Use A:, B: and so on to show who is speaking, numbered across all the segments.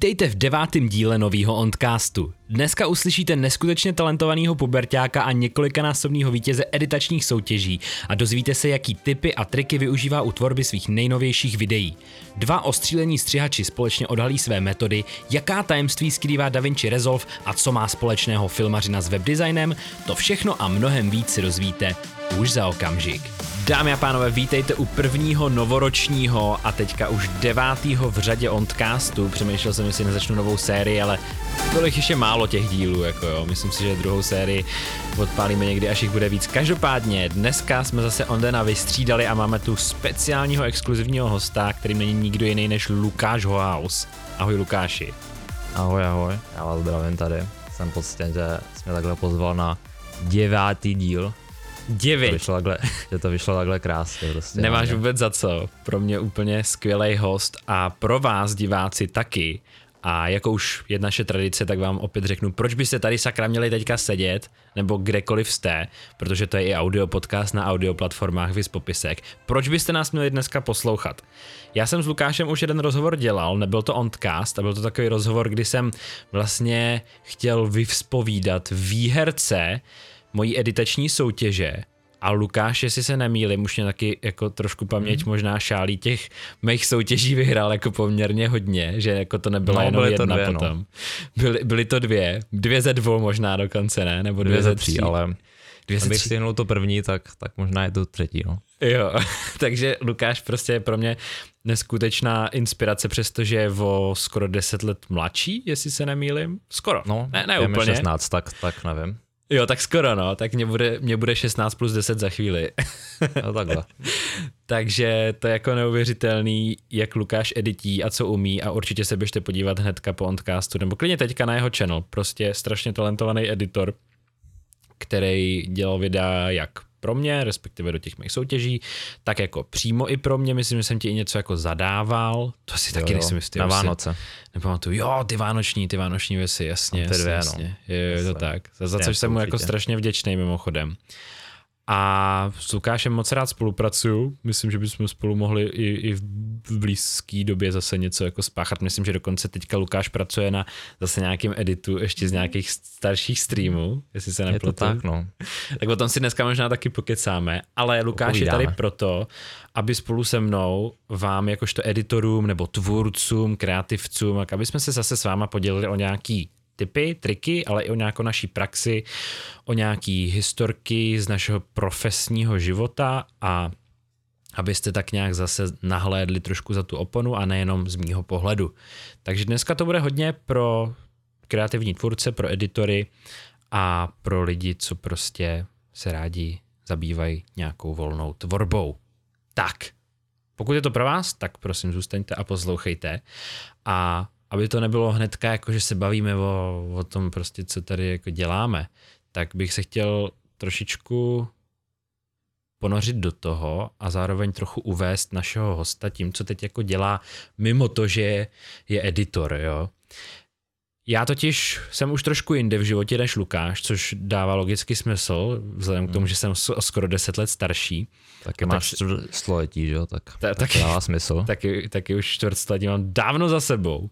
A: Vítejte v 9. díle novýho Ondcastu. Dneska uslyšíte neskutečně talentovaného puberťáka a několikanásobného vítěze editačních soutěží a dozvíte se, jaký tipy a triky využívá u tvorby svých nejnovějších videí. Dva ostřílení střihači společně odhalí své metody, jaká tajemství skrývá DaVinci Resolve a co má společného filmařina s webdesignem, to všechno a mnohem víc si dozvíte už za okamžik. Dámy a pánové, vítejte u prvního novoročního a teďka už 9. v řadě Ondcastu. Přemýšlel jsem, jestli nezačnu novou sérii, ale bylo jich ještě málo těch dílů, jako jo. Myslím si, že druhou sérii odpálíme někdy, až jich bude víc. Každopádně dneska jsme zase Ondena vystřídali a máme tu speciálního exkluzivního hosta, kterým není nikdo jiný než Lukáš Hohaus. Ahoj Lukáši.
B: Ahoj, ahoj, já vás zdravím tady. Jsem poctěn, že jsi mě takhle pozval na 9. díl.
A: 9.
B: To vyšlo takhle krásně. Prostě,
A: nemáš vůbec za co. Pro mě úplně skvělej host a pro vás diváci taky. A jako už je naše tradice, tak vám opět řeknu, proč byste tady sakra měli teďka sedět, nebo kdekoliv jste, protože to je i audio podcast na audio platformách viz popisek. Proč byste nás měli dneska poslouchat? Já jsem s Lukášem už jeden rozhovor dělal, nebyl to Ondcast, a byl to takový rozhovor, kdy jsem vlastně chtěl vyvzpovídat výherce mojí editační soutěže. A Lukáš, jestli se nemýlím, už mě taky jako trošku paměť možná šálí, těch mých soutěží vyhrál jako poměrně hodně, že jako to nebyla jenom jedna dvě, potom. No. Byly to dvě ze dvou možná dokonce, ne? Nebo dvě ze tří.
B: Ale abych si jenom to první, tak možná je to třetí, no.
A: Jo, takže Lukáš prostě je pro mě neskutečná inspirace, přestože je o skoro 10 let mladší, jestli se nemýlím. Skoro,
B: no,
A: ne úplně.
B: 16, tak nevím.
A: Jo, tak skoro no, tak mě bude 16 plus 10 za chvíli.
B: No takhle.
A: Takže to je jako neuvěřitelný, jak Lukáš edití a co umí a určitě se běžte podívat hnedka po Ondcastu, nebo klidně teďka na jeho channel, prostě strašně talentovaný editor, který dělal videa jak pro mě, respektive do těch mých soutěží, tak jako přímo i pro mě, myslím, že jsem ti i něco jako zadával, to si taky nejsem jistý.
B: Na Vánoce.
A: Nepamatuju, jo, ty vánoční věci, jasně.
B: Ty dvě,
A: jasně. Je to tak, za což jsem mu jako strašně vděčný mimochodem. A s Lukášem moc rád spolupracuju, myslím, že bychom spolu mohli i v blízké době zase něco jako spáchat, myslím, že dokonce teďka Lukáš pracuje na zase nějakým editu ještě z nějakých starších streamů, jestli se nepletu.
B: Je to tak, no.
A: Tak o tom si dneska možná taky pokecáme, ale Lukáš je tady proto, aby spolu se mnou vám jakožto editorům nebo tvůrcům, kreativcům, aby jsme se zase s váma podělili o nějaký tipy, triky, ale i o nějakou naší praxi, o nějaký historky z našeho profesního života a abyste tak nějak zase nahlédli trošku za tu oponu a nejenom z mýho pohledu. Takže dneska to bude hodně pro kreativní tvůrce, pro editory a pro lidi, co prostě se rádi zabývají nějakou volnou tvorbou. Tak, pokud je to pro vás, tak prosím zůstaňte a poslouchejte a aby to nebylo hnedka, jako že se bavíme o tom prostě, co tady jako děláme, tak bych se chtěl trošičku ponořit do toho a zároveň trochu uvést našeho hosta tím, co teď jako dělá, mimo to, že je editor, jo. Já totiž jsem už trošku jinde v životě než Lukáš, což dává logický smysl, vzhledem k tomu, že jsem skoro 10 let starší.
B: Taky máš čtvrtstoletí, že jo, tak dává smysl.
A: Taky už čtvrtstoletí mám dávno za sebou.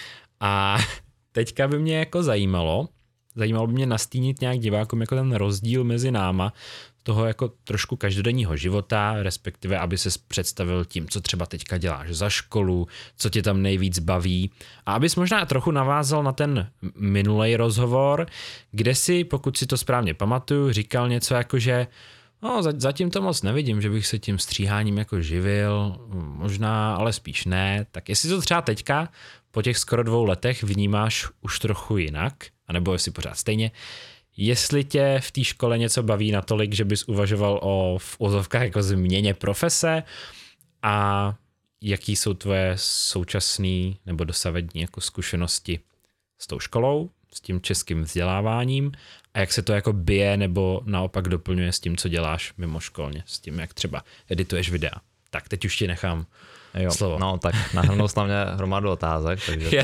A: A teďka by mě jako zajímalo by mě nastínit nějak divákům jako ten rozdíl mezi náma, toho jako trošku každodenního života, respektive aby ses představil tím, co třeba teďka děláš za školu, co tě tam nejvíc baví a abys možná trochu navázal na ten minulej rozhovor, kde si, pokud si to správně pamatuju, říkal něco jako, že no, zatím to moc nevidím, že bych se tím stříháním jako živil, možná, ale spíš ne, tak jestli to třeba teďka po těch skoro 2 letech vnímáš už trochu jinak, anebo jestli pořád stejně, jestli tě v té škole něco baví natolik, že bys uvažoval o v ozovkách jako změně profese a jaký jsou tvoje současné nebo dosavadní jako zkušenosti s tou školou, s tím českým vzděláváním a jak se to jako bije nebo naopak doplňuje s tím, co děláš mimoškolně, s tím, jak třeba edituješ videa. Tak teď už ti nechám slovo.
B: No tak nahrnou na mě hromadu otázek, takže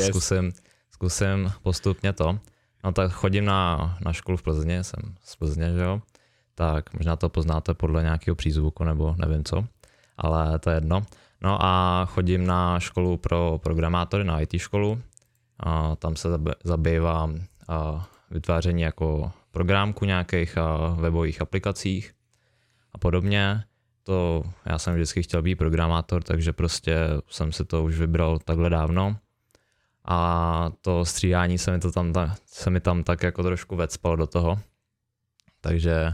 B: zkusím postupně to. No tak chodím na školu v Plzni, jsem z Plzně, že jo, tak možná to poznáte podle nějakého přízvuku nebo nevím co, ale to je jedno. No a chodím na školu pro programátory, na IT školu, a tam se zabývám vytváření jako programku nějakých webových aplikacích a podobně. Já jsem vždycky chtěl být programátor, takže prostě jsem si to už vybral takhle dávno. A to stříhání se mi tam tak jako trošku vecpalo do toho. Takže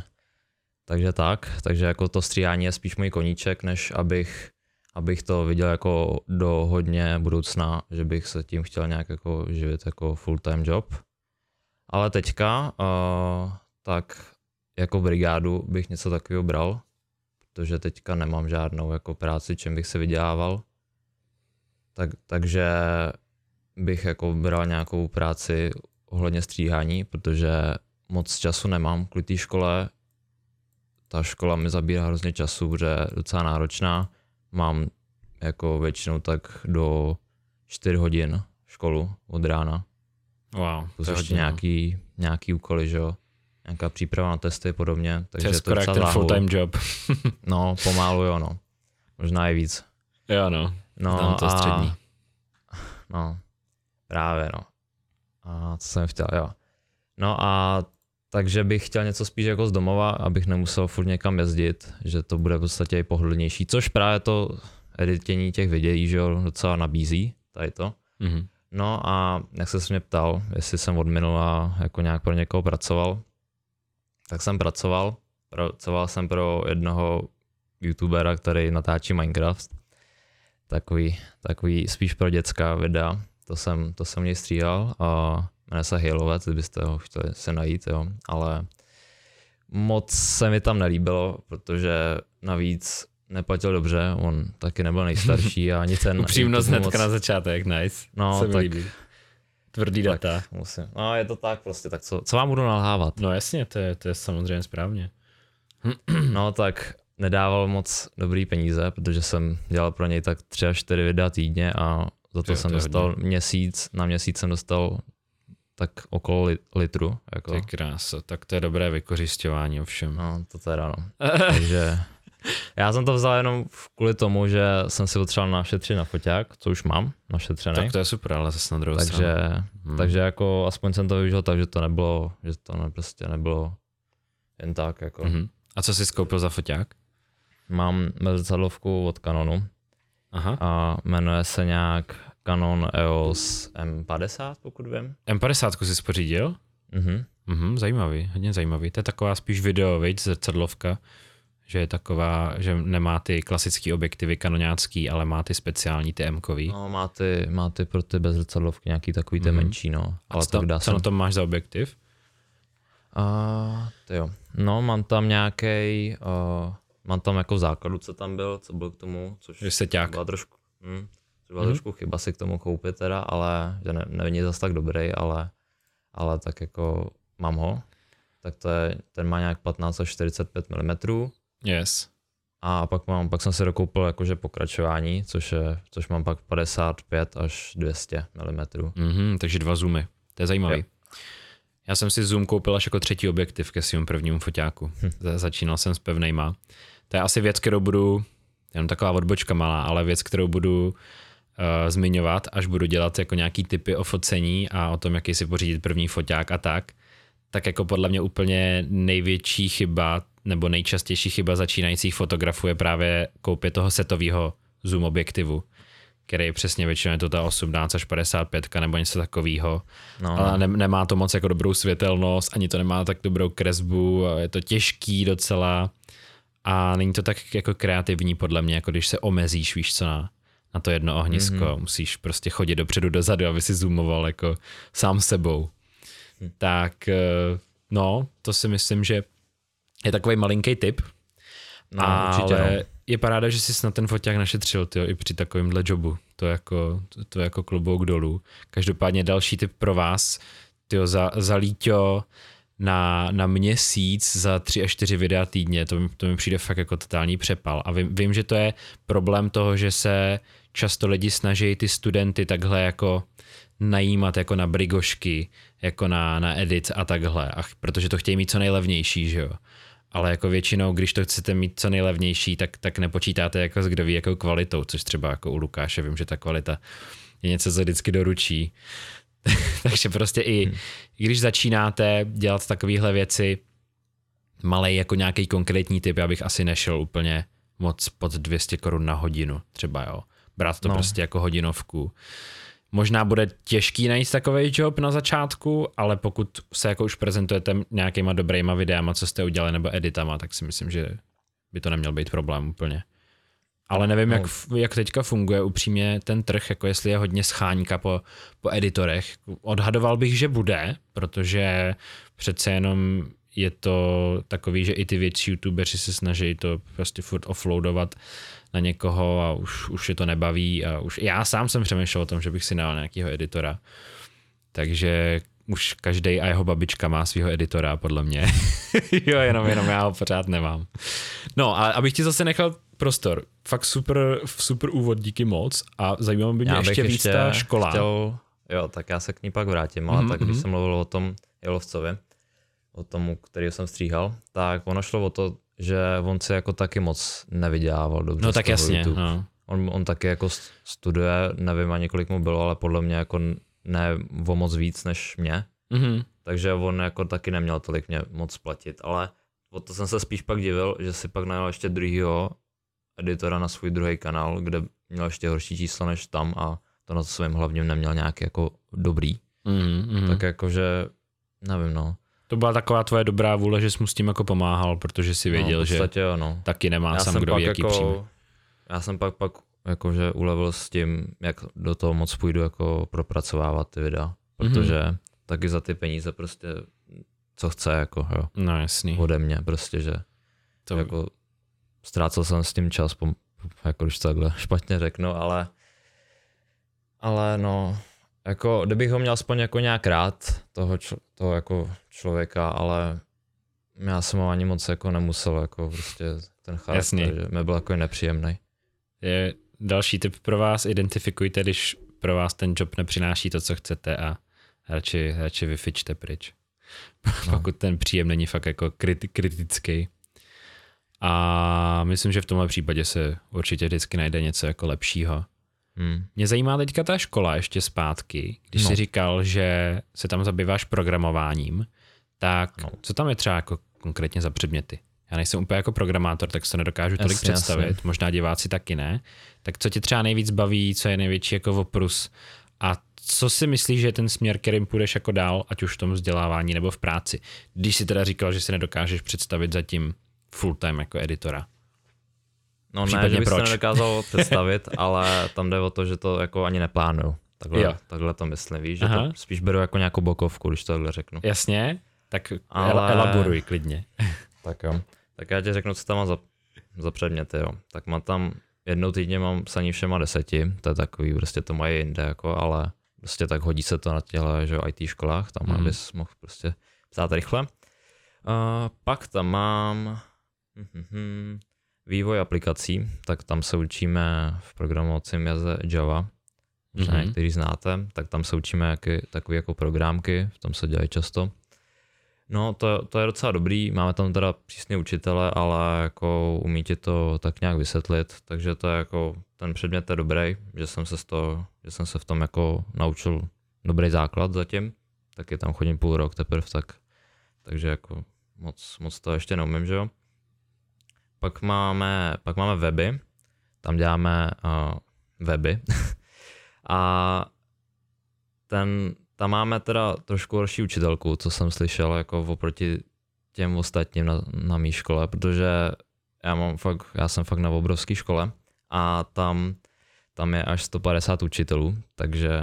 B: jako to stříhání je spíš můj koníček, než abych to viděl jako do hodně budoucna, že bych se tím chtěl nějak jako živit jako full-time job. Ale teďka tak jako brigádu bych něco takového bral, protože teďka nemám žádnou jako práci, čím bych se vydělával. Takže bych jako bral nějakou práci ohledně stříhání, protože moc času nemám kvůli té škole. Ta škola mi zabírá hrozně času, protože je docela náročná. Mám jako většinou tak do 4 hodin školu od rána.
A: Wow,
B: to je ještě nějaký úkoly, že jo. Nějaká příprava na testy a podobně. Takže
A: to je skoro jak ten full-time job.
B: No, pomalu jo, no. Možná i víc.
A: Jo, no. Znám to střední.
B: No, právě, no. A co jsem chtěl, jo. No a takže bych chtěl něco spíš jako z domova, abych nemusel furt někam jezdit, že to bude v podstatě i pohodlnější, což právě to editění těch videí, že jo, docela nabízí, tady to. Mm-hmm. No a jak se mě ptal, jestli jsem od minula jako nějak pro někoho pracoval, tak jsem pracoval jsem pro jednoho youtubera, který natáčí Minecraft, takový spíš pro dětská videa, to jsem něj stříhal a jmenuje se Hailovec, kdybyste ho chtěli se najít, jo, ale moc se mi tam nelíbilo, protože navíc neplatil dobře, on taky nebyl nejstarší a ani ten...
A: Upřímnost hnedka na začátek, nice,
B: no,
A: se mi líbí. Tvrdý data.
B: Musím. No je to tak prostě, tak co vám budu nalhávat?
A: No jasně, to je samozřejmě správně.
B: No tak nedával moc dobrý peníze, protože jsem dělal pro něj tak 3 až 4 videa týdně a za to jsem dostal na měsíc jsem dostal tak okolo litru. Jako.
A: To je krása, tak to je dobré vykořisťování ovšem.
B: No to teda no. Takže já jsem to vzal jenom kvůli tomu, že jsem si potřeboval našetřit na foťák, co už mám našetřený.
A: Tak to je super, ale zase na druhou stranu.
B: Takže jako aspoň jsem to využil tak, že to prostě nebylo jen tak. Jako.
A: Mm-hmm. A co jsi koupil za foťák?
B: Mám zrcadlovku od Canonu. Aha. A jmenuje se nějak Canon EOS M50, pokud vím.
A: M50 jsi pořídil? Zajímavý, hodně zajímavý. To je taková spíš video, viď, zrcadlovka, že je taková, že nemá ty klasické objektivy kanoňácký, ale má ty speciální, ty M-kový.
B: No, má ty pro ty bez zrcadlovky nějaký takový ty menší, no.
A: Ale co na tom máš za objektiv?
B: Jo. No, mám tam nějaký, mám tam jako v základu, co tam byl, co byl k tomu, což byla trošku, trošku chyba si k tomu koupit teda, ale že není zase tak dobrý, ale tak jako mám ho. Tak ten má nějak 15 až 45 mm.
A: Yes.
B: A pak jsem si dokoupil jakože pokračování, což mám pak 55 až 200 mm.
A: Takže 2 zoomy, to je zajímavý. Jo. Já jsem si zoom koupil až jako 3. objektiv ke svému prvnímu foťáku. Začínal jsem s pevnejma. To je asi věc, kterou budu, jenom taková odbočka malá, ale věc, kterou budu zmiňovat, až budu dělat jako nějaký typy o focení a o tom, jaký si pořídit první foťák a tak jako podle mě úplně největší chyba nebo nejčastější chyba začínajících fotografů je právě koupě toho setového zoom objektivu, který je přesně většinou je to ta 18 až 55 nebo něco takového, ale nemá to moc jako dobrou světelnost, ani to nemá tak dobrou kresbu, je to těžký docela a není to tak jako kreativní podle mě, jako když se omezíš, víš co, na to jedno ohnisko, musíš prostě chodit dopředu dozadu, aby si zoomoval jako sám sebou. Tak no, to si myslím, že je takový malinký tip, ale je paráda, že jsi na ten foťák našetřil, tyjo, i při takovýmhle jobu, to jako klobouk dolů. Každopádně další tip pro vás, tyjo, za Líťo na měsíc za 3 až 4 videa týdně, to mi přijde fakt jako totální přepal a vím, že to je problém toho, že se často lidi snaží ty studenty takhle jako najímat jako na brigošky, jako na edit a takhle, protože to chtějí mít co nejlevnější, že jo. Ale jako většinou, když to chcete mít co nejlevnější, tak nepočítáte jako s kdo ví jakou kvalitou, což třeba jako u Lukáše vím, že ta kvalita je něco, co vždycky doručí. Takže prostě i když začínáte dělat takovéhle věci, malej jako nějaký konkrétní typ, já bych asi nešel úplně moc pod 200 korun na hodinu třeba, jo. Brát to prostě jako hodinovku. Možná bude těžký najít takovej job na začátku, ale pokud se jako už prezentujete nějakýma dobrýma videama, co jste udělali, nebo editama, tak si myslím, že by to neměl být problém úplně. Ale nevím, jak teďka funguje upřímně ten trh, jako jestli je hodně scháňka po editorech. Odhadoval bych, že bude, protože přece jenom je to takový, že i ty větší youtubeři se snaží to prostě furt offloadovat na někoho a už je to nebaví a už já sám jsem přemýšlel o tom, že bych si dal nějakého editora. Takže už každej a jeho babička má svého editora, podle mě. Jo, jenom já ho pořád nemám. No a abych ti zase nechal prostor. Fakt super úvod, díky moc a zajímalo by mě ještě víc ta škola.
B: Jo, tak já se k ní pak vrátím, ale tak když jsem mluvil o tom Jelovcovi, o tomu, kterýho jsem stříhal, tak ono šlo o to, že on se jako taky moc nevydělával dobře.
A: No tak jasně. No.
B: On taky jako studuje, nevím ani kolik mu bylo, ale podle mě jako ne o moc víc než mě. Takže on jako taky neměl tolik mě moc platit, ale o to jsem se spíš pak divil, že si pak najel ještě druhýho editora na svůj druhý kanál, kde měl ještě horší číslo než tam a to na svém hlavním neměl nějaký jako dobrý. Tak jakože, nevím no.
A: To byla taková tvoje dobrá vůle, že jsi mu s tím jako pomáhal, protože si věděl, že taky nemá sám kdo ví, jaký příjem.
B: Já jsem pak jakože ulevil s tím, jak do toho moc půjdu jako propracovávat ty videa, protože taky za ty peníze prostě co chce jako jo.
A: No jasný.
B: Ode mě prostě, že to jako ztrácel jsem s tím čas, jako když to takhle špatně řeknu, ale no, jako kdybych ho měl aspoň jako nějak rád, toho jako člověka, ale já jsem ho ani moc jako nemusel, jako prostě ten charakter, že mi byl jako nepříjemný.
A: Je další tip pro vás, identifikujte, když pro vás ten job nepřináší to, co chcete a radši vyfičte pryč. Pokud ten příjem není fakt jako kritický. A myslím, že v tomhle případě se určitě vždycky najde něco jako lepšího. Mě zajímá teďka ta škola ještě zpátky, když jsi říkal, že se tam zabýváš programováním, tak co tam je třeba jako konkrétně za předměty? Já nejsem úplně jako programátor, tak se to nedokážu tolik představit, možná diváci taky ne. Tak co tě třeba nejvíc baví, co je největší jako oprus a co si myslíš, že je ten směr, kterým půjdeš jako dál, ať už v tom vzdělávání nebo v práci? Když si teda říkal, že si nedokážeš představit zatím full time jako editora.
B: No ne, že bych se nedokázal představit, ale tam jde o to, že to jako ani neplánuju. Takhle to myslím, víš, že to spíš beru jako nějakou bokovku, když to takhle řeknu.
A: Jasně, tak elaboruj klidně.
B: Tak jo, tak já ti řeknu, co tam mám za předměty, jo. Tak mám tam jednou týdně mám psaní všema 10, to je takový, prostě to mají jinde, jako, ale prostě tak hodí se to na těchto, že IT školách, tam abys mohl prostě psát rychle. Pak tam mám vývoj aplikací, tak tam se učíme v programovacím jazyce Java, který znáte, tak tam se učíme takové jako programky, v tom se dělají často. No to je docela dobrý, máme tam teda přísně učitele, ale jako umí ti to tak nějak vysvětlit, takže to je jako, ten předmět je dobrý, že jsem se v tom jako naučil dobrý základ zatím, taky tam chodím půl rok teprve, takže jako moc to ještě neumím, že jo. Pak máme weby, tam děláme weby a tam máme teda trošku horší učitelku, co jsem slyšel, jako oproti těm ostatním na mý škole, protože já jsem fakt na obrovské škole a tam je až 150 učitelů, takže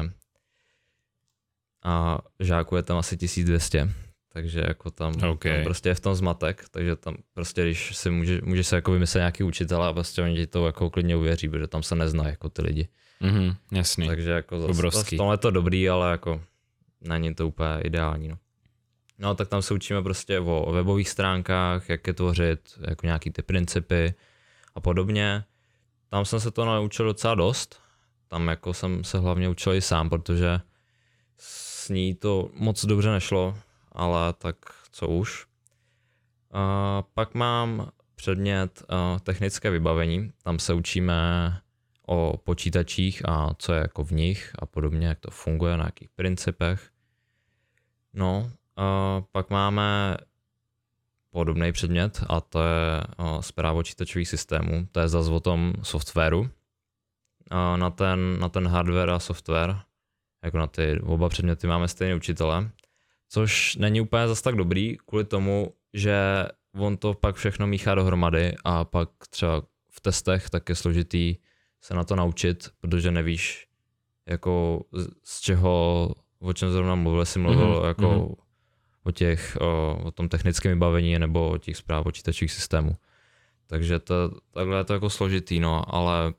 B: a žáků je tam asi 1200. Takže jako tam prostě je v tom zmatek, takže tam prostě když si může se jako vymyslet nějaký učitel a prostě oni ti to jako klidně uvěří, protože tam se neznají jako ty lidi.
A: Jasný.
B: Takže jako v tomhle je to dobrý, ale jako není to úplně ideální. No tak tam se učíme prostě o webových stránkách, jak je tvořit, jako nějaký ty principy a podobně. Tam jsem se to naučil docela dost, tam jako jsem se hlavně učil i sám, protože s ní to moc dobře nešlo, ale tak co už. Pak mám předmět technické vybavení, tam se učíme o počítačích a co je jako v nich a podobně, jak to funguje, na jakých principech. No, pak máme podobný předmět a to je správa počítačových systémů. To je zase o tom softwaru. Na ten hardware a software, jako na ty oba předměty máme stejný učitele, což není úplně zase tak dobrý, kvůli tomu, že on to pak všechno míchá dohromady a pak třeba v testech tak je složitý se na to naučit, protože nevíš, jako z čeho, o čem zrovna mluvil, jestli mluvil jako o tom technickém vybavení nebo o těch zpráv počítačových systémů. Takže takhle je to jako složitý, no,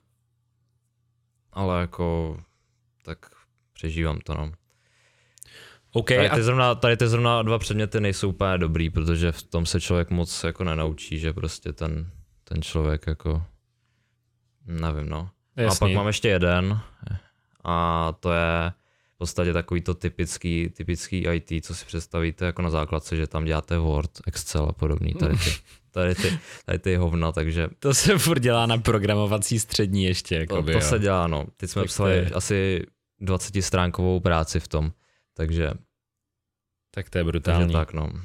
B: ale jako tak přežívám to, no.
A: Okay,
B: tady ty zrovna 2 předměty nejsou úplně dobrý, protože v tom se člověk moc jako nenaučí, že prostě ten člověk jako, nevím, no. Jasný. A pak mám ještě jeden a to je v podstatě takový to typický IT, co si představíte jako na základce, že tam děláte Word, Excel a podobný, tady ty hovna, takže...
A: To se furt dělá na programovací střední ještě, jakoby,
B: to se dělá, no. Teď jsme psali asi 20stránkovou práci v tom, takže...
A: Tak to je brutální.
B: Takže tak, no.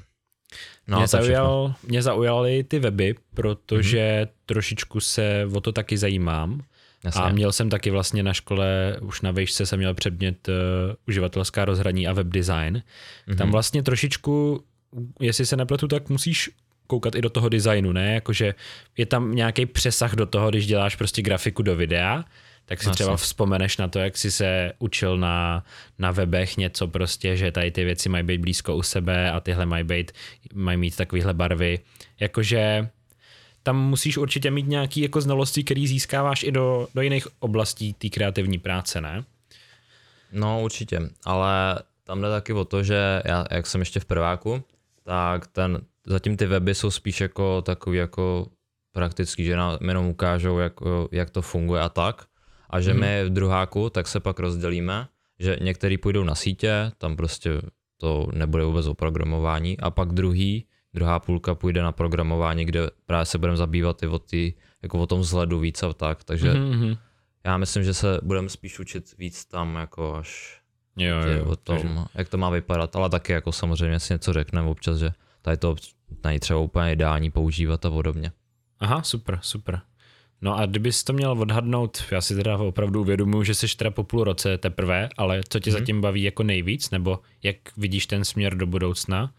A: Mě zaujaly ty weby, protože trošičku se o to taky zajímám. Jasně. A měl jsem taky vlastně na škole, už na výšce jsem měl předmět uživatelská rozhraní a web design. Tam vlastně trošičku, jestli se nepletu, tak musíš koukat i do toho designu, ne? Jakože je tam nějaký přesah do toho, když děláš prostě grafiku do videa, tak si třeba vzpomeneš na to, jak jsi se učil na webech něco prostě, že tady ty věci mají být blízko u sebe a tyhle mají mít takovýhle barvy. Jakože tam musíš určitě mít nějaký jako znalosti, který získáváš i do jiných oblastí té kreativní práce, ne?
B: No určitě, ale tam jde taky o to, že já, jak jsem ještě v prváku, tak zatím ty weby jsou spíš jako takový jako praktický, že nám jenom ukážou, jak to funguje a tak. A že my v druháku tak se pak rozdělíme, že některý půjdou na sítě, tam prostě to nebude vůbec o programování, a pak druhá půlka půjde na programování, kde právě se budeme zabývat i o tom vzhledu víc a tak, takže já myslím, že se budeme spíš učit víc tam jako až o tom, jak to má vypadat, ale taky jako samozřejmě si něco řekneme občas, že tady to není třeba úplně ideální používat a podobně.
A: Aha, super. No a kdybys to měl odhadnout, já si teda opravdu uvědomuji, že jsi teda po půl roce teprve, ale co tě zatím baví jako nejvíc, nebo jak vidíš ten směr do budoucna?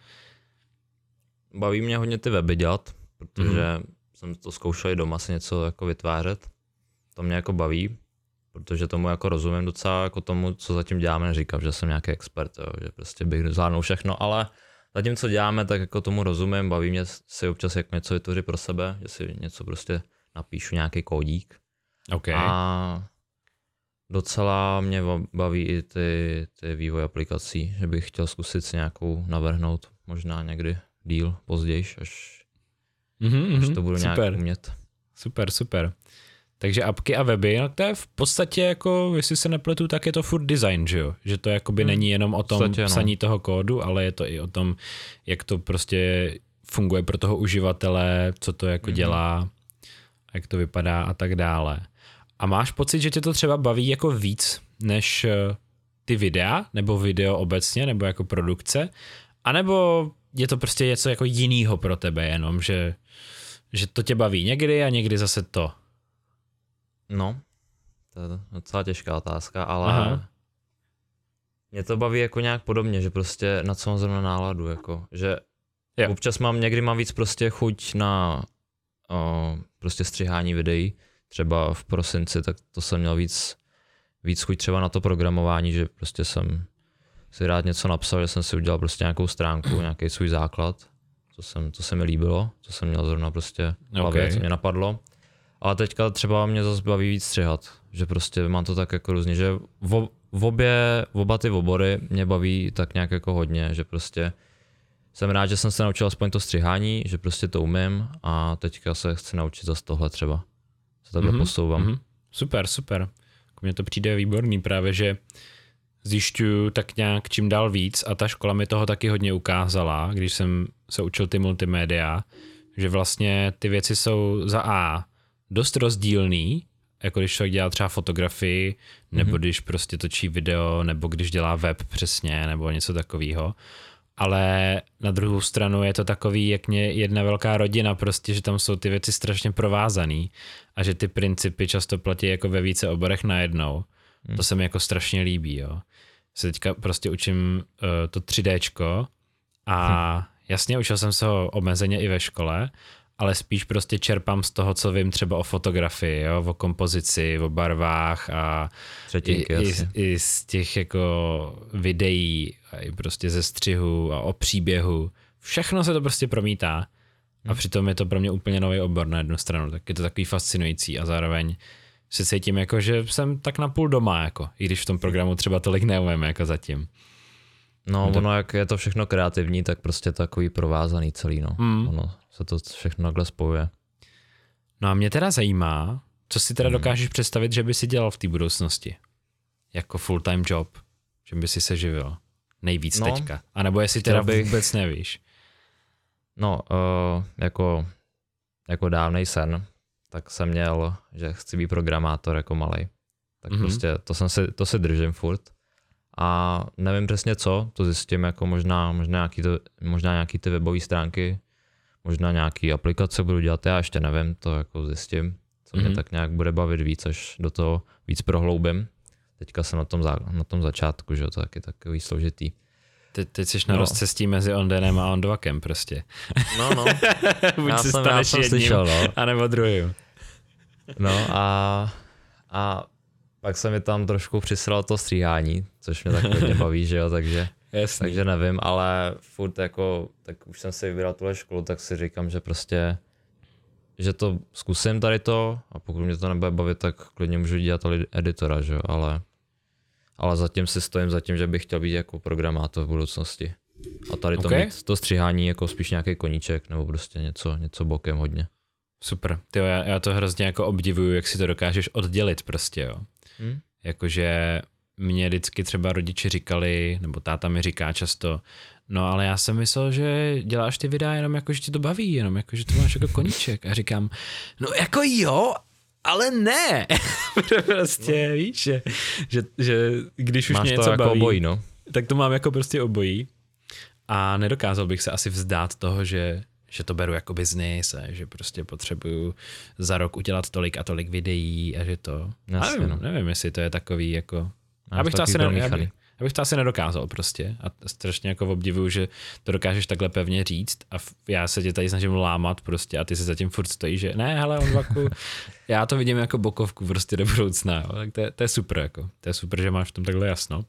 B: Baví mě hodně ty weby dělat, protože jsem to zkoušel i doma si něco jako vytvářet. To mě jako baví, protože tomu jako rozumím docela jako tomu, co zatím děláme, neříkám, že jsem nějaký expert, jo, že prostě bych zvládnul všechno, ale zatím, co děláme, tak jako tomu rozumím, baví mě si občas jako něco vytvořit pro sebe, že si něco prostě napíšu, nějaký kódík.
A: Okay.
B: A docela mě baví i ty vývoj aplikací, že bych chtěl zkusit si nějakou navrhnout, možná někdy díl později, až to budu nějak umět.
A: Super. Takže apky a weby, no to je v podstatě jako, jestli se nepletu, tak je to furt design, že jo? Že to jakoby není jenom o tom psaní toho kódu, ale je to i o tom, jak to prostě funguje pro toho uživatele, co to jako dělá, jak to vypadá a tak dále. A máš pocit, že tě to třeba baví jako víc než ty videa, nebo video obecně, nebo jako produkce, anebo je to prostě něco jako jinýho pro tebe jenom, že to tě baví někdy a někdy zase to?
B: No, to je docela těžká otázka, ale mě to baví jako nějak podobně, že prostě na co mám zrovna náladu, jako, že občas někdy mám víc prostě chuť na prostě střihání videí, třeba v prosinci, tak to jsem měl víc chuť třeba na to programování, že prostě jsem si rád něco napsal, že jsem si udělal prostě nějakou stránku, nějaký svůj základ, co se mi líbilo, co jsem měl zrovna prostě hlavě, co mě napadlo. Ale teďka třeba mě zase baví víc střihat, že prostě mám to tak jako různě, že oba ty obory mě baví tak nějak jako hodně, že prostě jsem rád, že jsem se naučil aspoň to střihání, že prostě to umím a teďka se chci naučit zase tohle třeba. Se takhle posouvám.
A: Super. Mně to přijde výborný právě, že zjišťuju tak nějak čím dál víc a ta škola mi toho taky hodně ukázala, když jsem se učil ty multimédia, že vlastně ty věci jsou za A dost rozdílný jako když člověk dělá třeba fotografii, nebo když prostě točí video, nebo když dělá web přesně, nebo něco takového. Ale na druhou stranu je to takový, jak jedna velká rodina prostě, že tam jsou ty věci strašně provázaný a že ty principy často platí jako ve více oborech najednou. To se mi jako strašně líbí, jo. Se teďka prostě učím to 3Dčko a jasně učil jsem se ho omezeně i ve škole, ale spíš prostě čerpám z toho, co vím třeba o fotografii, jo, o kompozici, o barvách a i z těch jako videí, a i prostě ze střihu a o příběhu. Všechno se to prostě promítá a přitom je to pro mě úplně nový obor na jednu stranu, tak je to takový fascinující a zároveň se cítím jako, že jsem tak napůl doma, jako, i když v tom programu třeba tolik neumím jako zatím.
B: No, ono jak je to všechno kreativní, tak prostě takový provázaný celý, no. Ono se to všechno takhle spojuje.
A: No a mě teda zajímá, co si teda dokážeš představit, že by si dělal v té budoucnosti? Jako full-time job, že by si se živil nejvíc teďka. A nebo jestli teda vůbec nevíš? No,
B: jako dávnej sen, tak jsem měl, že chci být programátor jako malej. Tak prostě to si držím furt. A nevím přesně co, to zjistím, jako možná nějaký ty webové stránky, možná nějaký aplikace budu dělat, já ještě nevím, to jako zjistím, co mě tak nějak bude bavit víc, až do toho víc prohloubím. Teďka jsem na tom začátku, že to je takový složitý.
A: Teď jsi na rozcestí mezi Ondenem a Ondvakem prostě.
B: No.
A: Buď se staneš jedním, slyšel, anebo druhým.
B: No a pak se mi tam trošku přisralo to stříhání, což mě tak hodně baví, že jo, takže nevím, ale furt jako, tak už jsem si vybral tuhle školu, tak si říkám, že prostě, že to zkusím tady to a pokud mě to nebude bavit, tak klidně můžu dělat editora, že jo, ale zatím si stojím za tím, že bych chtěl být jako programátor v budoucnosti. A tady to stříhání jako spíš nějaký koníček nebo prostě něco bokem hodně.
A: Super, tyjo, já to hrozně jako obdivuju, jak si to dokážeš oddělit prostě, jo. Jakože mě vždycky třeba rodiče říkali, nebo táta mi říká často, no ale já jsem myslel, že děláš ty videa jenom jako, že ti to baví, jenom jako, že to máš jako koníček. A říkám, no jako jo, ale ne. Prostě víš, že když už
B: máš
A: mě něco
B: to jako
A: baví,
B: obojí, no.
A: Tak to mám jako prostě obojí. A nedokázal bych se asi vzdát toho, že to beru jako biznis a že prostě potřebuju za rok udělat tolik a tolik videí a že to...
B: Jasně,
A: nevím, jestli to je takový jako... Já bych to asi nedokázal prostě a strašně jako obdivuju, že to dokážeš takhle pevně říct a já se tě tady snažím lámat prostě a ty se zatím furt stojíš, že ne, hele, Ondvaku, já to vidím jako bokovku prostě do budoucna, jo. Tak to je super jako, to je super, že máš v tom takhle jasno.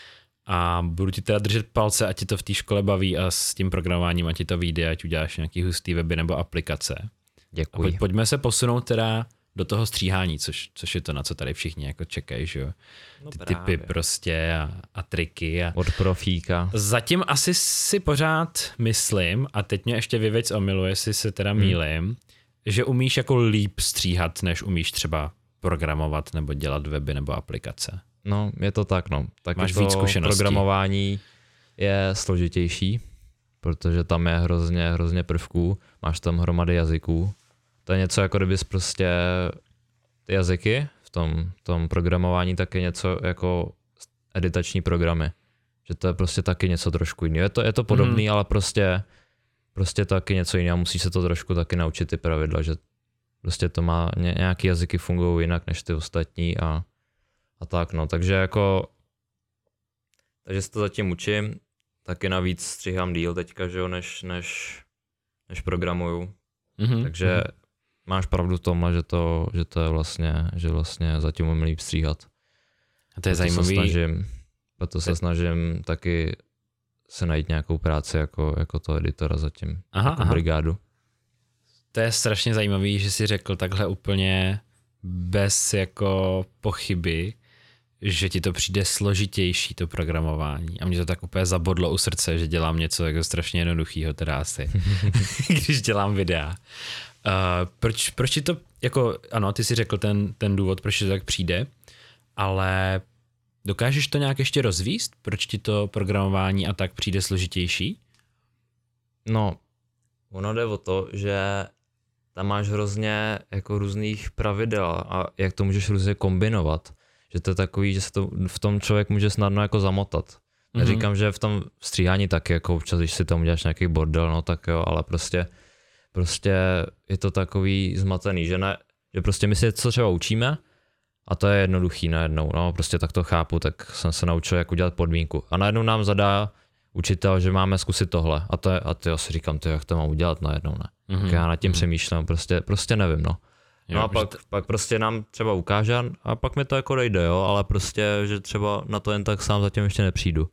A: A budu ti teda držet palce, ať ti to v té škole baví a s tím programováním, ať ti to vyjde, ať uděláš nějaký hustý weby nebo aplikace.
B: Děkuji.
A: A pojďme se posunout teda do toho stříhání, což je to, na co tady všichni jako čekají, že jo. Ty typy prostě a triky.
B: Od profíka.
A: Zatím asi si pořád myslím, a teď mě ještě vyvěc omylu, jestli se teda mýlim, že umíš jako líp stříhat, než umíš třeba programovat nebo dělat weby nebo aplikace.
B: No, je to tak, no. Tak
A: máš víc zkušeností.
B: Programování je složitější, protože tam je hrozně prvků, máš tam hromady jazyků. To je něco jako kdybys prostě ty jazyky v tom programování tak je něco jako editační programy. Že to je prostě taky něco trošku jiného. Je to podobný, ale prostě taky něco jiného. Musíš se to trošku taky naučit ty pravidla, že prostě to má nějaký jazyky fungují jinak než ty ostatní a tak no. Takže se to zatím učím. Taky navíc stříhám díl teďka, že jo, než programuju. Takže máš pravdu v tomhle, že to je vlastně zatím umím líp stříhat.
A: A to je zajímavý.
B: Proto se snažím taky se najít nějakou práci jako to editora zatím, brigádu.
A: To je strašně zajímavý, že jsi řekl takhle úplně bez jako pochyby, že ti to přijde složitější to programování. A mě to tak úplně zabodlo u srdce, že dělám něco jako strašně jednoduchýho teda asi, když dělám videa. Proč ti to, jako ano, ty jsi řekl ten důvod, proč to tak přijde, ale dokážeš to nějak ještě rozvíst? Proč ti to programování a tak přijde složitější?
B: No, ono jde o to, že tam máš hrozně jako různých pravidel a jak to můžeš různě kombinovat. Že to je takový, že se to v tom člověk může snadno jako zamotat. Neříkám, že v tom stříhání taky, jako občas, když si tam uděláš nějaký bordel, no tak jo, ale prostě je to takový zmatený, že prostě my si něco třeba učíme a to je jednoduchý najednou, no prostě tak to chápu, tak jsem se naučil, jak udělat podmínku. A najednou nám zadá učitel, že máme zkusit tohle a ty si říkám, jak to mám udělat najednou, ne? Tak já nad tím přemýšlím, prostě nevím, no. No a pak prostě nám třeba ukáže a pak mi to jako dojde, jo, ale prostě, že třeba na to jen tak sám zatím ještě nepřijdu.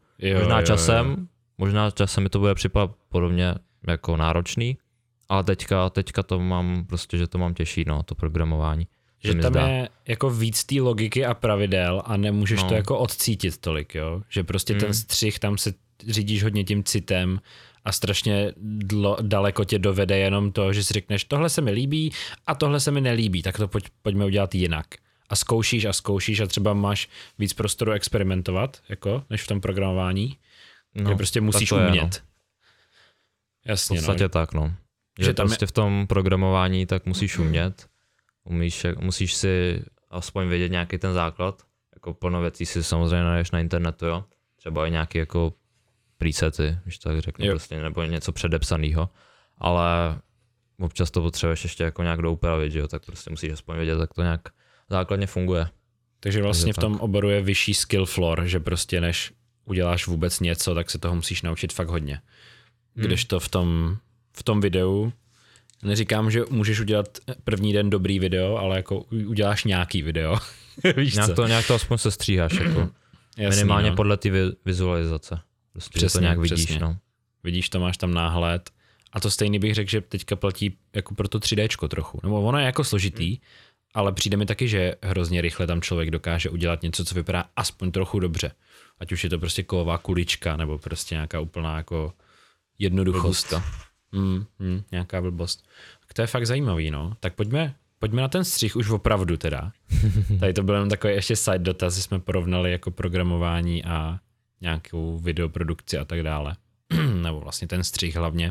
B: Možná časem mi to bude připadat podobně jako náročný, ale teďka to mám prostě, že to mám těžší, no, to programování.
A: Že tam je jako víc té logiky a pravidel a nemůžeš to jako odcítit tolik, jo? Že prostě ten střih, tam se řídíš hodně tím citem a strašně daleko tě dovede jenom to, že si řekneš, tohle se mi líbí a tohle se mi nelíbí, tak to pojďme udělat jinak. A zkoušíš a třeba máš víc prostoru experimentovat, jako, než v tom programování. No, že prostě musíš umět.
B: No. Jasně, v podstatě tak, no. Že tam prostě v tom programování tak musíš umět. Musíš si aspoň vědět nějaký ten základ. Jako plno věcí si samozřejmě najdeš na internetu, jo. Třeba i nějaký jako presety, když tak řeknu, prostě, nebo něco předepsaného. Ale občas to potřebuješ ještě jako nějak doupravit, že jo, tak prostě musíš aspoň vědět, jak to nějak základně funguje.
A: Takže vlastně v tom oboru je vyšší skill floor, že prostě než uděláš vůbec něco, tak se toho musíš naučit fakt hodně. Kdežto v tom videu, neříkám, že můžeš udělat první den dobrý video, ale jako uděláš nějaký video. Víš
B: nějak to aspoň se stříháš, jako jasný, minimálně podle ty vizualizace. Prostě přesně, to nějak vidíš. Přesně. No.
A: Vidíš to, máš tam náhled. A to stejný bych řekl, že teďka platí jako pro to 3Dčko trochu. Nebo ono je jako složitý, ale přijde mi taky, že hrozně rychle tam člověk dokáže udělat něco, co vypadá aspoň trochu dobře. Ať už je to prostě kovová kulička, nebo prostě nějaká úplná jako jednoduchost. Nějaká blbost. Tak to je fakt zajímavý, no. Tak pojďme na ten střih už opravdu teda. Tady to byl jenom takový ještě side dotaz, že jsme porovnali jako programování a nějakou videoprodukci a tak dále. Nebo vlastně ten střih hlavně.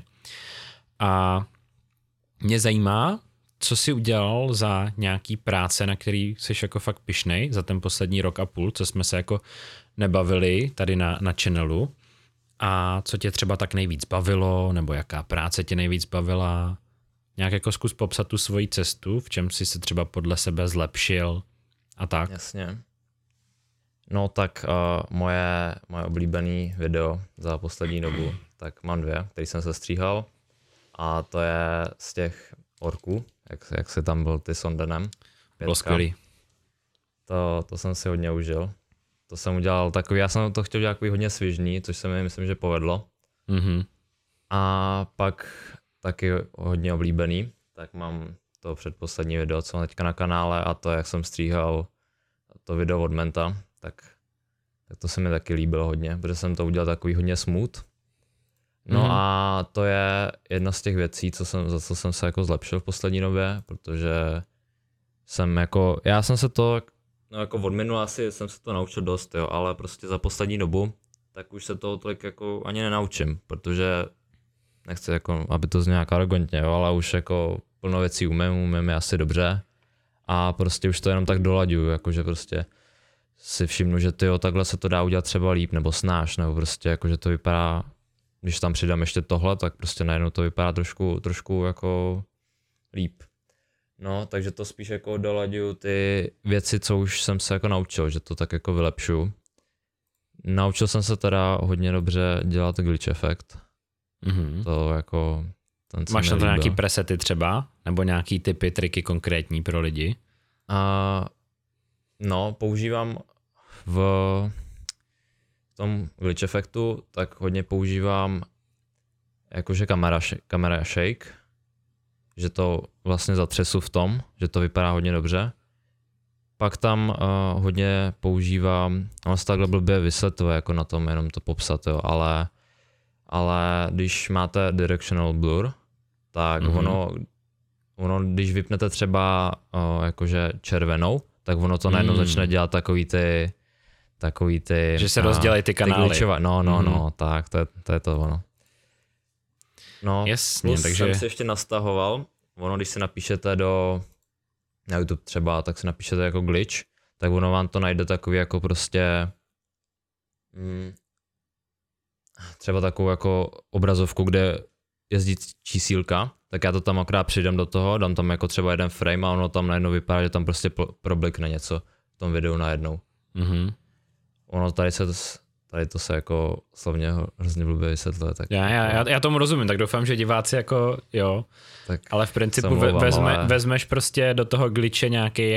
A: A mě zajímá, co jsi udělal za nějaký práce, na který jsi jako fakt pyšnej za ten poslední rok a půl, co jsme se jako nebavili tady na channelu. A co tě třeba tak nejvíc bavilo, nebo jaká práce tě nejvíc bavila? Nějak jako zkus popsat tu svoji cestu, v čem jsi se třeba podle sebe zlepšil a tak.
B: Jasně. No tak moje oblíbený video za poslední dobu, tak mám 2, který jsem se stříhal. A to je z těch orků, jak se tam byl ty s Ondenem.
A: Bylo skvělý.
B: To jsem si hodně užil. To jsem udělal takový, já jsem to chtěl udělat takový hodně svižný, což se mi myslím, že povedlo. A pak taky hodně oblíbený, tak mám to předposlední video, co mám teďka na kanále, a to, jak jsem stříhal to video od Menta, tak to se mi taky líbilo hodně, protože jsem to udělal takový hodně smooth. No a to je jedna z těch věcí, za co jsem se jako zlepšil v poslední době, protože já jsem se to, no jako od minula asi jsem se to naučil dost, jo, ale prostě za poslední dobu, tak už se toho tolik jako ani nenaučím, protože nechci jako, aby to znělo nějak arrogantně, jo, ale už jako plno věcí umím je asi dobře a prostě už to jenom tak dolaďuju, jakože prostě si všimnu, že takhle se to dá udělat třeba líp nebo snáš, nebo prostě jakože to vypadá, když tam přidám ještě tohle, tak prostě najednou to vypadá trošku jako líp. No, takže to spíš jako dolaďuju ty věci, co už jsem se jako naučil, že to tak jako vylepšuju. Naučil jsem se teda hodně dobře dělat glitch efekt. To jako...
A: Máš na to nějaký presety třeba? Nebo nějaký typy, triky konkrétní pro lidi?
B: No, používám v tom glitch efektu, tak hodně používám jakože kamera shake, že to vlastně zatřesu v tom, že to vypadá hodně dobře. Pak tam hodně používám, ono se takhle blbě vysvětluje jako na tom, jenom to popsat, jo, ale když máte directional blur, tak ono, když vypnete třeba jakože červenou, tak ono to najednou začne dělat takový ty
A: že se rozdělají ty kanály.
B: No, tak to je to ono. No,
A: jasně, takže
B: jsem si ještě nastahoval ono, když si napíšete na YouTube třeba, tak si napíšete jako glitch, tak ono vám to najde takový jako prostě třeba takovou jako obrazovku, kde jezdí čísílka, tak já to tam akorát přidám do toho, dám tam jako třeba jeden frame a ono tam najednou vypadá, že tam prostě problikne něco v tom videu najednou. Ono tady to se jako slovně hrozně blbě vysvětluje. Tak
A: já tomu rozumím, tak doufám, že diváci jako jo, tak ale v principu vezmeš prostě do toho glitche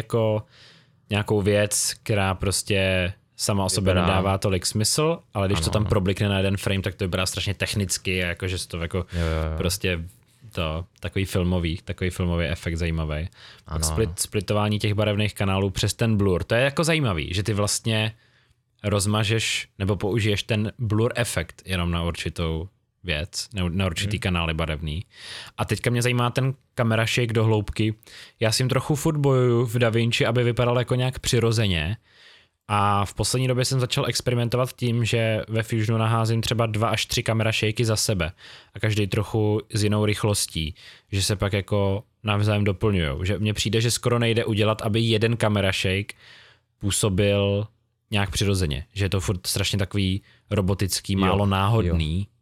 A: nějakou věc, která prostě sama o sobě nedává tolik smysl, ale když to tam problikne na jeden frame, tak to vypadá strašně technicky a jakože se to jako prostě takový filmový efekt zajímavý. Pak splitování těch barevných kanálů přes ten blur, to je jako zajímavý, že ty vlastně rozmažeš nebo použiješ ten blur efekt jenom na určitou věc, na určitý kanály barevný. A teďka mě zajímá ten camera shake do hloubky. Já s tím trochu furt bojuju v DaVinci, aby vypadal jako nějak přirozeně. A v poslední době jsem začal experimentovat tím, že ve Fusionu naházím třeba 2 až 3 camera shakey za sebe a každý trochu s jinou rychlostí, že se pak jako navzájem doplňujou. Že mně přijde, že skoro nejde udělat, aby jeden camera shake působil nějak přirozeně, že je to furt strašně takový robotický, málo náhodný.
B: Jo.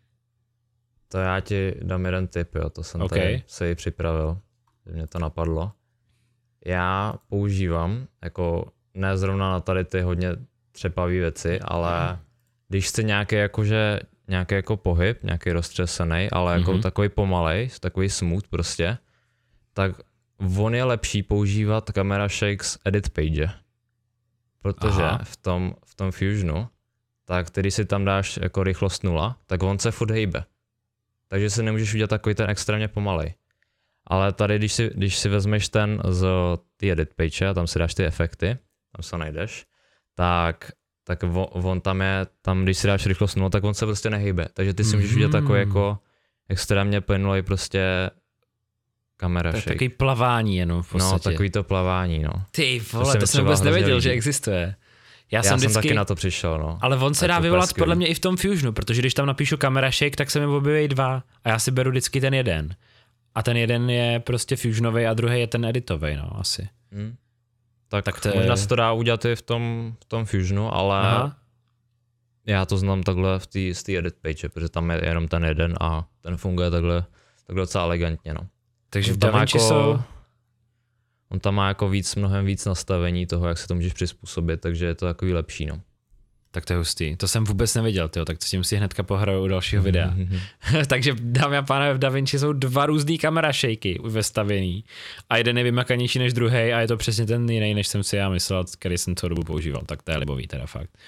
B: To já ti dám jeden tip, to jsem tady se připravil, že mě to napadlo. Já používám jako ne zrovna na tady ty hodně třepavý věci, ale když chci nějaký jako pohyb, nějaký roztřesený, ale jako takový pomalej, takový smooth prostě, tak on je lepší používat camera shakes edit page. Protože v tom Fusionu, tak když si tam dáš jako rychlost 0, tak on se furt hejbe. Takže si nemůžeš udělat takový ten extrémně pomalej. Ale tady, když si vezmeš ten z ty edit page a tam si dáš ty efekty, tam se najdeš, tak on tam je, když si dáš rychlost 0, tak on se prostě nehejbe. Takže ty si můžeš udělat takový jako extrémně plynulej prostě kamera shake.
A: Takový plavání jenom v podstatě.
B: No, takový to plavání, no.
A: Ty vole, to jsem vůbec nevěděl, že existuje. Já jsem
B: taky na to přišel, no.
A: Ale on se dá vyvolat podle mě i v tom Fusionu, protože když tam napíšu camera shake, tak se mi objeví 2 a já si beru vždycky ten jeden. A ten jeden je prostě Fusionovej a druhý je ten editovej, no, asi.
B: Tak to možná se to dá udělat i v tom Fusionu, ale já to znám takhle z té edit page, protože tam je jenom ten jeden a ten funguje takhle docela elegantně, no.
A: Takže v DaVinci jsou...
B: On tam má jako mnohem víc nastavení toho, jak se to můžeš přizpůsobit, takže je to takový lepší, no.
A: Tak to je hustý. To jsem vůbec nevěděl, tyjo, tak to s tím si hnedka pohraju u dalšího videa. Takže dámy a pánové, v DaVinci jsou 2 různý kamera shakey vestavěný a jeden je vymakanější než druhý a je to přesně ten jiný, než jsem si já myslel, který jsem celou dobu používal. Tak to je libový teda fakt.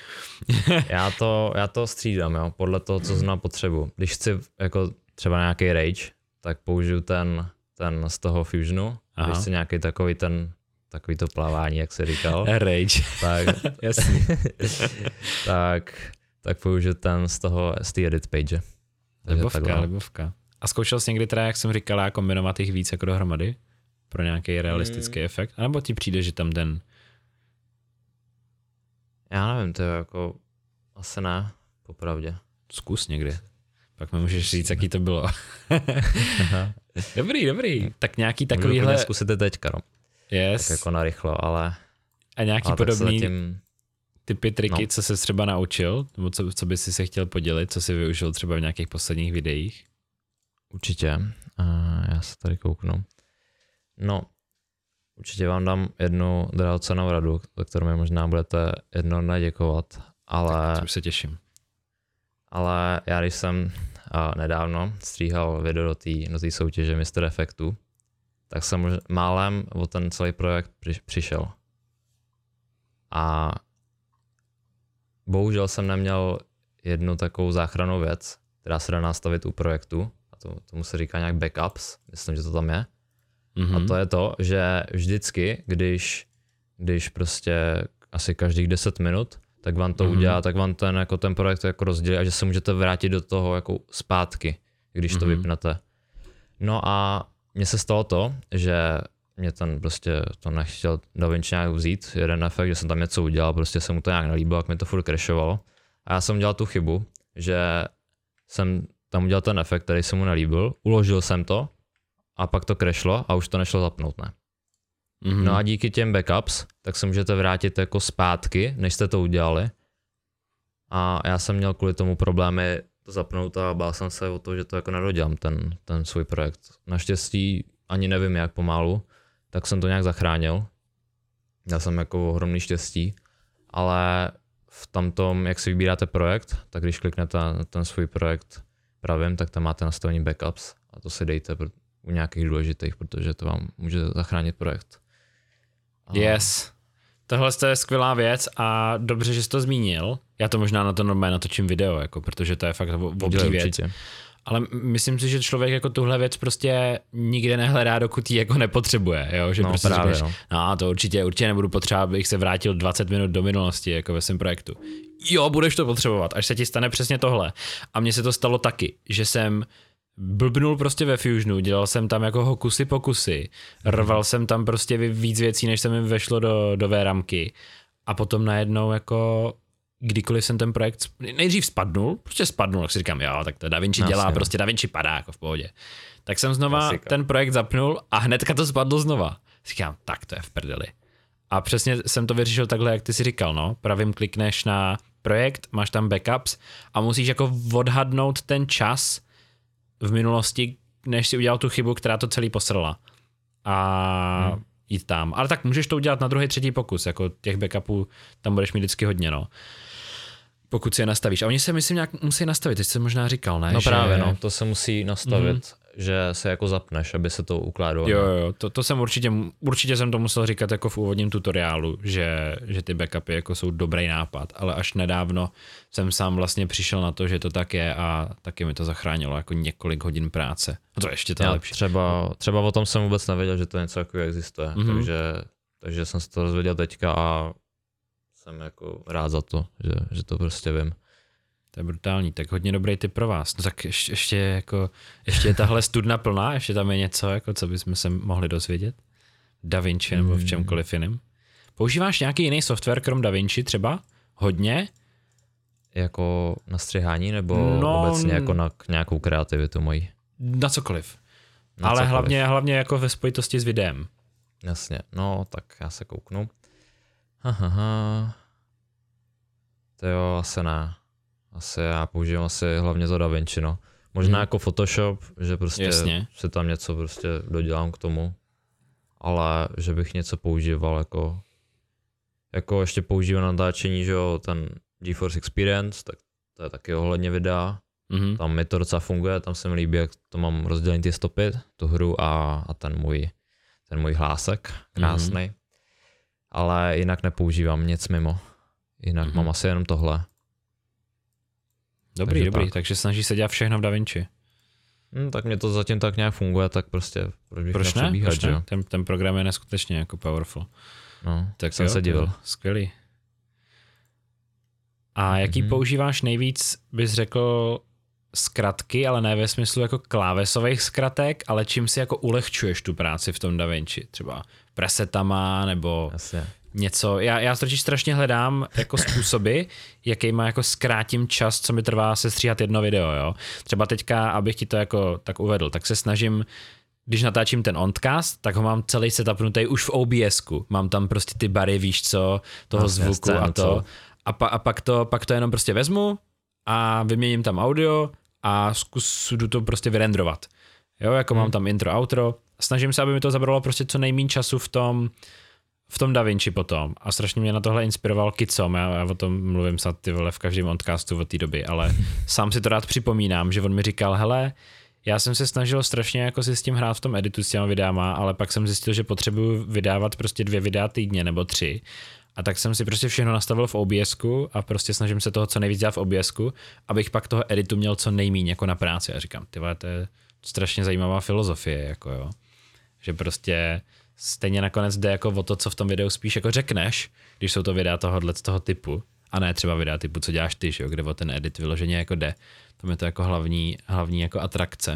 B: já to střídám, jo, podle toho, co znám potřebu. Když chci jako třeba nějaký rage, tak použiju ten z toho Fusionu. Když chci nějaký takový to plavání, jak se říkal.
A: Rage.
B: Tak,
A: jasný.
B: tak použiju ten z té edit page.
A: Libovka. A zkoušel jsi někdy teda, jak jsem říkal, kombinovat jich víc jako dohromady? Pro nějaký realistický efekt? A nebo ti přijde, že tam ten...
B: Já nevím, to je jako... Asi ne, popravdě.
A: Zkus někdy. Pak mi můžeš říct, jaký to bylo. Dobrý. Tak nějaký takovýhle...
B: Můžu zkusit teďka, no.
A: Yes.
B: Tak jako narychlo, ale...
A: A nějaký podobný typy, triky, co jsi třeba naučil? Nebo co bys si se chtěl podělit? Co jsi využil třeba v nějakých posledních videích?
B: Určitě. Já se tady kouknu. No, určitě vám dám jednu drahocennou radu, za kterou mi možná budete jednou děkovat, ale...
A: Tak už se těším.
B: Ale já když jsem nedávno stříhal video do té soutěže Mr. Effectu, tak jsem málem o ten celý projekt přišel. A bohužel jsem neměl jednu takovou záchrannou věc, která se dá nastavit u projektu, a tomu se říká nějak backups, myslím, že to tam je. A to je to, že vždycky, když prostě asi každých 10 minut, tak vám to udělá, tak vám ten projekt jako rozdělí a že se můžete vrátit do toho jako zpátky, když to vypnete. No a mně se stalo to, že mě to nechtěl DaVinci nějak vzít, jeden efekt, že jsem tam něco udělal, prostě se mu to nějak nelíbilo, jak mi to furt crashovalo. A já jsem dělal tu chybu, že jsem tam udělal ten efekt, který se mu nelíbil, uložil jsem to a pak to crashlo a už to nešlo zapnout, ne? Mm-hmm. No a díky těm backups, tak se můžete vrátit jako zpátky, než jste to udělali. A já jsem měl kvůli tomu problémy to zapnout a bál jsem se o to, že to jako nedodělám, ten svůj projekt. Naštěstí ani nevím jak pomalu, tak jsem to nějak zachránil. Měl jsem jako ohromný štěstí, ale v tamtom, jak si vybíráte projekt, tak když kliknete na ten svůj projekt pravým, tak tam máte nastavení backups a to si dejte u nějakých důležitých, protože to vám může zachránit projekt.
A: Yes. Tohle je skvělá věc a dobře, že jsi to zmínil. Já to možná na to normálně natočím video, jako, protože to je fakt obří věc. Určitě. Ale myslím si, že člověk jako tuhle věc prostě nikde nehledá, dokud ji jako nepotřebuje, jo? Že prostě
B: právě,
A: řekneš, no to určitě nebudu potřebovat, abych se vrátil 20 minut do minulosti jako ve svém projektu. Jo, budeš to potřebovat, až se ti stane přesně tohle. A mně se to stalo taky, že jsem blbnul prostě ve Fusionu, dělal jsem tam jako kusy po kusy, rval jsem tam prostě víc věcí, než se mi vešlo do VRAMky a potom najednou jako kdykoliv jsem ten projekt nejdřív spadnul, tak si říkám, jo, tak to DaVinci dělá, prostě DaVinci padá jako v pohodě. Tak jsem znova ten projekt zapnul a hnedka to spadlo znova. Říkám, tak to je v prdeli. A přesně jsem to vyřešil takhle, jak ty si říkal, no, pravým klikneš na projekt, máš tam backups a musíš jako odhadnout ten čas v minulosti, než si udělal tu chybu, která to celý posrala. A jít tam. Ale tak můžeš to udělat na druhý, třetí pokus, jako těch backupů tam budeš mít vždycky hodně, no. Pokud si je nastavíš. A oni se myslím nějak musí nastavit, teď jsi možná říkal, ne?
B: No právě, no, to se musí nastavit, že se jako zapneš, aby se to ukládalo.
A: Jo, to jsem určitě jsem to musel říkat jako v úvodním tutoriálu, že ty backupy jako jsou dobrý nápad, ale až nedávno jsem sám vlastně přišel na to, že to tak je a taky mi to zachránilo jako několik hodin práce. A to ještě to je lepší.
B: Třeba o tom jsem vůbec nevěděl, že to něco jako existuje, takže jsem se to dozvěděl teďka a jsem jako rád za to, že to prostě vím.
A: To je brutální, tak hodně dobrý tip pro vás. No tak ještě je tahle studna plná, ještě tam je něco, jako co bychom se mohli dozvědět? DaVinci nebo v čemkoliv jiném. Používáš nějaký jiný software krom DaVinci třeba? Hodně?
B: Jako na střihání nebo obecně jako na nějakou kreativitu mojí?
A: Na cokoliv. Ale hlavně jako ve spojitosti s videem.
B: Jasně, no tak já se kouknu. To jo, asi ne. Já používám hlavně to DaVinci, no. Možná jako Photoshop, že prostě si tam něco prostě dodělám k tomu, ale že bych něco používal jako ještě používám na natáčení, že jo, ten GeForce Experience, tak to je taky ohledně videa. Tam mi to docela funguje, tam se mi líbí, jak to mám rozdělený ty stopy, tu hru a ten můj hlásek, krásnej. Ale jinak nepoužívám nic mimo. Jinak mám asi jenom tohle.
A: Dobrý, takže snaží se dělat všechno v DaVinci.
B: Tak mě to zatím tak nějak funguje, tak prostě proč ne? Přebíhat,
A: proč ne? Ten program je neskutečně jako powerful.
B: No, tak jsem se divil.
A: Skvělý. A jaký používáš nejvíc, bys řekl, zkratky, ale ne ve smyslu jako klávesových zkratek, ale čím si jako ulehčuješ tu práci v tom DaVinci? Třeba presetama nebo něco. Já totiž strašně hledám jako způsoby, jakýma jako zkrátím čas, co mi trvá sestříhat jedno video, jo. Třeba teďka, abych ti to jako tak uvedl, tak se snažím, když natáčím ten Ontcast, tak ho mám celý setupnutý už v OBSku. Mám tam prostě ty bary, víš co, toho zvuku a to. A pak to jenom prostě vezmu a vyměním tam audio a zkusu to prostě vyrendrovat. Jo, jako mám tam intro, outro. Snažím se, aby mi to zabralo prostě co nejméně času v tom DaVinci potom. A strašně mě na tohle inspiroval Kicom. Já o tom mluvím snad ty vole v každém podcastu od té doby, ale sám si to rád připomínám, že on mi říkal, hele, já jsem se snažil strašně jako si s tím hrát v tom editu s těma videama, ale pak jsem zjistil, že potřebuju vydávat prostě 2 videa týdně nebo 3. A tak jsem si prostě všechno nastavil v OBSku a prostě snažím se toho co nejvíc dělat v OBSku, abych pak toho editu měl co nejméně jako na práci. A říkám, ty vole, to je strašně zajímavá filozofie, jako jo. Že prostě stejně nakonec jde jako o to, co v tom videu spíš jako řekneš, když jsou to videa z toho typu, a ne třeba videa typu, co děláš ty, že jo, kde o ten edit vyloženě jako jde. Tam je to jako hlavní jako atrakce.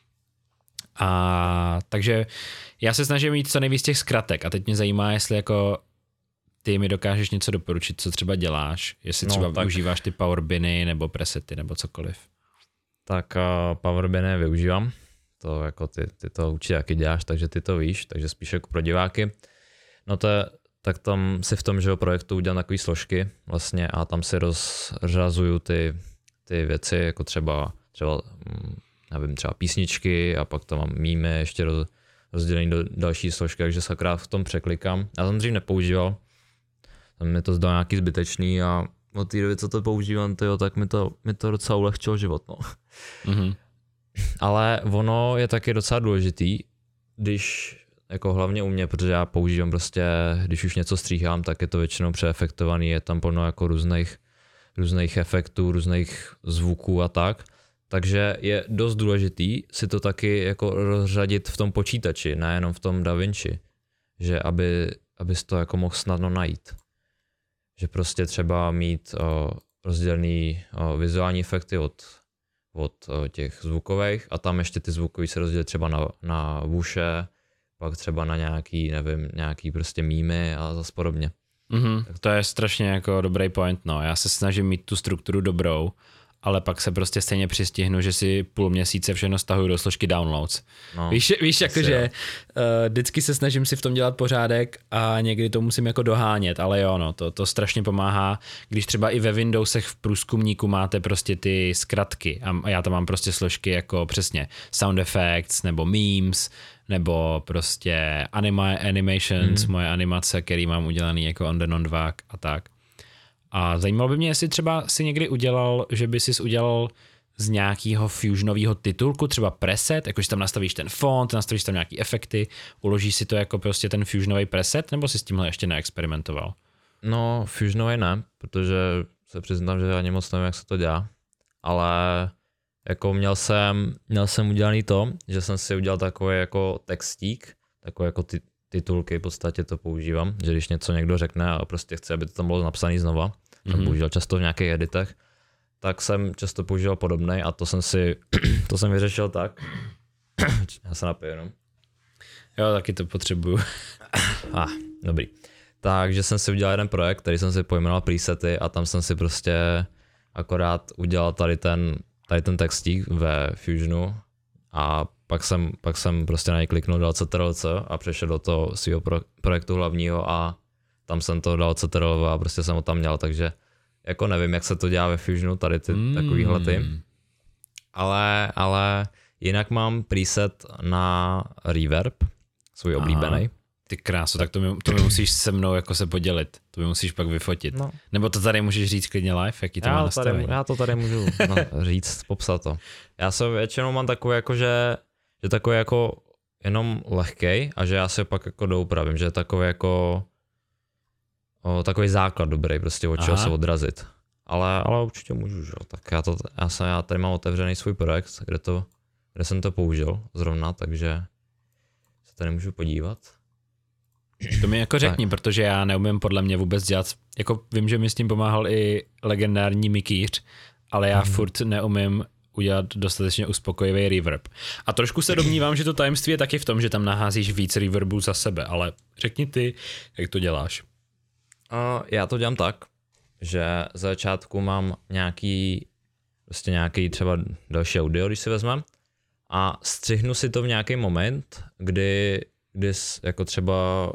A: A takže já se snažím mít co nejvíc těch zkratek a teď mě zajímá, jestli jako ty mi dokážeš něco doporučit, co třeba děláš, jestli třeba využíváš ty powerbiny nebo presety nebo cokoliv.
B: Tak powerbiny využívám, to jako ty to určitě taky děláš, takže ty to víš, takže spíš jako pro diváky. No tak tam si v tom, že projektu udělám takový složky vlastně a tam si rozřazuju ty věci, jako třeba nevím, třeba písničky a pak tam mám míme ještě rozdělený do další složky, takže se akorát v tom překlikám. Já jsem dřív nepoužíval, tam mi to zdalo nějaký zbytečný a od té doby, co to používám, tak mi to docela ulehčilo život. No. Mm-hmm. Ale ono je taky docela důležitý, když jako hlavně u mě, protože já používám prostě, když už něco stříhám, tak je to většinou přeefektovaný, je tam plno jako různých efektů, různých zvuků a tak. Takže je dost důležitý si to taky jako rozřadit v tom počítači, nejenom v tom DaVinci, že abys to jako mohl snadno najít. Že prostě třeba mít rozdělený vizuální efekty od těch zvukových a tam ještě ty zvukový se rozdělit třeba na vůše, pak třeba na nějaký prostě mýmy a zase podobně.
A: Mm-hmm, to je strašně jako dobrý point, no. Já se snažím mít tu strukturu dobrou, ale pak se prostě stejně přistihnu, že si půl měsíce všechno stahuju do složky downloads. No, víš jakože vždycky se snažím si v tom dělat pořádek a někdy to musím jako dohánět, ale jo, no, to strašně pomáhá, když třeba i ve Windowsech v průzkumníku máte prostě ty zkratky a já tam mám prostě složky jako přesně sound effects nebo memes, nebo prostě animations, moje animace, který mám udělaný jako on the non-dvák a tak. A zajímalo by mě, jestli třeba si někdy udělal, že by si udělal z nějakého fusionového titulku, třeba preset, jakože tam nastavíš ten font, nastavíš tam nějaký efekty, uložíš si to jako prostě ten fusionový preset, nebo si s tímhle ještě neexperimentoval?
B: No, fusionový ne, protože se přiznám, že ani moc nevím, jak se to dělá, ale jako měl jsem udělaný to, že jsem si udělal takový jako textík, takový jako titulky, v podstatě to používám, že když něco někdo řekne a prostě chce, aby to tam bylo napsané znova, jsem používal často v nějakých editech, tak jsem často používal podobnej a to jsem vyřešil tak, já se napiju jenom.
A: Jo, taky to potřebuju.
B: Dobrý. Takže jsem si udělal jeden projekt, který jsem si pojmenoval presety a tam jsem si prostě akorát udělal tady ten textík ve Fusionu a pak jsem prostě na něj kliknul, dal Ctrl+C a přešel do toho svého projektu hlavního a tam jsem to dal Ctrl a prostě jsem ho tam měl, takže jako nevím, jak se to dělá ve Fusionu, tady ty takovýhle ty. Ale jinak mám preset na reverb, svůj oblíbený.
A: Ty kráso, tak to mi musíš se mnou jako se podělit, to mi musíš pak vyfotit. No. Nebo to tady můžeš říct klidně live, jaký to má nastavení.
B: Já to tady můžu říct, popsat to. Já se většinou mám takový jako, že takový jako jenom lehkej a že já se pak jako doupravím, že je takový jako takový základ dobrý, prostě od čeho se odrazit. Ale určitě můžu, že? Tak já tady mám otevřený svůj projekt, kde jsem to použil zrovna, takže se tady můžu podívat.
A: To mi jako řekni, protože já neumím podle mě vůbec dělat, jako vím, že mi s tím pomáhal i legendární mikýř, ale já furt neumím udělat dostatečně uspokojivý reverb. A trošku se domnívám, že to tajemství je taky v tom, že tam naházíš víc reverbů za sebe, ale řekni ty, jak to děláš.
B: Já to dělám tak, že za začátku mám nějaký třeba další audio, když si vezmeme, a střihnu si to v nějaký moment, kdy jako třeba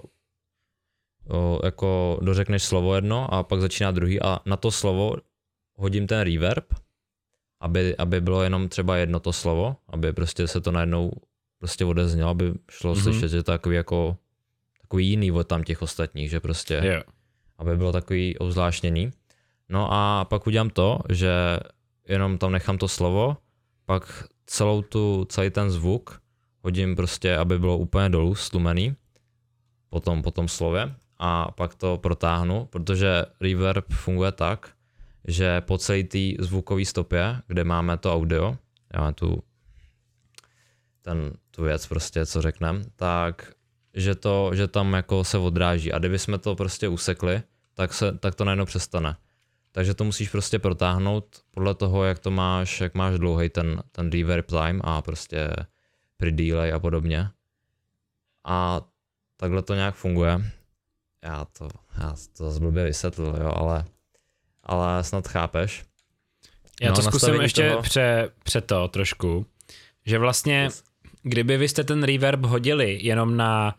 B: jako dořekneš slovo jedno a pak začíná druhý a na to slovo hodím ten reverb, aby bylo jenom třeba jedno to slovo, aby prostě se to najednou prostě odeznělo, aby šlo slyšet, že to je takový jiný od tam těch ostatních, že prostě, aby bylo takový obzvláštněný. No a pak udělám to, že jenom tam nechám to slovo, pak celý ten zvuk hodím prostě, aby bylo úplně dolů, stlumený, po tom slově a pak to protáhnu, protože reverb funguje tak, že po celé té zvukové stopě, kde máme to audio, máme tu věc prostě, co řekneme, tak že tam jako se odráží a kdyby jsme to prostě usekli, tak to najednou přestane. Takže to musíš prostě protáhnout podle toho, jak máš dlouhý ten reverb time a prostě pre-delay a podobně. A takhle to nějak funguje. Já to zblbě vysvětlil, jo, ale snad chápeš.
A: Já to zkusím ještě před to trošku, že vlastně kdyby vy jste ten reverb hodili jenom na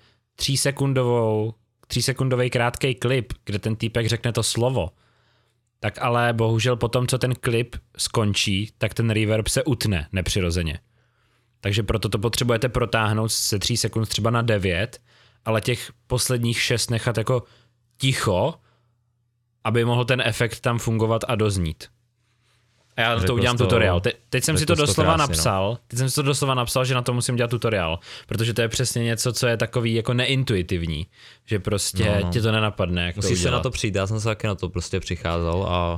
A: 3sekundový krátký klip, kde ten týpek řekne to slovo, tak ale bohužel potom, co ten klip skončí, tak ten reverb se utne nepřirozeně. Takže proto to potřebujete protáhnout ze 3 sekund třeba na 9, ale těch posledních 6 nechat jako ticho, aby mohl ten efekt tam fungovat a doznít. A já to udělám tutoriál. Teď jsem si to doslova napsal, že na to musím dělat tutoriál, protože to je přesně něco, co je takový jako neintuitivní, že prostě tě to nenapadne, jak
B: musíš
A: to udělat.
B: se na to přijít, já jsem se taky na to prostě přicházel a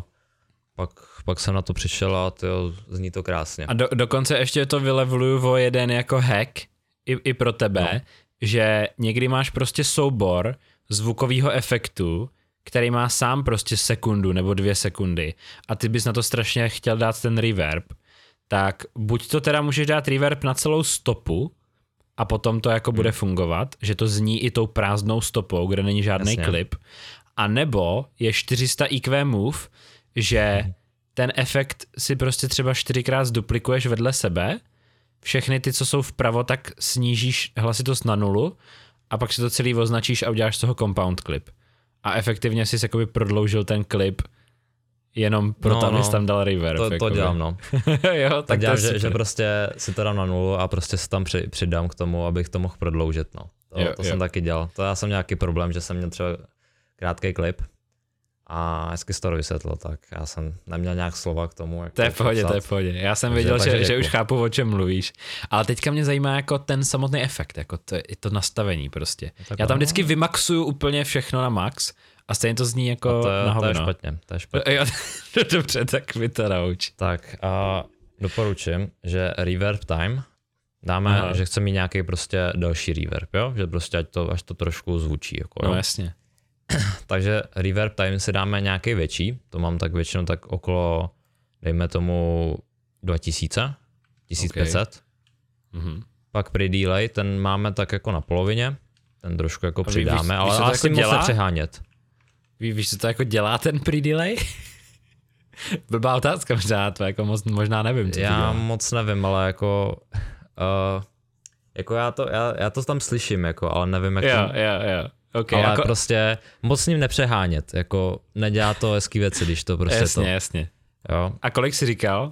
B: pak jsem na to přišel a tyjo, zní to krásně.
A: A dokonce ještě to vyleveluju o jeden jako hack i pro tebe, že někdy máš prostě soubor zvukového efektu, který má sám prostě sekundu nebo 2 sekundy a ty bys na to strašně chtěl dát ten reverb, tak buď to teda můžeš dát reverb na celou stopu a potom to jako bude fungovat, že to zní i tou prázdnou stopou, kde není žádný klip, a nebo je 400 IQ move, že ten efekt si prostě třeba 4krát zduplikuješ vedle sebe, všechny ty, co jsou vpravo, tak snížíš hlasitost na 0 a pak si to celý označíš a uděláš z toho compound clip. A efektivně jsi jakoby prodloužil ten klip jenom proto, abys tam dal reverb.
B: To dělám, no.
A: Jo, tak
B: dělám, že prostě si to dám na 0 a prostě si tam přidám k tomu, abych to mohl prodloužit, no. To jsem taky dělal. To já jsem nějaký problém, že jsem měl třeba krátký klip a hezky to vysvětlil, tak já jsem neměl nějak slova k tomu.
A: To je v pohodě. Já jsem věděl, že už chápu, o čem mluvíš. Ale teďka mě zajímá jako ten samotný efekt, jako to nastavení prostě. Já tam vždycky vymaxuju úplně všechno na max a stejně to zní jako na hovno.
B: To je špatně.
A: Dobře, tak mi to nauč.
B: Tak a doporučím, že reverb time dáme, že chceme mít nějaký prostě další reverb, jo? Že prostě až to trošku zvučí. Jako, jo?
A: No jasně.
B: Takže reverb time si dáme nějaký větší, to mám tak většinou tak okolo, dejme tomu 2000, 1500. Okay. Pak pre-delay, ten máme tak jako na polovině, ten trošku jako přidáme, ale asi moc nepřehánět.
A: Víš, co to jako dělá ten pre-delay? Blbá otázka možná, to jako možná nevím, co
B: já moc nevím, ale jako já to tam slyším, jako, ale nevím, jak
A: Jo. Okay,
B: ale jako prostě moc s ním nepřehánět, jako nedělá to hezký věci, když to prostě
A: Jasně.
B: Jo.
A: A kolik jsi říkal?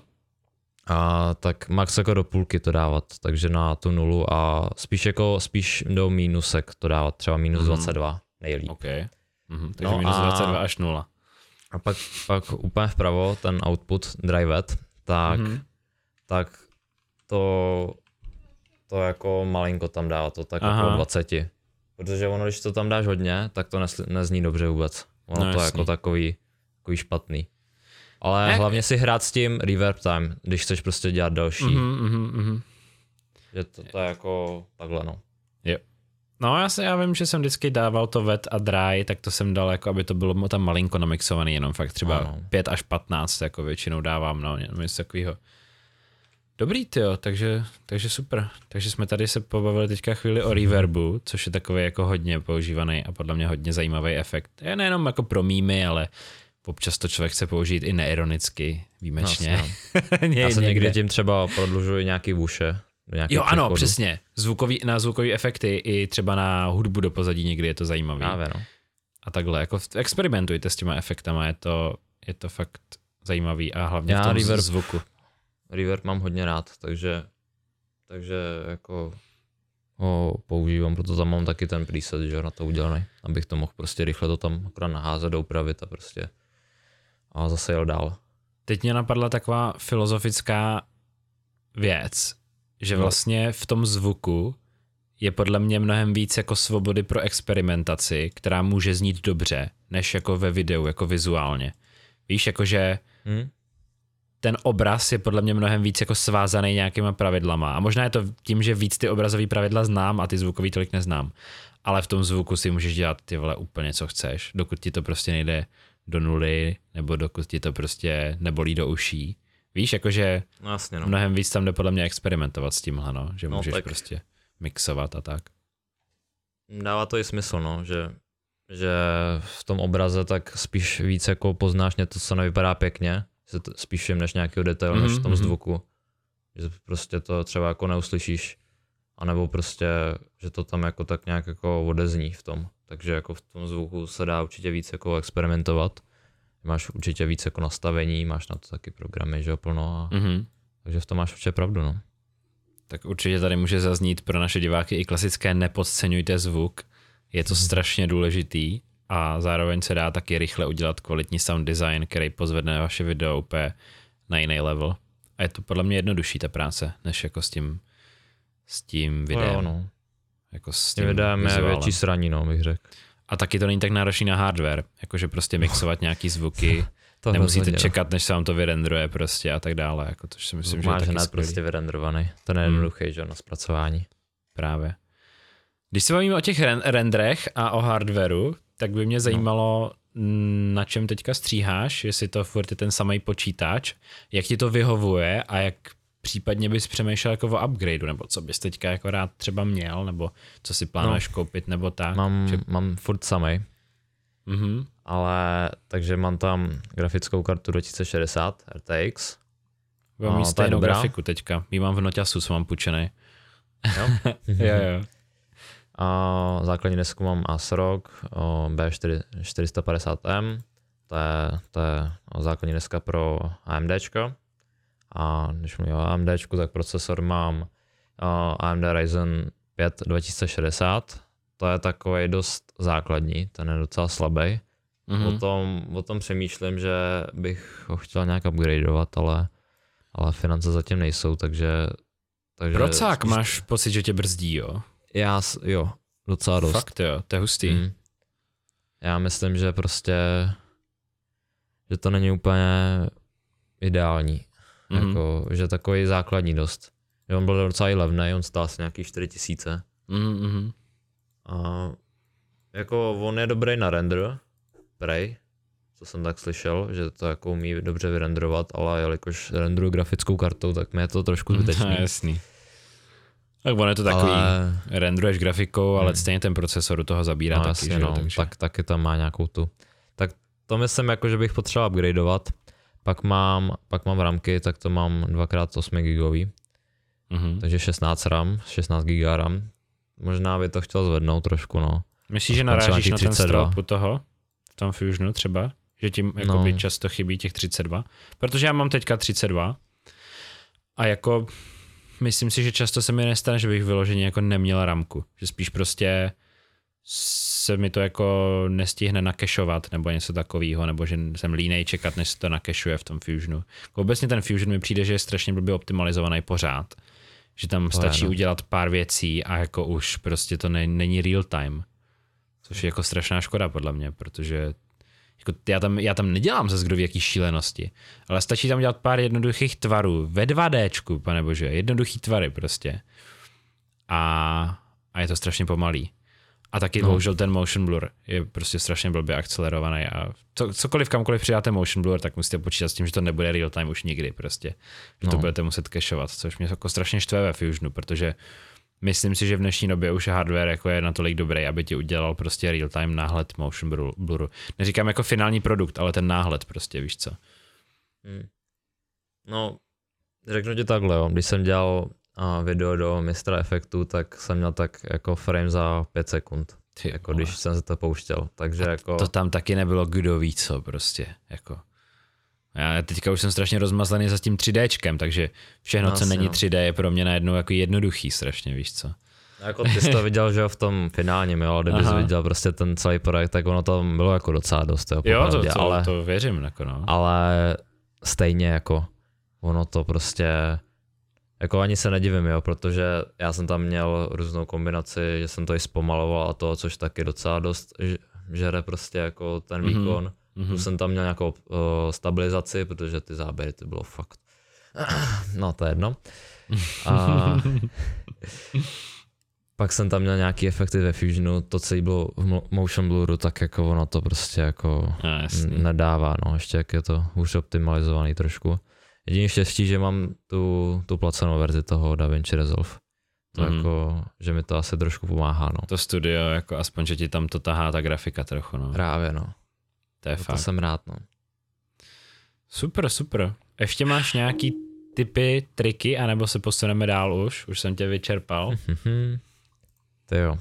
B: Tak max jako do půlky to dávat, takže na tu 0 a spíš do mínusek to dávat, třeba minus 22 nejlíp.
A: Okay. Takže minus 22 až 0.
B: A pak úplně vpravo ten output drivet, tak to jako malinko tam dává, to tak jako 20. Protože ono, když to tam dáš hodně, tak to nezní dobře vůbec. Ono to je jako takový špatný. Ale hlavně si hrát s tím reverb time, když chceš prostě dělat další. Že to je jako takhle, no.
A: Jo. No já vím, že jsem vždycky dával to wet a dry, tak to jsem dal jako, aby to bylo tam malinko namixovaný, jenom fakt třeba 5 až 15 jako většinou dávám, no, něco takového. Dobrý, tyjo, takže super. Takže jsme tady se pobavili teďka chvíli o reverbu, což je takový jako hodně používaný a podle mě hodně zajímavý efekt. Je nejenom jako pro mýmy, ale občas to člověk chce použít i neironicky, výjimečně.
B: Já se někdy tím třeba prodlužuji nějaký uše.
A: Jo, ano, přesně. Na zvukový efekty i třeba na hudbu do pozadí někdy je to zajímavý.
B: Právě, no.
A: A takhle, jako experimentujte s těma efektama, je to fakt zajímavý a hlavně v tom zvuku.
B: Reverb mám hodně rád, takže jako ho používám, proto tam mám taky ten preset, že na to udělaný, abych to mohl prostě rychle to tam akorát naházet, doupravit a prostě a zase jel dál.
A: Teď mě napadla taková filozofická věc, že vlastně v tom zvuku je podle mě mnohem víc jako svobody pro experimentaci, která může znít dobře, než jako ve videu, jako vizuálně. Víš, jakože ten obraz je podle mě mnohem víc jako svázaný nějakýma pravidlama. A možná je to tím, že víc ty obrazové pravidla znám a ty zvukový tolik neznám. Ale v tom zvuku si můžeš dělat ty vole úplně co chceš, dokud ti to prostě nejde do nuly, nebo dokud ti to prostě nebolí do uší. Víš, jakože mnohem víc tam jde podle mě experimentovat s tímhle, no, že můžeš prostě mixovat a tak.
B: Dává to i smysl, no, že v tom obraze tak spíš víc jako poznáš něco, co nevypadá pěkně, se spíš všimneš nějakého detailu než v tom zvuku. Že prostě to třeba jako neuslyšíš anebo prostě, že to tam jako tak nějak jako odezní v tom. Takže jako v tom zvuku se dá určitě víc jako experimentovat. Máš určitě víc jako nastavení, máš na to taky programy, že jo, plno. Takže v tom máš určitě pravdu, no.
A: Tak určitě tady může zaznít pro naše diváky i klasické nepodceňujte zvuk. Je to strašně důležitý a zároveň se dá taky rychle udělat kvalitní sound design, který pozvedne vaše video úplně na jiný level. A je to podle mě jednodušší ta práce, než jako s tím videem.
B: Jo, no.
A: Jako s tím
B: videem je větší sraní, no, bych řekl.
A: A taky to není tak náročný na hardware, jakože prostě mixovat nějaký zvuky, nemusíte čekat, než se vám to vyrendruje prostě a tak dále. Jako to si myslím, že je taky skvělý.
B: Prostě vyrendrovaný, to je jednoduchý, že na zpracování.
A: Právě. Když se bavíme o těch renderech a o hardwareu, tak by mě zajímalo, na čem teďka stříháš, jestli to furt je ten samý počítač, jak ti to vyhovuje a jak případně bys přemýšlel jako o upgradeu, nebo co bys teďka jako rád třeba měl, nebo co si plánuješ koupit, nebo tak.
B: Mám furt samej, ale takže mám tam grafickou kartu 2060 RTX.
A: Mám jí stejnou grafiku teďka, ji mám v Noťasu, co mám půjčený.
B: Jo?
A: jo.
B: A základní desku mám ASRock B450M, to je základní deska pro AMDčko. A když mluvím o AMDčku, tak procesor mám AMD Ryzen 5 2060. To je takovej dost základní, ten je docela slabý. O tom přemýšlím, že bych ho chtěl nějak upgradeovat, ale finance zatím nejsou, takže
A: procák, máš pocit, že tě brzdí, jo?
B: Jo, docela dost.
A: Fakt jo, to je hustý.
B: Já myslím, že prostě, že to není úplně ideální. Jako, že takový základní dost. Že on byl docela i levný, on stál asi nějaký 4000. A jako on je dobrý na render, prej, co jsem tak slyšel, že to jako umí dobře vyrenderovat, ale jelikož renderuji grafickou kartou, tak mi je to trošku zbytečný.
A: Jasný. Tak on je to takový, renderuješ grafikou, ale stejně ten procesor do toho zabírá taky.
B: Jasně,
A: že?
B: No, takže... taky tam má nějakou tu. Tak to myslím, jako, že bych potřeboval upgradeovat. Pak mám ramky, tak to mám 2x8 gigový. Takže 16 RAM, 16 GB RAM. Možná by to chtěl zvednout trošku, no.
A: Myslíš, že narážíš na ten strop u toho? V tom Fusionu třeba? Že tím jakoby často chybí těch 32? Protože já mám teďka 32 a jako myslím si, že často se mi nestane, že bych vyloženě jako neměl ramku. Že spíš prostě se mi to jako nestihne nakešovat nebo něco takového, nebo že jsem línej čekat, než se to nakešuje v tom Fusionu. Obecně ten Fusion mi přijde, že je strašně blbě optimalizovaný pořád. Že tam stačí udělat pár věcí a jako už prostě to není real time. Což je jako strašná škoda podle mě, protože jako já tam nedělám zase kdo ví jaký šílenosti, ale stačí tam dělat pár jednoduchých tvarů ve 2Dčku, panebože, jednoduchý tvary prostě. A je to strašně pomalý. A taky bohužel ten motion blur je prostě strašně blbě akcelerovaný a cokoliv kamkoliv přidáte motion blur, tak musíte počítat s tím, že to nebude real time už nikdy prostě. Že to budete muset cacheovat, což mě jako strašně štve ve Fusionu, protože myslím si, že v dnešní době už hardware jako je natolik dobrý, aby ti udělal prostě real time náhled motion bluru. Neříkám jako finální produkt, ale ten náhled prostě, víš co.
B: No, řeknu ti takhle, jo. Když jsem dělal video do mistra efektů, tak jsem měl tak jako frame za 5 sekund. Jako když jsem se to pouštěl, takže jako...
A: To tam taky nebylo kdo ví co prostě, jako... Já teďka už jsem strašně rozmazlený za tím 3Dčkem, takže všechno, co není 3D, je pro mě najednou jako jednoduchý strašně, víš co.
B: Jako ty jsi to viděl, že jo, v tom finálním, jo, kdybys viděl prostě ten celý projekt, tak ono to bylo jako docela dost,
A: jo, to věřím, jako no.
B: Ale stejně jako ono to prostě, jako ani se nedivím, jo, protože já jsem tam měl různou kombinaci, že jsem to i zpomaloval a to, což taky docela dost žere prostě jako ten výkon. Tu jsem tam měl nějakou stabilizaci, protože ty záběry to bylo fakt. No to je jedno. A pak jsem tam měl nějaký efekty ve Fusionu, to celé bylo v motion bluru, tak jako ono to prostě jako nedává, no, ještě jak je to hůř optimalizovaný trošku. Jediný štěstí, že mám tu placenou verzi toho DaVinci Resolve. To jako, že mi to asi trošku pomáhá, no.
A: To studio, jako aspoň, že ti tam to tahá ta grafika trochu, no.
B: Právě, no.
A: To je fakt.
B: To jsem rád, no.
A: Super. Ještě máš nějaký tipy, triky, anebo se posuneme dál už? Už jsem tě vyčerpal.
B: Ty jo,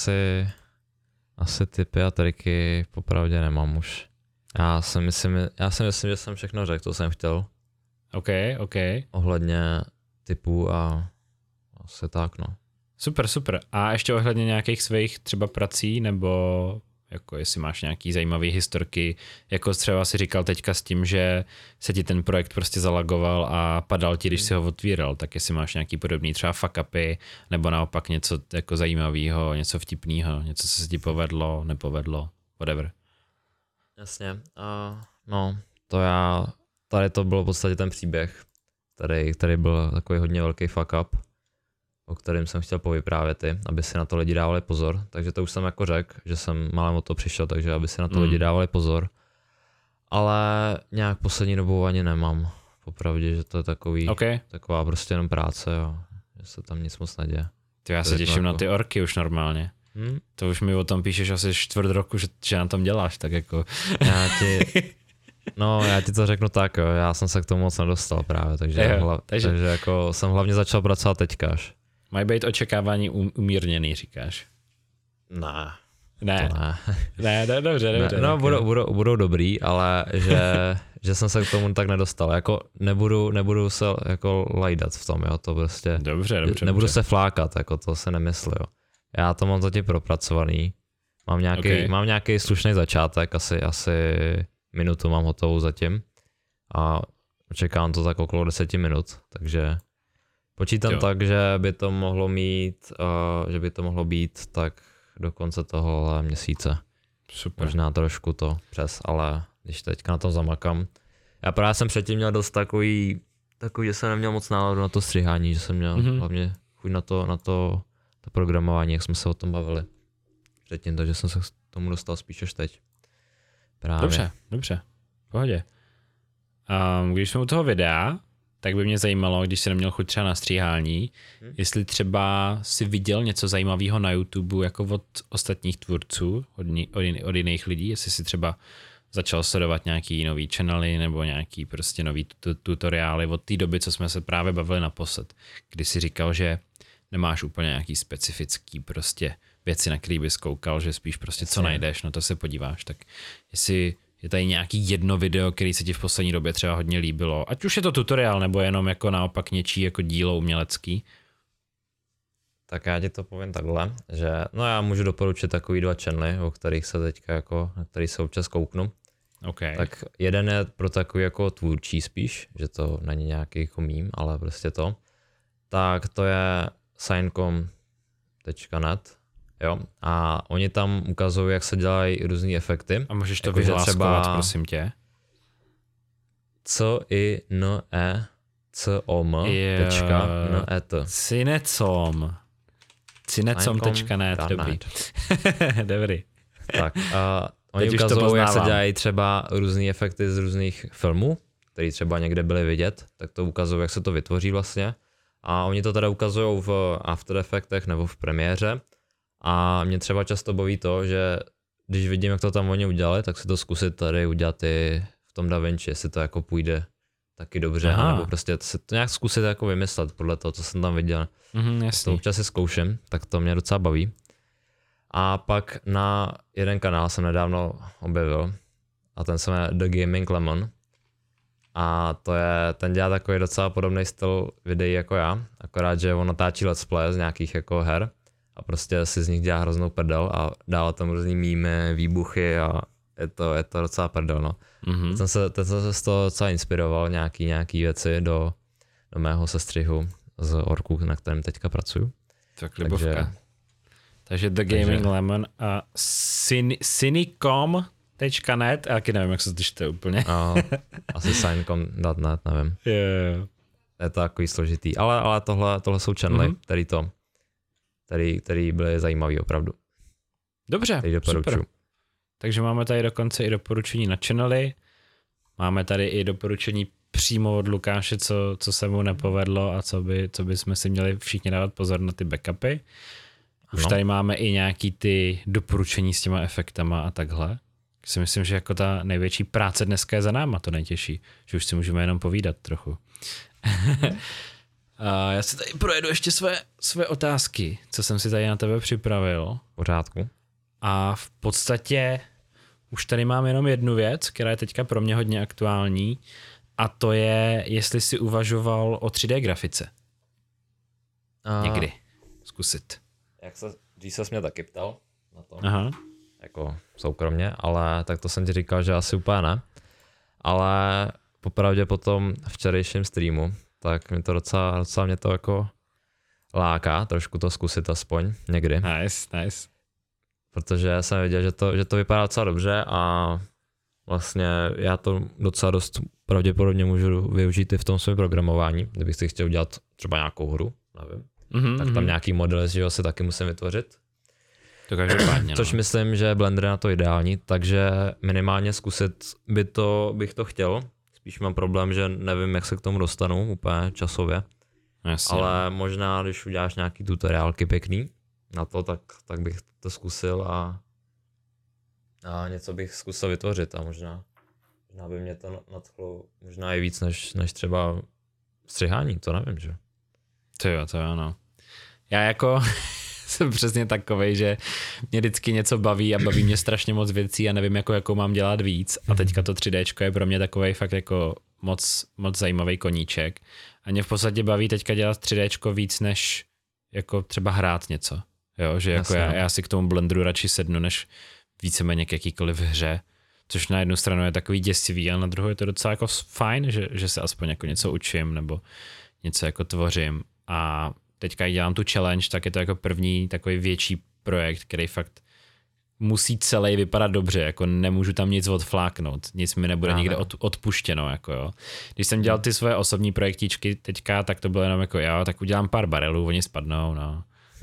B: asi tipy a triky popravdě nemám už. Já si myslím, že jsem všechno řekl, co jsem chtěl.
A: OK.
B: Ohledně typů a asi tak, no.
A: Super. A ještě ohledně nějakých svých třeba prací, nebo jako jestli máš nějaký zajímavý historky, jako třeba si říkal teďka s tím, že se ti ten projekt prostě zalagoval a padal ti, když si ho otvíral, tak jestli máš nějaký podobný třeba fuck upy, nebo naopak něco jako zajímavého, něco vtipného, něco, co se ti povedlo, nepovedlo, whatever.
B: Jasně, no tady to byl v podstatě ten příběh, který byl takový hodně velký fuck up, o kterém jsem chtěl povyprávět aby si na to lidi dávali pozor, takže to už jsem jako řekl, že jsem málem o to přišel, takže aby si na to lidi dávali pozor, ale nějak poslední dobou ani nemám, popravdě, že to je taková prostě jenom práce a že se tam nic moc neděje.
A: Já se těším na ty orky už normálně. To už mi o tom píšeš asi 4 roku, že na tom děláš, tak jako.
B: Já ti to řeknu tak, jo, já jsem se k tomu moc nedostal právě, takže jako jsem hlavně začal pracovat teďka až.
A: Mají být očekávání umírněný, říkáš?
B: Ne,
A: dobře.
B: No, budou dobrý, ale že jsem se k tomu tak nedostal. Jako nebudu se jako lajdat v tom, jo, to prostě.
A: Dobře.
B: Nebudu se flákat, jako to se nemyslí, jo. Já to mám zatím propracovaný. Mám nějaký slušný začátek, asi minutu mám hotovou zatím. A čekám to tak okolo 10 minut, takže počítám tak, že by to mohlo být tak do konce tohohle měsíce.
A: Super.
B: Možná trošku to přes, ale když teďka na tom zamakám. Já právě jsem předtím měl dost takový, že jsem neměl moc náladu na to stříhání, že jsem měl hlavně chuť na to programování, jak jsme se o tom bavili předtím, takže jsem se k tomu dostal spíš až teď. Právě.
A: Dobře, v pohodě. Když jsme u toho videa, tak by mě zajímalo, když jsi neměl chuť třeba na stříhání, jestli třeba si viděl něco zajímavého na YouTube jako od ostatních tvůrců, od jiných lidí, jestli si třeba začal sledovat nějaký nový channely nebo nějaký prostě nový tutoriály od té doby, co jsme se právě bavili naposled, kdy si říkal, že nemáš úplně nějaký specifický prostě věci, na který bys koukal, že spíš prostě co najdeš, na to se podíváš, tak jestli je tady nějaký jedno video, který se ti v poslední době třeba hodně líbilo, ať už je to tutoriál, nebo jenom jako naopak něčí jako dílo umělecký.
B: Tak já ti to povím takhle, že já můžu doporučit takový 2 channely, o kterých se teďka na který se občas kouknu.
A: Okay.
B: Tak jeden je pro takový jako tvůrčí spíš, že to není nějaký jako mím, ale prostě to. Tak to je signcom.net. Jo, a oni tam ukazují, jak se dělají různý efekty.
A: A můžeš to vyhláskovat, prosím tě?
B: cinecom.net.
A: Cinecom.net, dobrý.
B: Tak, oni ukazují, jak se dělají třeba různý efekty z různých filmů, které třeba někde byly vidět, tak to ukazují, jak se to vytvoří vlastně. A oni to teda ukazují v After Effectech nebo v premiéře. A mě třeba často baví to, že když vidím, jak to tam oni udělali, tak si to zkusit tady udělat i v tom DaVinci, jestli to jako půjde taky dobře, nebo prostě se to nějak zkusit jako vymyslet podle toho, co jsem tam viděl.
A: Jasný.
B: To občas si zkouším, tak to mě docela baví. A pak na jeden kanál jsem nedávno objevil a ten se jmenuje The Gaming Lemon. A ten dělá takový docela podobný styl videí jako já, akorát, že on natáčí let's play z nějakých jako her. A prostě si z nich dělá hroznou prdel a dává tam různý mýmy, výbuchy a je to docela prdel, no. Ten jsem se z toho docela inspiroval, nějaký věci do mého sestřihu z orku, na kterém teďka pracuju.
A: Tak libovka. Takže The Gaming Lemon a cinecom.net, já nevím, jak se to čte úplně.
B: Asi signcom.net, nevím.
A: Yeah.
B: Je to takový složitý, ale tohle jsou channely, který byly zajímavý opravdu.
A: Dobře, super. Takže máme tady dokonce i doporučení na channely, máme tady i doporučení přímo od Lukáše, co se mu nepovedlo a co by jsme si měli všichni dávat pozor na ty backupy. Už tady máme i nějaký ty doporučení s těma efektama a takhle. Si myslím, že jako ta největší práce dneska je za náma, to nejtěžší, že už si můžeme jenom povídat trochu. Já si tady projedu ještě své otázky, co jsem si tady na tebe připravil.
B: V pořádku.
A: A v podstatě už tady mám jenom jednu věc, která je teďka pro mě hodně aktuální, a to je, jestli jsi uvažoval o 3D grafice. Někdy zkusit.
B: Když ses mě taky ptal na to,
A: Aha.
B: jako soukromně, ale tak to jsem ti říkal, že asi úplně ne. Ale popravdě po tom včerejším streamu, tak mi to docela mě to jako láká, trošku to zkusit aspoň někdy.
A: Nice.
B: Protože jsem viděl, že to vypadá docela dobře a vlastně já to docela dost pravděpodobně můžu využít i v tom svém programování, kdybych si chtěl udělat třeba nějakou hru, nevím. Tak tam nějaký model, že se taky musím vytvořit.
A: To každopádně,
B: Což myslím, že Blender je na to ideální, takže minimálně zkusit bych to chtěl. Spíš mám problém, že nevím, jak se k tomu dostanu úplně časově.
A: Jasně.
B: Ale možná, když uděláš nějaký tutoriálky pěkný na to, tak bych to zkusil a něco bych zkusil vytvořit a možná by mě to nadchlo možná i víc než třeba střihání, to nevím, že?
A: To jo, no. Já jako jsem přesně takovej, že mě vždycky něco baví a baví mě strašně moc věcí a nevím, jakou mám dělat víc. A teďka to 3Dčko je pro mě takovej fakt jako moc zajímavý koníček. A mě v podstatě baví teďka dělat 3Dčko víc, než jako třeba hrát něco. Jo, že jako já si k tomu Blenderu radši sednu, než víceméně k jakýkoliv hře. Což na jednu stranu je takový děsivý, a na druhou je to docela jako fajn, že se aspoň jako něco učím nebo něco jako tvořím. A teďka dělám tu challenge, tak je to jako první takový větší projekt, který fakt musí celý vypadat dobře, jako nemůžu tam nic odfláknout, nic mi nebude nikde odpuštěno, jako jo. Když jsem dělal ty svoje osobní projektičky teďka, tak to bylo jenom jako tak udělám pár barelů, oni spadnou, no.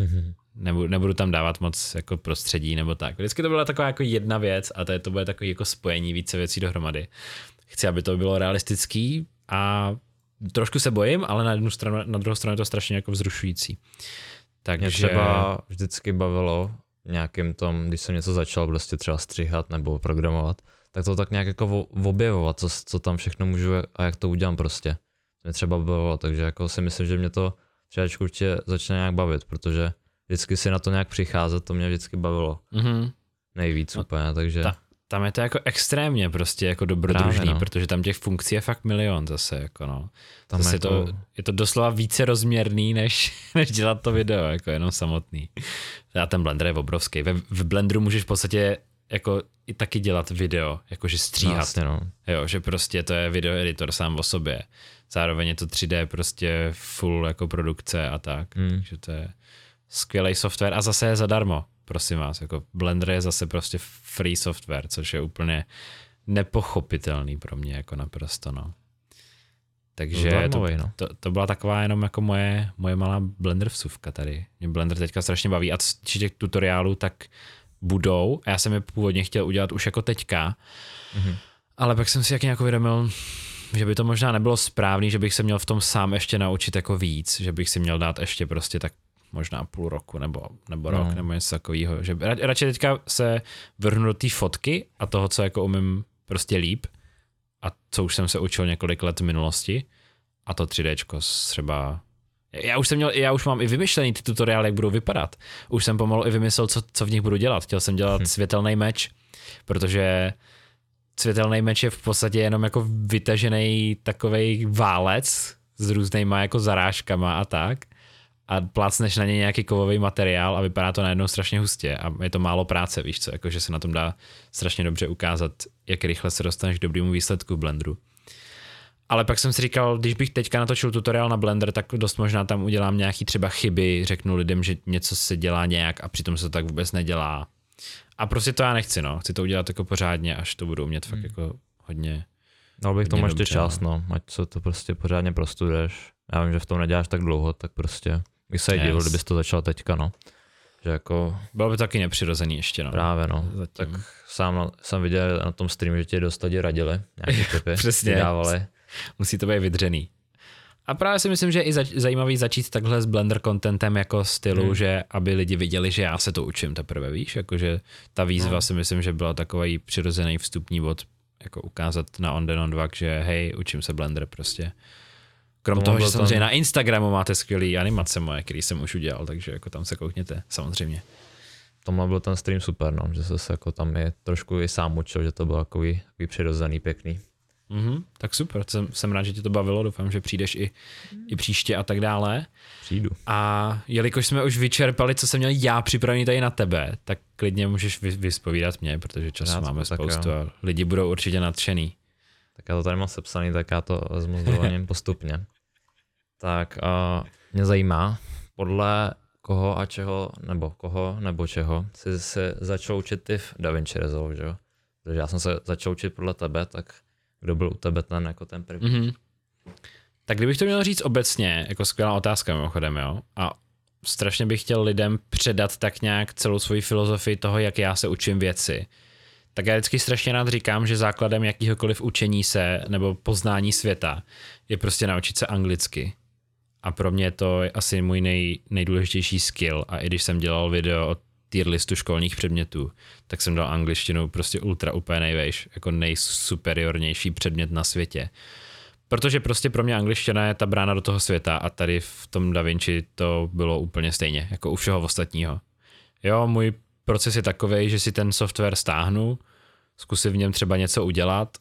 A: Nebudu tam dávat moc jako prostředí nebo tak. Vždycky to byla taková jako jedna věc a to bude takový jako spojení více věcí dohromady. Chci, aby to bylo realistický a trošku se bojím, ale na druhou stranu je to strašně jako vzrušující. Takže... Mě
B: třeba vždycky bavilo nějakým tom, když jsem něco začal prostě třeba stříhat nebo programovat, tak to tak nějak jako objevovat, co tam všechno můžu a jak to udělám prostě. Mě třeba bavilo, takže jako si myslím, že mě to třeba určitě začne nějak bavit, protože vždycky si na to nějak přicházet, to mě vždycky bavilo. Nejvíc úplně, takže...
A: Tam je to jako extrémně prostě jako dobrodružný, protože tam těch funkcí je fakt milion zase, jako no. Tam zase je to doslova více rozměrný, než dělat to video, jako jenom samotný. A ten Blender je obrovský. V Blenderu můžeš v podstatě jako i taky dělat video, jakože stříhat.
B: Vlastně, no.
A: Jo, že prostě to je video editor sám o sobě. Zároveň je to 3D prostě full jako produkce a tak. Takže to je skvělý software a zase je zadarmo. Prosím vás, jako Blender je zase prostě free software, což je úplně nepochopitelný pro mě, jako naprosto, no. Takže to byla taková jenom jako moje malá Blender vsuvka tady. Mě Blender teďka strašně baví a co těch tutoriálů tak budou a já jsem je původně chtěl udělat už jako teďka, ale pak jsem si jak nějak uvědomil, že by to možná nebylo správný, že bych se měl v tom sám ještě naučit jako víc, že bych si měl dát ještě prostě tak možná půl roku nebo rok nebo něco takového. Že radši teďka se vrhnu do té fotky a toho, co jako umím prostě líp a co už jsem se učil několik let v minulosti a to 3Dčko třeba... Já už mám i vymyšlený ty tutoriály, jak budou vypadat. Už jsem pomalu i vymyslel, co v nich budu dělat. Chtěl jsem dělat světelný meč, protože světelný meč je v podstatě jenom jako vytažený takovej válec s různýma jako zarážkama a tak. A plácneš na ně nějaký kovový materiál a vypadá to najednou strašně hustě a je to málo práce, víš co, jakože se na tom dá strašně dobře ukázat, jak rychle se dostaneš k dobrému výsledku v Blenderu. Ale pak jsem si říkal, když bych teďka natočil tutoriál na Blender, tak dost možná tam udělám nějaký třeba chyby, řeknu lidem, že něco se dělá nějak a přitom se to tak vůbec nedělá. A prostě to já nechci, no. Chci to udělat jako pořádně, až to budu umět fakt jako hodně.
B: Dal bych tomu ještě čas, no. Ať se to prostě pořádně prostuduješ. Já vím, že v tom neděláš tak dlouho, tak prostě bych se divil, kdybys to začal teďka, no. Že jako...
A: Bylo by to taky nepřirozený ještě, no.
B: Právě, no. Zatím. Tak sám jsem viděl na tom streamu, že ti dost lidi radili, nějaký typy.
A: Přesně.
B: Dávali.
A: Musí to být vydřený. A právě si myslím, že je i zajímavý začít takhle s Blender contentem jako stylu, že aby lidi viděli, že já se to učím teprve, víš, jakože ta výzva si myslím, že byla takový přirozený vstupní bod, jako ukázat na On Den On 2, že hej, učím se Blender prostě. Krom toho, že samozřejmě na Instagramu máte skvělý animace moje, který jsem už udělal, takže jako tam se koukněte, samozřejmě.
B: Tomhle byl ten stream super, no, že se jako tam je trošku i sám učil, že to bylo takový přirozený, pěkný.
A: Tak super, jsem rád, že tě to bavilo, doufám, že přijdeš i příště a tak dále.
B: Přijdu.
A: A jelikož jsme už vyčerpali, co jsem měl já připravený tady na tebe, tak klidně můžeš vyspovídat mě, protože času máme spoustu a lidi budou určitě nadšený.
B: Tak já to tady mám sepsaný, tak já to vezmu s dovolením postupně. Tak mě zajímá, podle koho a čeho, nebo čeho jsi se začal učit ty v DaVinci Resolve, že jo? Protože já jsem se začal učit podle tebe, tak kdo byl u tebe ten první?
A: Tak kdybych to měl říct obecně, jako skvělá otázka mimochodem, jo? A strašně bych chtěl lidem předat tak nějak celou svoji filozofii toho, jak já se učím věci. Tak já vždycky strašně rád říkám, že základem jakýhokoliv učení se nebo poznání světa je prostě naučit se anglicky. A pro mě to je asi můj nejdůležitější skill. A i když jsem dělal video o tier listu školních předmětů, tak jsem dal angličtinu prostě ultra úplně nejvejš, jako nejsuperiornější předmět na světě. Protože prostě pro mě angličtina je ta brána do toho světa a tady v tom DaVinci to bylo úplně stejně, jako u všeho ostatního. Jo, můj proces je takovej, že si ten software stáhnu, zkusím v něm třeba něco udělat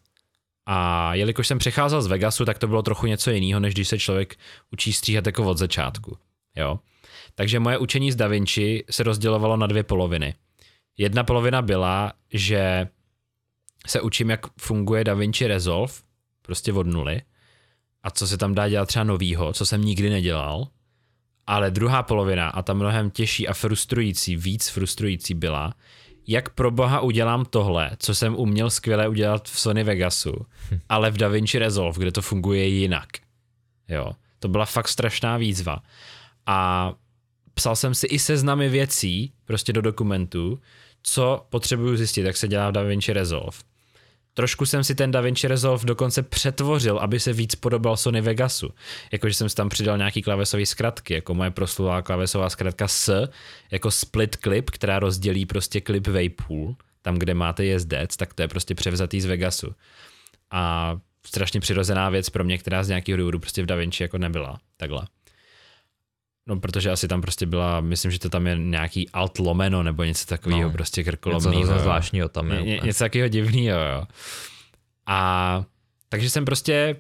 A: a jelikož jsem přecházel z Vegasu, tak to bylo trochu něco jiného, než když se člověk učí stříhat jako od začátku. Jo? Takže moje učení z DaVinci se rozdělovalo na 2 poloviny. Jedna polovina byla, že se učím, jak funguje DaVinci Resolve, prostě od nuly, a co se tam dá dělat třeba novýho, co jsem nikdy nedělal. Ale druhá polovina, a ta mnohem těžší a víc frustrující byla, jak pro boha udělám tohle, co jsem uměl skvěle udělat v Sony Vegasu, ale v DaVinci Resolve, kde to funguje jinak. Jo, to byla fakt strašná výzva. A psal jsem si i seznamy věcí, prostě do dokumentů, co potřebuju zjistit, jak se dělá v DaVinci Resolve. Trošku jsem si ten DaVinci Resolve dokonce přetvořil, aby se víc podobal Sony Vegasu. Jakože jsem si tam přidal nějaký klávesové zkratky, jako moje proslulá klávesová zkratka S, jako split clip, která rozdělí prostě klip Waypool, tam, kde máte jezdec, tak to je prostě převzatý z Vegasu. A strašně přirozená věc pro mě, která z nějakého důvodu prostě v DaVinci jako nebyla. Takhle. No, protože asi tam prostě byla, myslím, že to tam je nějaký alt lomeno nebo něco takového, prostě krkolomného.
B: Něco zvláštního tam je.
A: Něco takového divného, jo. A takže jsem prostě,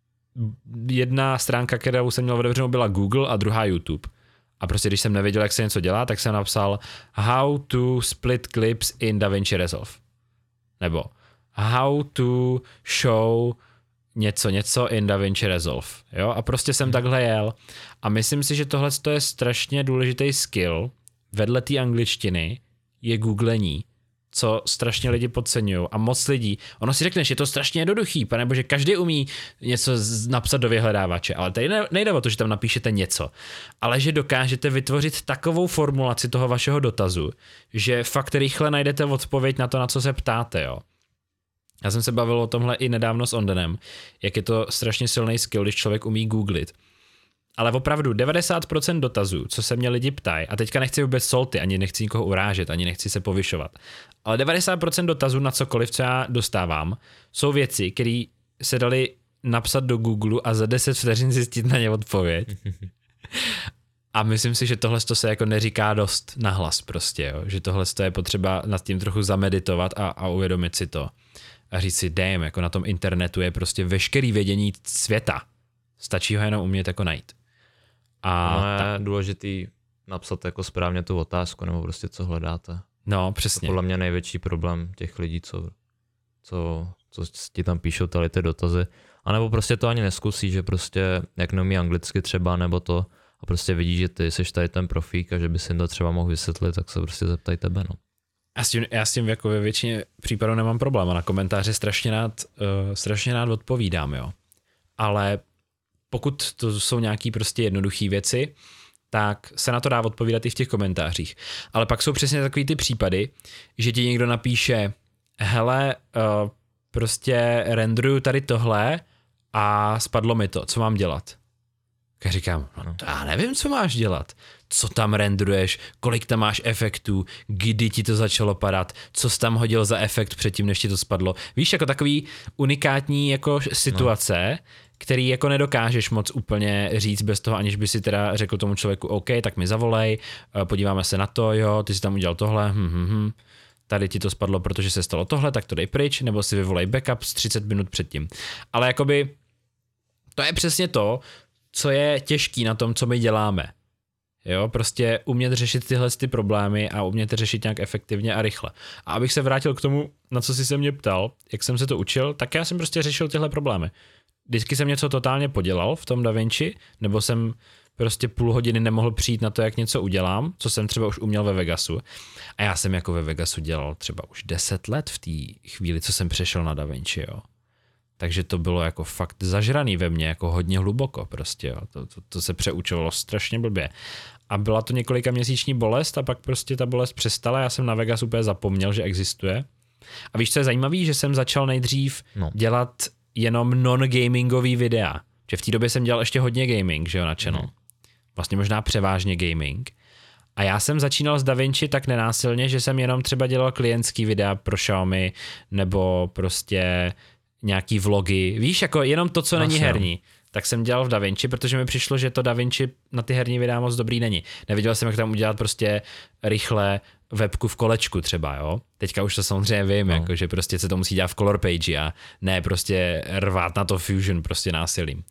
A: jedna stránka, kterou jsem měl otevřenou, byla Google a druhá YouTube. A prostě když jsem nevěděl, jak se něco dělá, tak jsem napsal how to split clips in DaVinci Resolve. Nebo how to show něco in DaVinci Resolve, jo, a prostě jsem takhle jel a myslím si, že tohle je strašně důležitý skill, vedle té angličtiny je googlení, co strašně lidi podceňují a moc lidí, ono si řekneš, je to strašně jednoduchý, panebože každý umí něco napsat do vyhledávače, ale tady nejde o to, že tam napíšete něco, ale že dokážete vytvořit takovou formulaci toho vašeho dotazu, že fakt rychle najdete odpověď na to, na co se ptáte, jo. Já jsem se bavil o tomhle i nedávno s Ondenem, jak je to strašně silný skill, když člověk umí googlit. Ale opravdu 90% dotazů, co se mě lidi ptají, a teďka nechci vůbec salty, ani nechci nikoho urážet, ani nechci se povyšovat, ale 90% dotazů na cokoliv, co já dostávám, jsou věci, které se daly napsat do Google a za 10 vteřin zjistit na ně odpověď. A myslím si, že tohle se jako neříká dost nahlas prostě, jo? Že tohle je potřeba nad tím trochu zameditovat a uvědomit si to. A říct si, damn, jako na tom internetu je prostě veškerý vědění světa. Stačí ho jenom umět jako najít. A
B: je důležitý napsat jako správně tu otázku, nebo prostě co hledáte.
A: No, přesně.
B: To podle mě největší problém těch lidí, co ti tam píšou tady ty dotazy. A nebo prostě to ani neskusí, že prostě jak neumí anglicky třeba, nebo to, a prostě vidí, že ty jsi tady ten profík a že by si jim to třeba mohl vysvětlit, tak se prostě zeptají tebe, no.
A: Já s tím jako ve většině případů nemám problém a na komentáře strašně rád odpovídám, jo. Ale pokud to jsou nějaký prostě jednoduché věci, tak se na to dá odpovídat i v těch komentářích. Ale pak jsou přesně takový ty případy, že ti někdo napíše, hele, prostě renderuju tady tohle a spadlo mi to, co mám dělat? Tak říkám, no to já nevím, co máš dělat. Co tam renderuješ, kolik tam máš efektů, kdy ti to začalo padat, co jsi tam hodil za efekt předtím, než ti to spadlo. Víš, jako takový unikátní jako situace, který jako nedokážeš moc úplně říct bez toho, aniž by si teda řekl tomu člověku, OK, tak mi zavolej, podíváme se na to, jo, ty jsi tam udělal tohle, tady ti to spadlo, protože se stalo tohle, tak to dej pryč, nebo si vyvolej backup z 30 minut předtím. Ale jakoby to je přesně to, co je těžký na tom, co my děláme. Jo, prostě umět řešit tyhle ty problémy a umět řešit nějak efektivně a rychle. A abych se vrátil k tomu, na co jsi se mě ptal, jak jsem se to učil, tak já jsem prostě řešil tyhle problémy. Vždycky jsem něco totálně podělal v tom DaVinci, nebo jsem prostě půl hodiny nemohl přijít na to, jak něco udělám, co jsem třeba už uměl ve Vegasu. A já jsem jako ve Vegasu dělal třeba už 10 let v té chvíli, co jsem přešel na DaVinci, jo. Takže to bylo jako fakt zažraný ve mně, jako hodně hluboko prostě, jo. To se přeučovalo strašně blbě. A byla to několika měsíční bolest a pak prostě ta bolest přestala, já jsem na Vegas úplně zapomněl, že existuje. A víš, co je zajímavý, že jsem začal nejdřív dělat jenom non-gamingový videa. Že v té době jsem dělal ještě hodně gaming, že jo, na channel. Vlastně možná převážně gaming. A já jsem začínal s DaVinci tak nenásilně, že jsem jenom třeba dělal klientský videa pro Xiaomi nebo prostě nějaký vlogy. Víš, jako jenom to, co není herní. Tak jsem dělal v DaVinci, protože mi přišlo, že to DaVinci na ty herní videa moc dobrý není. Neviděl jsem, jak tam udělat prostě rychle webku v kolečku třeba, jo. Teďka už to samozřejmě vím, jako, že prostě se to musí dělat v color page a ne prostě rvát na to Fusion prostě násilím.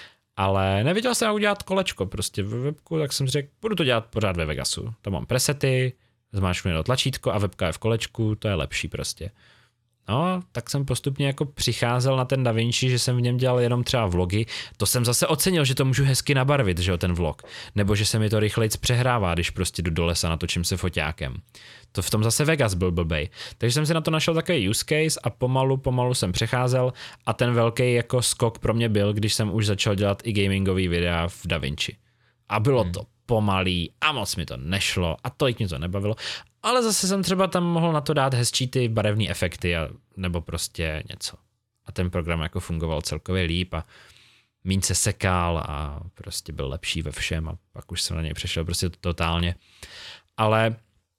A: Ale neviděl jsem, jak udělat kolečko prostě ve webku, tak jsem si řekl, budu to dělat pořád ve Vegasu. Tam mám presety, zmáčknu do tlačítko a webka je v kolečku, to je lepší prostě. No, tak jsem postupně jako přicházel na ten DaVinci, že jsem v něm dělal jenom třeba vlogy. To jsem zase ocenil, že to můžu hezky nabarvit, že jo, ten vlog. Nebo že se mi to rychlejc přehrává, když prostě jdu do lesa, natočím se foťákem. To v tom zase Vegas byl blbej. Takže jsem si na to našel takový use case a pomalu jsem přecházel a ten velký jako skok pro mě byl, když jsem už začal dělat i gamingový videa v DaVinci. A bylo to pomalý a moc mi to nešlo a tolik mě to nebavilo. Ale zase jsem třeba tam mohl na to dát hezčí ty barevné efekty nebo prostě něco. A ten program jako fungoval celkově líp a míň se sekal a prostě byl lepší ve všem a pak už jsem na něj přešel prostě totálně. Ale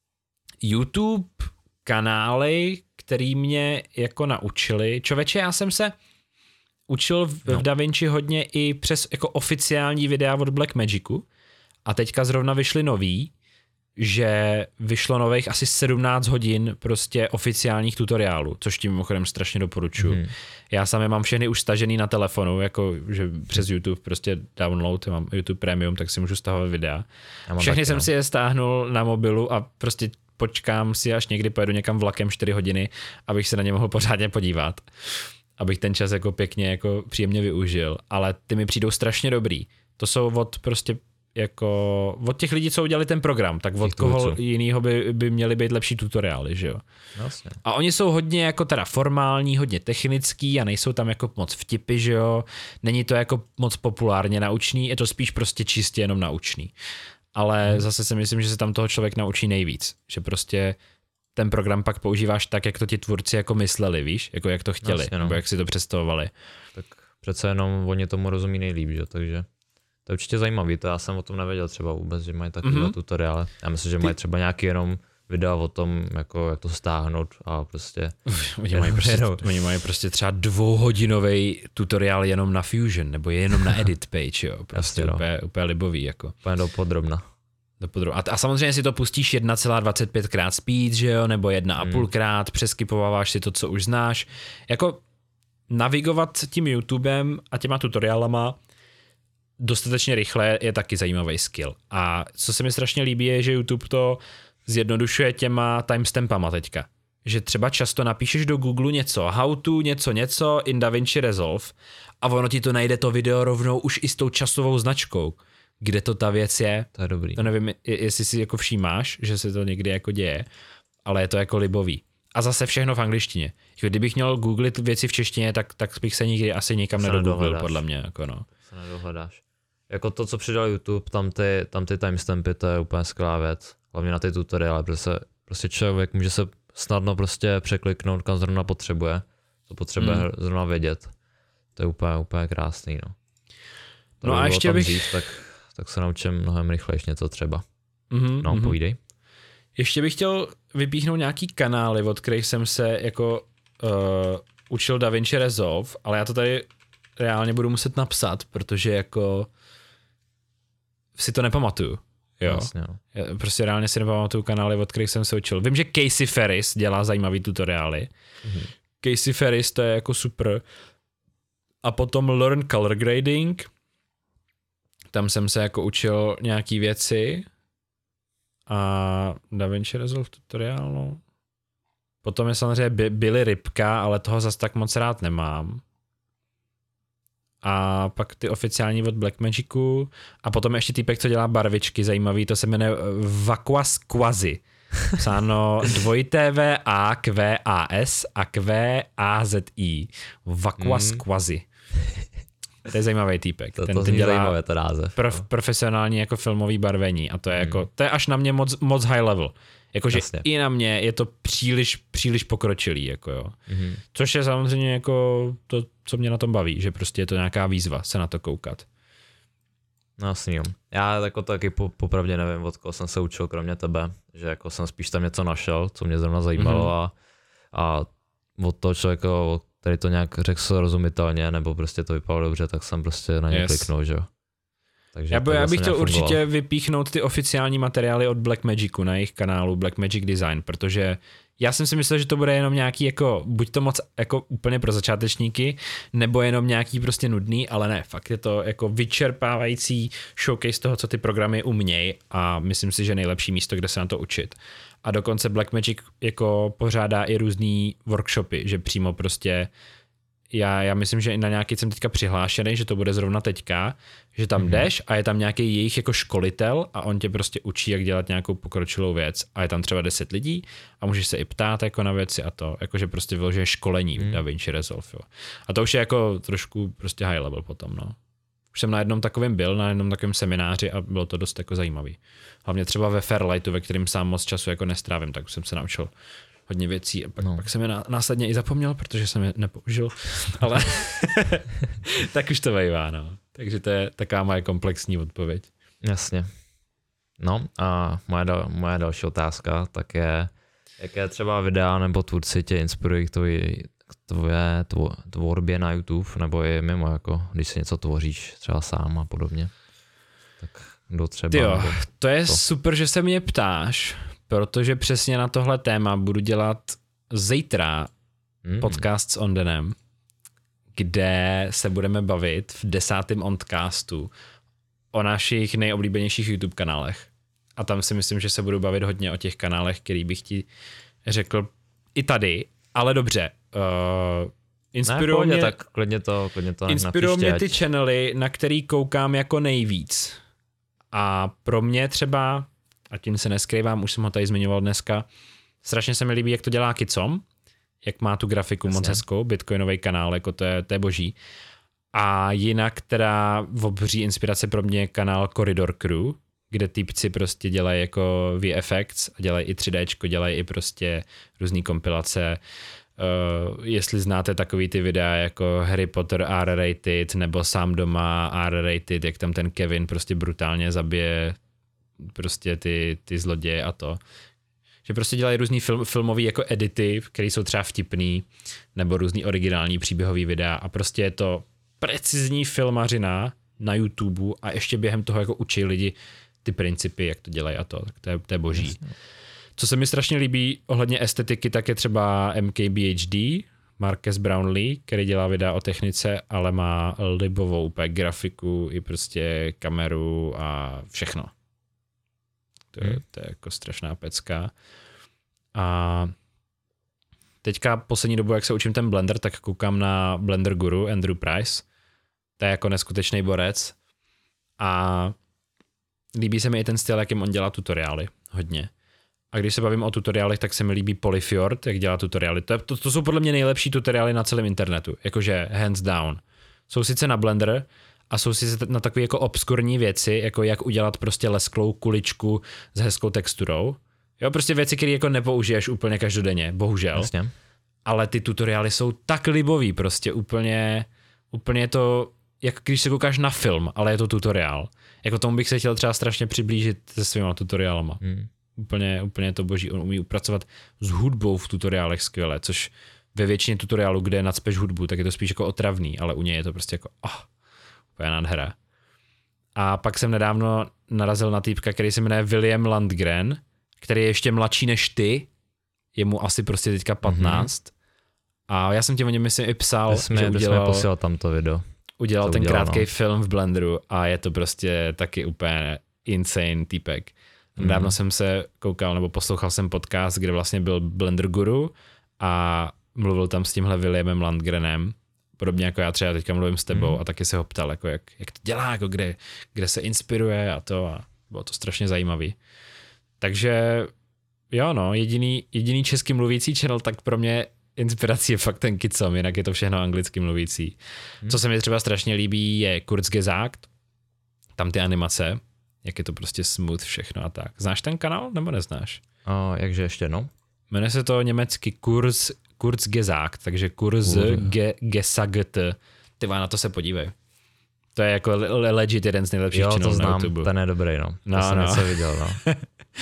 A: YouTube kanály, který mě jako naučili, člověče, já jsem se učil v DaVinci hodně i přes jako oficiální videa od Blackmagicu a teďka zrovna vyšly nový, že vyšlo nových asi 17 hodin prostě oficiálních tutoriálů, což tím mimochodem strašně doporučuji. Já sám je mám všechny už stažený na telefonu, jako že přes YouTube prostě download, mám YouTube Premium, tak si můžu stahovat videa. Všechny jsem si je stáhnul na mobilu a prostě počkám si, až někdy pojedu někam vlakem 4 hodiny, abych se na ně mohl pořádně podívat. Abych ten čas jako pěkně, jako příjemně využil. Ale ty mi přijdou strašně dobrý. To jsou od prostě jako od těch lidí, co udělali ten program, tak od koho jinýho by měly být lepší tutoriály, že jo.
B: Jasně.
A: A oni jsou hodně jako teda formální, hodně technický a nejsou tam jako moc vtipy, že jo. Není to jako moc populárně naučný, je to spíš prostě čistě jenom naučný. Ale zase si myslím, že se tam toho člověk naučí nejvíc, že prostě ten program pak používáš tak, jak to ti tvůrci jako mysleli, víš, jako jak to chtěli, nebo jak si to představovali.
B: Tak přece jenom oni tomu rozumí nejlíp, že? Takže to je určitě zajímavý, to já jsem o tom nevěděl třeba vůbec, že mají takové tutoriály. Já myslím, že mají třeba nějaký jenom videa o tom, jako jak to stáhnout a prostě...
A: Oni mají prostě třeba 2hodinový tutoriál jenom na Fusion, nebo jenom na edit page, jo. Prostě úplně libový, jako.
B: Úplně dopodrobna.
A: A samozřejmě si to pustíš 1,25krát speed, že jo, nebo 1,5krát, přeskypováváš si to, co už znáš. Jako navigovat tím YouTubem a těma tutoriálama dostatečně rychle je taky zajímavý skill. A co se mi strašně líbí je, že YouTube to zjednodušuje těma timestampama teďka. Že třeba často napíšeš do Google něco, how to, něco, in DaVinci Resolve a ono ti to najde to video rovnou už i s tou časovou značkou, kde to ta věc je.
B: To je dobrý.
A: To nevím, jestli si jako všímáš, že se to někdy jako děje, ale je to jako libový. A zase všechno v angličtině. Kdybych měl googlit věci v češtině, tak bych se nikdy asi nikam nedogooglil, podle mě. Jako no.
B: Se nedohledáš. Jako to, co přidal YouTube, tam ty timestampy, to je úplně skvělá věc. Hlavně na ty tutoriály, protože prostě člověk může se snadno prostě překliknout, kam zrovna potřebuje. Co potřebuje zrovna vědět. To je úplně krásný, no. no a ještě bych... Dřív, tak se naučím mnohem rychlejš něco třeba. Povídej.
A: Ještě bych chtěl vypíchnout nějaký kanály, od kterých jsem se jako učil DaVinci Resolve, ale já to tady reálně budu muset napsat, protože jako si to nepamatuju. Jo.
B: Vlastně, no.
A: Já prostě reálně si nepamatuju kanály, od kterých jsem se učil. Vím, že Casey Ferris dělá zajímavý tutoriály. Casey Ferris, to je jako super. A potom Learn Color Grading. Tam jsem se jako učil nějaký věci. A DaVinci Resolve tutoriál, no. Potom je samozřejmě Billy Rybka, ale toho zas tak moc rád nemám. A pak ty oficiální od Blackmagicu. A potom ještě týpek, co dělá barvičky, zajímavý, to se jmenuje Vaqas Quasi. Psáno VAQAS a QAZI. Vaqas Quasi. To je zajímavý týpek.
B: To ten dělá zajímavé, to název.
A: Profesionální jako filmový barvení a to je jako, to je až na mě moc high level. Jakože i na mě je to příliš pokročilý, jako jo. Což je samozřejmě jako to, co mě na tom baví, že prostě je to nějaká výzva se na to koukat.
B: No jasný, jo. Já jako taky popravdě nevím, od koho jsem se učil kromě tebe, že jako jsem spíš tam něco našel, co mě zrovna zajímalo a od toho člověka, který to nějak řekl srozumitelně, nebo prostě to vypadalo dobře, tak jsem prostě na ně kliknul, že jo. Takže
A: já bych chtěl určitě vypíchnout ty oficiální materiály od Blackmagicu na jejich kanálu Blackmagic Design, protože já jsem si myslel, že to bude jenom nějaký jako, buď to moc jako úplně pro začátečníky, nebo jenom nějaký prostě nudný, ale ne, fakt je to jako vyčerpávající showcase toho, co ty programy umějí a myslím si, že nejlepší místo, kde se na to učit. A dokonce Blackmagic jako pořádá i různý workshopy, že přímo prostě já myslím, že i na nějaký jsem teďka přihlášený, že to bude zrovna teďka, že tam jdeš a je tam nějaký jejich jako školitel a on tě prostě učí, jak dělat nějakou pokročilou věc a je tam třeba 10 lidí a můžeš se i ptát jako na věci a to, jakože prostě vyloženě školení v DaVinci Resolve, jo. A to už je jako trošku prostě high level potom, no. Už jsem na jednom takovém semináři a bylo to dost jako zajímavý. Hlavně třeba ve Fairlightu, ve kterém sám moc času jako nestrávím, tak už jsem se naučil hodně věcí a pak jsem je následně i zapomněl, protože jsem je nepoužil, ale tak už to vejvá, no. Takže to je taková moje komplexní odpověď.
B: Jasně. No a moje další otázka tak je, jaké třeba videa nebo tvůrci tě inspirují k tvoje tvorbě na YouTube, nebo i mimo, jako když si něco tvoříš třeba sám a podobně. Tak kdo třeba?
A: Jo, to je super, že se mě ptáš, protože přesně na tohle téma budu dělat zítra podcast s Ondenem, kde se budeme bavit v 10. Ondcastu o našich nejoblíbenějších YouTube kanálech. A tam si myslím, že se budu bavit hodně o těch kanálech, který bych ti řekl i tady, ale dobře. Inspirují mě,
B: tak klidně to
A: inspirují mě ty channely, na který koukám jako nejvíc. A pro mě třeba, a tím se neskrývám, už jsem ho tady zmiňoval dneska, strašně se mi líbí, jak to dělá Kicom, jak má tu grafiku moc hezkou, bitcoinový kanál, jako to je boží. A jinak teda v obří inspirace pro mě je kanál Corridor Crew, kde týpci prostě dělají jako VFX a dělají i 3Dčko, dělají i prostě různý kompilace. Jestli znáte takový ty videa jako Harry Potter R-rated nebo Sám doma R-rated, jak tam ten Kevin prostě brutálně zabije prostě ty zloděje a to. Že prostě dělají různý filmový jako edity, které jsou třeba vtipný, nebo různý originální příběhový videa a prostě je to precizní filmařina na YouTube a ještě během toho jako učí lidi ty principy, jak to dělají a to, tak to je boží. Jasně. Co se mi strašně líbí ohledně estetiky, tak je třeba MKBHD, Marques Brownlee, který dělá videa o technice, ale má libovou úplně grafiku i prostě kameru a všechno. To je jako strašná pecka. A teďka poslední dobu, jak se učím ten Blender, tak koukám na Blender Guru Andrew Price. To je jako neskutečný borec. A líbí se mi i ten styl, jakým on dělá tutoriály. Hodně. A když se bavím o tutoriálech, tak se mi líbí Polyfjord, jak dělá tutoriály. To jsou podle mě nejlepší tutoriály na celém internetu. Jakože hands down. Jsou sice na Blender a jsou sice na takové jako obskurní věci, jako jak udělat prostě lesklou kuličku s hezkou texturou. Jo, prostě věci, které jako nepoužiješ úplně každodenně, bohužel.
B: Jasně.
A: Ale ty tutoriály jsou tak libový, prostě úplně to jak když se koukáš na film, ale je to tutoriál. Jako tomu bych se chtěl třeba strašně přiblížit se svýma tutoriálama. Úplně to boží. On umí pracovat s hudbou v tutoriálech skvěle, což ve většině tutoriálů, kde nacpeš hudbu, tak je to spíš jako otravný, ale u něj je to prostě jako úplně nádhera. A pak jsem nedávno narazil na týpka, který se jmenuje William Landgren, který je ještě mladší než ty, je mu asi prostě teďka 15. A já jsem ti o něm myslím i psal, že
B: posílal tam to video.
A: Udělal ten krátký film v Blenderu a je to prostě taky úplně insane týpek. Nedávno jsem se koukal nebo poslouchal jsem podcast, kde vlastně byl Blender Guru a mluvil tam s tímhle Williamem Landgrenem. Podobně jako já třeba teďka mluvím s tebou a taky se ho ptal, jako jak to dělá, jako kde se inspiruje a to a bylo to strašně zajímavý. Takže jo no, jediný česky mluvící channel, tak pro mě inspirací je fakt ten Kicom, jinak je to všechno anglicky mluvící. Co se mi třeba strašně líbí je Kurzgesagt, tam ty animace, jak je to prostě smooth všechno a tak. Znáš ten kanál nebo neznáš?
B: Jakže ještě no?
A: Jmenuje se to německy Kurzgesagt, takže Kurzgesagt. Ty na to se podívej. To je jako legit jeden z nejlepších channelů na YouTube.
B: Ten je dobrý, no. To jsem něco viděl, no.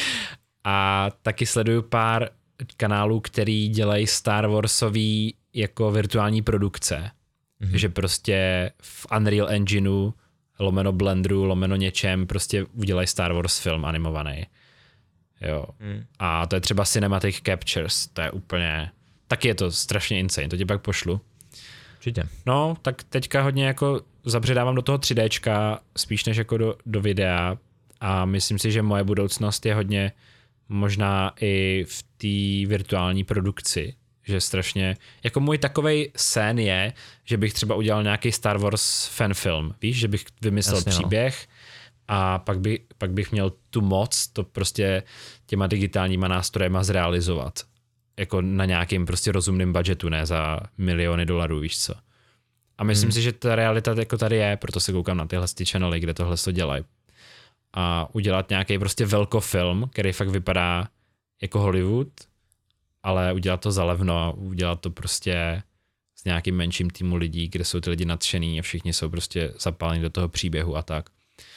A: A taky sleduju pár kanálů, který dělají Star Warsový jako virtuální produkce. Že prostě v Unreal Engineu, lomeno Blenderu, lomeno něčem, prostě udělají Star Wars film animovaný. Jo. A to je třeba Cinematic Captures, to je úplně, taky je to strašně insane, to ti pak pošlu.
B: Určitě.
A: No, tak teďka hodně jako zabředávám do toho 3Dčka, spíš než jako do videa a myslím si, že moje budoucnost je hodně možná i v té virtuální produkci, že strašně, jako můj takovej sen je, že bych třeba udělal nějaký Star Wars fanfilm, víš, že bych vymyslel příběh a pak bych měl tu moc to prostě těma digitálníma nástrojema zrealizovat. Jako na nějakým prostě rozumným budgetu, ne za miliony dolarů, víš co. A myslím si, že ta realita jako tady je, proto se koukám na tyhle channely, kde tohle to dělají. A udělat nějaký prostě velkofilm, který fakt vypadá jako Hollywood, ale udělat to za levno a udělat to prostě s nějakým menším týmu lidí, kde jsou ty lidi nadšený a všichni jsou prostě zapálení do toho příběhu a tak.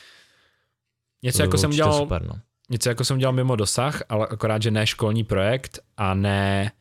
A: Něco jako jsem udělal, super, no. Něco jako jsem udělal mimo dosah, ale akorát, že ne školní projekt a ne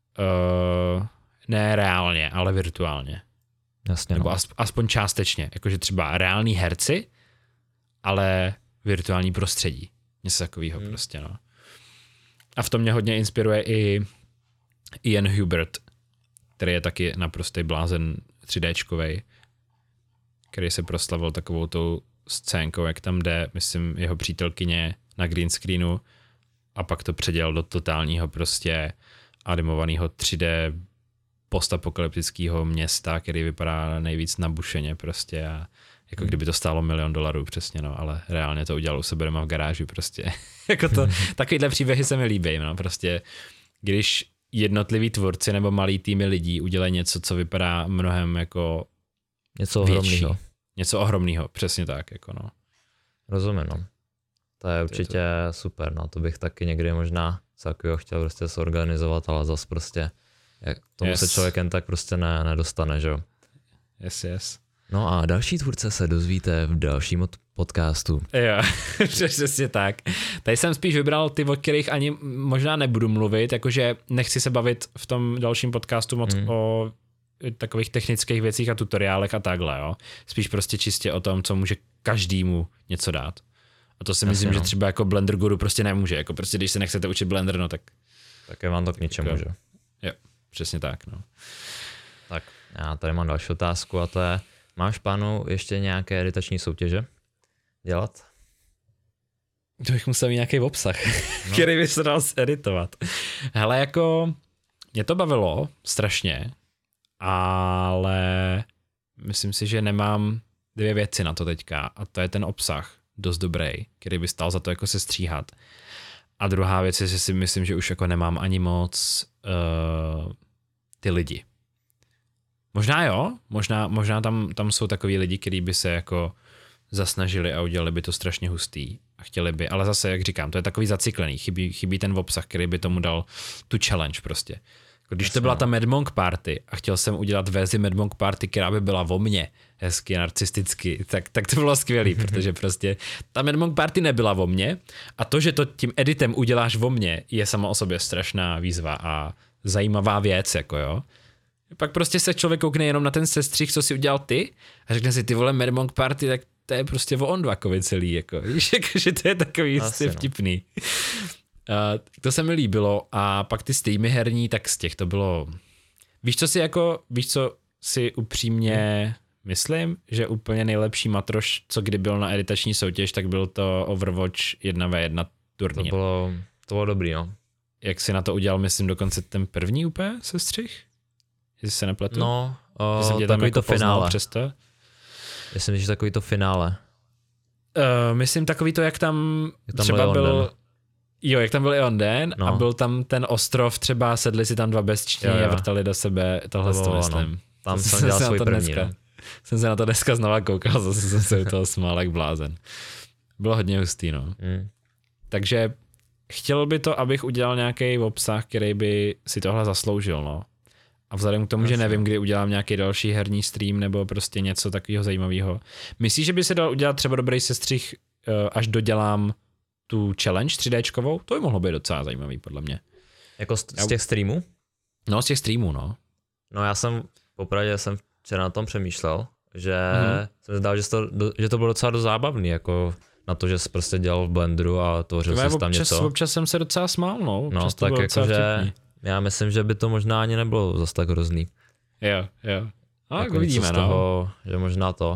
A: reálně, ale virtuálně.
B: Jasně,
A: nebo aspoň částečně. Jakože třeba reální herci, ale virtuální prostředí. Něco takového prostě, no. A v tom mě hodně inspiruje i Ian Hubert, který je taky naprostý blázen 3Dčkovej, který se proslavil takovou tou scénkou, jak tam jde, myslím, jeho přítelkyně na green screenu a pak to předělal do totálního prostě animovaného 3D postapokalyptického města, který vypadá nejvíc nabušeně prostě a jako kdyby to stálo $1 milion přesně, no, ale reálně to udělal u sebe doma v garáži prostě. Jako to, takovýhle příběhy se mi líbí, no, prostě když jednotliví tvůrci nebo malý týmy lidí udělají něco, co vypadá mnohem jako
B: něco ohromného.
A: Něco ohromného, přesně tak, jako no.
B: Rozumím, no. To je určitě super, no, to bych taky někdy možná takového chtěl prostě zorganizovat, ale zase prostě tomu se člověk jen tak prostě nedostane, že jo.
A: Yes.
B: No a další tvůrce se dozvíte v dalším podcastu.
A: Jo, přesně tak. Tady jsem spíš vybral ty, o kterých ani možná nebudu mluvit, jakože nechci se bavit v tom dalším podcastu moc o takových technických věcích a tutoriálech a takhle, jo. Spíš prostě čistě o tom, co může každému něco dát. A to si myslím, že třeba jako Blender Guru prostě nemůže, jako prostě když se nechcete učit Blender, no tak
B: je vám to k ničemu, že?
A: Jo, přesně tak, no.
B: Tak, já tady mám další otázku a to je, máš plánu ještě nějaké editační soutěže dělat?
A: To bych musel mít nějaký obsah, který by se dal editovat. Hele, jako mě to bavilo strašně, ale myslím si, že nemám 2 věci na to teďka a to je ten obsah dost dobrý, který by stál za to jako se stříhat. A druhá věc je, že si myslím, že už jako nemám ani moc ty lidi. Možná jo, možná tam jsou takový lidi, kteří by se jako zasnažili a udělali by to strašně hustý a chtěli by, ale zase, jak říkám, to je takový zacyklený, chybí ten obsah, který by tomu dal tu challenge prostě. Když to byla ta Mad Monk Party a chtěl jsem udělat verzi Mad Monk Party, která by byla o mně, hezky, narcisticky, tak to bylo skvělý, protože prostě ta Mad Monk Party nebyla o mně a to, že to tím editem uděláš o mně, je sama o sobě strašná výzva a zajímavá věc, jako jo. Pak prostě se člověk koukne jenom na ten sestřih, co si udělal ty a řekne si, ty vole, Mad Monk Party, tak to je prostě o Ondvakovi celý, jako, víš, že to je takový vtipný. To se mi líbilo a pak ty streamy herní, tak z těch to bylo, víš, co si upřímně myslím, že úplně nejlepší matroš, co kdy byl na editační soutěž, tak byl to Overwatch 1v1 turnier.
B: To bylo dobrý, no.
A: Jak si na to udělal, myslím, dokonce ten první úplně sestřih? Jestli se nepletu?
B: No, takový to finále.
A: Přesto.
B: Myslím, že takový to finále.
A: Myslím takový to, jak tam třeba byl... Jo, jak tam byl i Onden a byl tam ten ostrov, třeba sedli si tam dva bezční a vrtali do sebe, tohle to myslím.
B: No. Tam jsem dělal svůj první.
A: Jsem se na to dneska znova koukal, zase jsem se u toho smál jak blázen. Bylo hodně hustý, no. Takže chtěl by to, abych udělal nějaký obsah, který by si tohle zasloužil, no. A vzhledem k tomu, že nevím, kdy udělám nějaký další herní stream nebo prostě něco takového zajímavého. Myslíš, že by se dal udělat třeba dobrý sestřih, až dodělám tu challenge 3Dčkovou? To by mohlo být docela zajímavý, podle mě.
B: Jako z těch streamů?
A: No, z těch streamů, no.
B: No já jsem, popravdě jsem včera na tom přemýšlel, že jsem zdál, že to bylo docela dost zábavný, jako na to, že jsi prostě dělal v Blenderu a tvořil jsi tam něco.
A: Občas jsem se docela smál, no.
B: No, tak jakože já myslím, že by to možná ani nebylo zas tak hrozný.
A: Jo. No,
B: jako
A: uvidíme,
B: z toho, že možná to.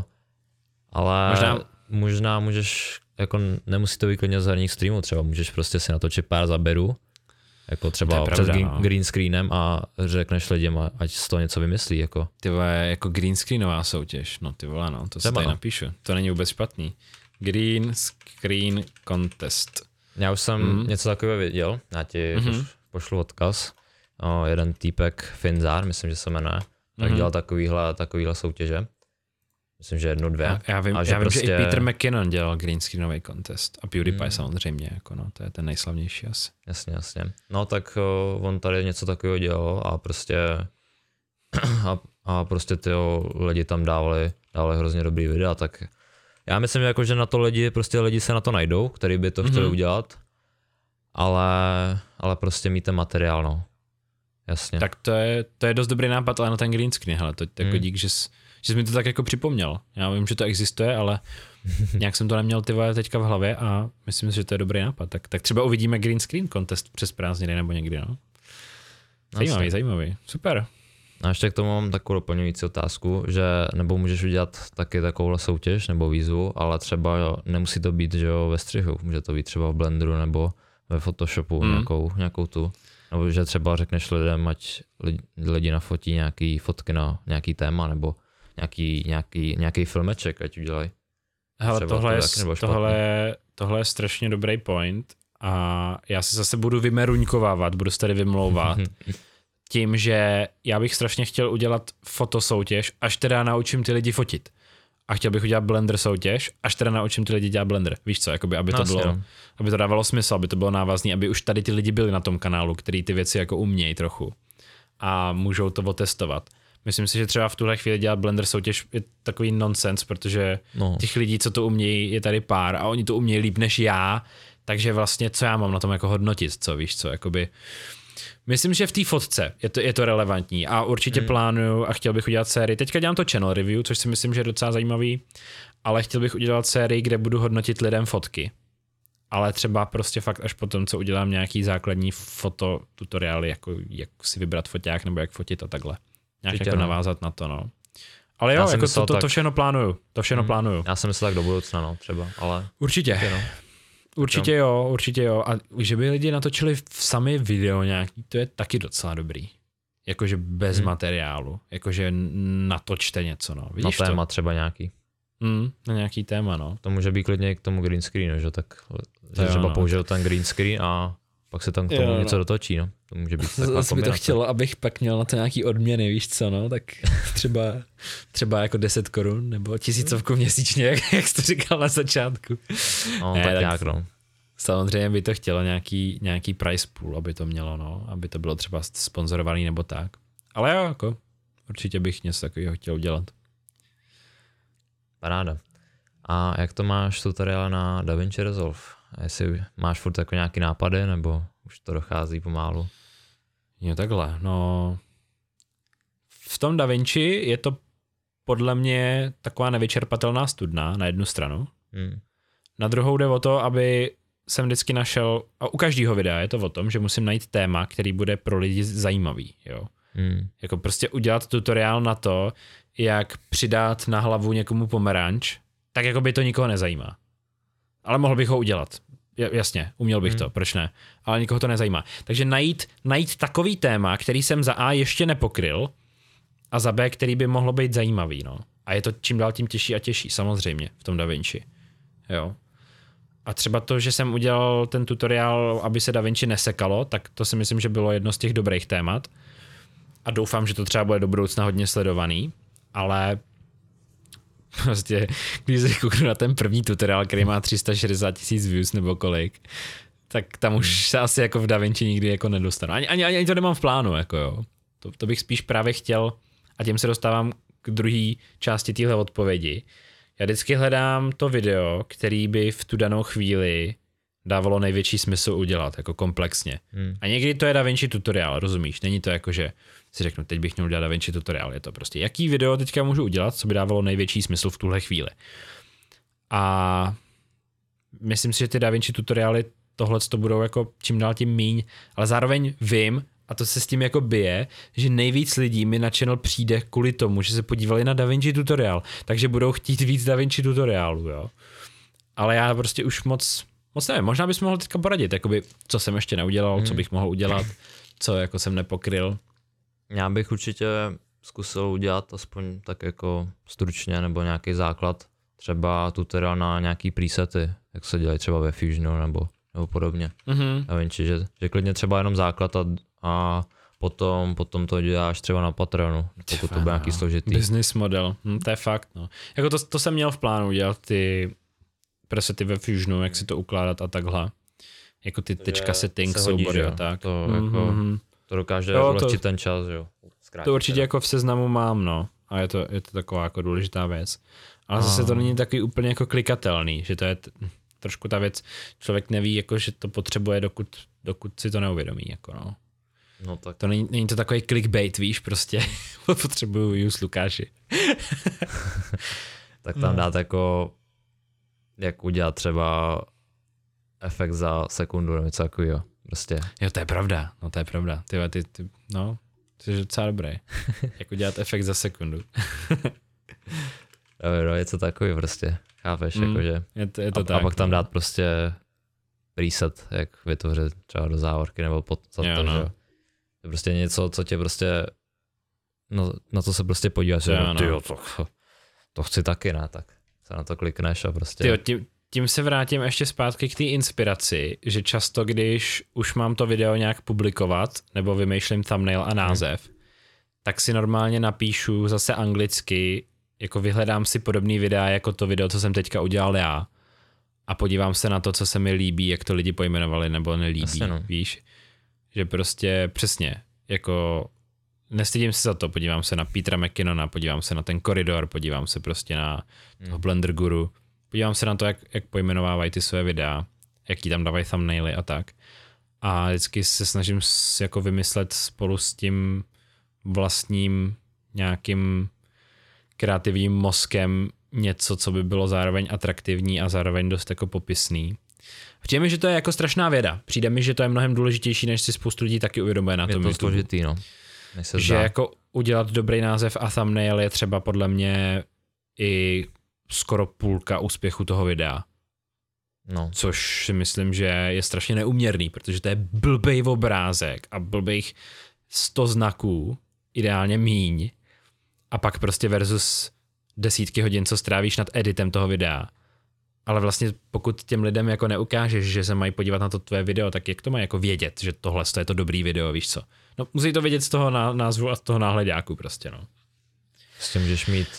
B: Ale možná můžeš, jako nemusí to být klidně z herních streamů, třeba můžeš prostě si natočit pár záběrů, jako třeba přes green screenem a řekneš lidem, ať z toho něco vymyslí, jako.
A: Ty vole, jako green screenová soutěž, no ty vole, no, to si tady napíšu, to není vůbec špatný. Green screen contest. Já
B: už jsem něco takového viděl, já ti pošlu odkaz. Jeden týpek Finzar, myslím, že se jmenuje, tak dělal takovýhle soutěže. Myslím, že 1-2.
A: Já vím, prostě... že i Peter McKinnon dělal green screenový contest a PewDiePie samozřejmě, jako no, to je ten nejslavnější asi.
B: Jasně. No tak on tady něco takového dělal a prostě ty lidi tam dávali hrozně dobrý videa, tak já myslím, jako, že na to lidi se na to najdou, který by to chtěli udělat, ale prostě mít ten materiál, no. Jasně.
A: Tak to je dost dobrý nápad, ale na ten green screen, hele, to jako dík, že jsi mi to tak jako připomněl. Já vím, že to existuje, ale nějak jsem to neměl ty vole teďka v hlavě a myslím si, že to je dobrý nápad. Tak třeba uvidíme green screen contest přes prázdniny nebo někdy, no. Zajímavý, super.
B: A ještě k tomu mám takovou doplňující otázku, že nebo můžeš udělat taky takovouhle soutěž nebo výzvu, ale třeba nemusí to být, že jo, ve střihu, může to být třeba v Blenderu nebo ve Photoshopu nějakou tu. Nebo že třeba řekneš lidem, ať lidi nafotí nějaký fotky na nějaký téma, nebo nějaký filmeček, ať udělají.
A: Hele, tohle je strašně dobrý point a já se zase budu vymeruňkovávat, budu se tady vymlouvat tím, že já bych strašně chtěl udělat fotosoutěž, až teda naučím ty lidi fotit. A chtěl bych udělat Blender soutěž, až teda naučím ty lidi dělat Blender. Víš co, jakoby, aby to dávalo smysl, aby to bylo návazný, aby už tady ty lidi byli na tom kanálu, který ty věci jako umějí trochu a můžou to otestovat. Myslím si, že třeba v tuhle chvíli dělat Blender soutěž je takový nonsens, protože těch lidí, co to umějí, je tady pár a oni to umějí líp než já, takže vlastně co já mám na tom jako hodnotit, co víš co, jakoby. Myslím, že v té fotce je to relevantní a určitě plánuju a chtěl bych udělat sérii. Teďka dělám to channel review, což si myslím, že je docela zajímavý, ale chtěl bych udělat sérii, kde budu hodnotit lidem fotky. Ale třeba prostě fakt až potom, co udělám nějaký základní fototutoriály, jako jak si vybrat foťák nebo jak fotit a takhle. Nějak jako navázat na to, no. Ale jo, jako to všechno plánuju.
B: Já jsem myslel tak do budoucna, no, třeba, ale...
A: Určitě jo. A že by lidi natočili sami video nějaký, to je taky docela dobrý. Jakože bez materiálu. Jakože natočte něco, no. Vidíš
B: na téma to? Třeba nějaký.
A: Na nějaký téma, no.
B: To může být klidně k tomu green screenu, že tak třeba použil ten green screen a pak se tam k tomu něco dotočí, no. To může být taková
A: zase by to chtělo, abych pak měl na to nějaký odměny, víš co, no, tak třeba jako 10 korun nebo 1000 měsíčně, jak jsi to říkal na začátku.
B: No, tak nějak, no.
A: Samozřejmě by to chtělo nějaký price pool, aby to mělo, no, aby to bylo třeba sponzorovaný nebo tak. Ale jo, jako určitě bych něco takového chtěl udělat.
B: Paráda. A jak to máš tutoriál na DaVinci Resolve? Jestli máš furt jako nějaký nápady, nebo už to dochází pomálu?
A: Jo, takhle, no. V tom DaVinci je to podle mě taková nevyčerpatelná studna na jednu stranu. Na druhou jde o to, aby jsem vždycky našel, a u každého videa je to o tom, že musím najít téma, který bude pro lidi zajímavý, jo. Jako prostě udělat tutoriál na to, jak přidat na hlavu někomu pomeranč, tak jako by to nikoho nezajímá. Ale mohl bych ho udělat. Jasně, uměl bych to, proč ne? Ale nikoho to nezajímá. Takže najít takový téma, který jsem za A ještě nepokryl a za B, který by mohlo být zajímavý, no. A je to čím dál tím těžší a těžší, samozřejmě, v tom DaVinci. Jo. A třeba to, že jsem udělal ten tutoriál, aby se DaVinci nesekalo, tak to si myslím, že bylo jedno z těch dobrých témat. A doufám, že to třeba bude do budoucna hodně sledovaný, ale prostě, když se kouknu na ten první tutoriál, který má 360 000 views nebo kolik, tak tam už se asi jako v DaVinci nikdy jako nedostanu. Ani to nemám v plánu, jako jo. To bych spíš právě chtěl, a tím se dostávám k druhé části téhle odpovědi. Já vždycky hledám to video, který by v tu danou chvíli dávalo největší smysl udělat, jako komplexně. A někdy to je DaVinci tutoriál, rozumíš? Není to jako, že si řeknu, teď bych měl udělat DaVinci tutoriál. Je to prostě, jaký video teďka můžu udělat, co by dávalo největší smysl v tuhle chvíli. A myslím si, že ty DaVinci tutoriály tohle to budou jako čím dál tím míň, ale zároveň vím, a to se s tím jako bije, že nejvíc lidí mi na channel přijde kvůli tomu, že se podívali na DaVinci tutoriál, takže budou chtít víc DaVinci tutoriálů, jo. Ale já prostě už moc nevím, možná bys mohl teďka poradit, jakoby, co jsem ještě neudělal, co bych mohl udělat, co jako jsem nepokryl.
B: Já bych určitě zkusil udělat aspoň tak jako stručně nebo nějaký základ, třeba tutoriál na nějaký presety, jak se dělají třeba ve Fusionu nebo podobně. DaVinci, že klidně třeba jenom základ a potom to děláš třeba na Patreonu, pokud to bude nějaký složitý.
A: Business model, to je fakt, no. Jako to jsem měl v plánu udělat ty presety ve Fusionu, jak si to ukládat a takhle. Jako ty tečka setting, soubory a tak.
B: To dokáže ulehčit ten čas, jo.
A: To určitě teda. Jako v seznamu mám, no. A je to taková jako důležitá věc. Ale zase to není taky úplně jako klikatelný, že to je trošku ta věc, člověk neví, jako, že to potřebuje, dokud si to neuvědomí, jako no.
B: No tak.
A: To není to takový clickbait, víš, prostě potřebuju use Lukáši.
B: Tak tam dát jako, jak udělat třeba efekt za sekundu nebo něco takového, prostě.
A: Jo, to je pravda, ty jsi docela dobrý, jak udělat efekt za sekundu.
B: Jo, je to takový prostě, chápeš, jakože.
A: Je to tak.
B: A pak tam dát prostě preset, jak vytvořit třeba do závorky nebo pod to, že jo. To je prostě něco, co tě prostě, no, na to se prostě podíváš, to chci taky, ne, tak se na to klikneš a prostě.
A: Tím se vrátím ještě zpátky k té inspiraci, že často, když už mám to video nějak publikovat, nebo vymýšlím thumbnail a název, tak si normálně napíšu zase anglicky, jako vyhledám si podobný videa jako to video, co jsem teďka udělal já, a podívám se na to, co se mi líbí, jak to lidi pojmenovali nebo nelíbí,
B: Jasně, no. Víš?
A: Že prostě přesně, jako nestydím se za to, podívám se na Petera McKinnona, podívám se na ten koridor, podívám se prostě na toho Blender Guru, podívám se na to, jak pojmenovávají ty své videa, jaký tam dávají thumbnaily a tak. A vždycky se snažím jako vymyslet spolu s tím vlastním nějakým kreativním mozkem něco, co by bylo zároveň atraktivní a zároveň dost jako popisný. Přijde mi, že to je jako strašná věda. Přijde mi, že to je mnohem důležitější, než si spoustu lidí taky uvědomuje na tom YouTube.
B: Je to složitý, no.
A: Že jako udělat dobrý název a thumbnail je třeba podle mě i skoro půlka úspěchu toho videa.
B: No.
A: Což si myslím, že je strašně neúměrný, protože to je blbej obrázek a blbejch 100 znaků, ideálně míň, a pak prostě versus desítky hodin, co strávíš nad editem toho videa. Ale vlastně pokud těm lidem jako neukážeš, že se mají podívat na to tvé video, tak jak to mají jako vědět, že tohle je to dobrý video, víš co? No musí to vědět z toho názvu a z toho náhledáku prostě, no.
B: S tím můžeš mít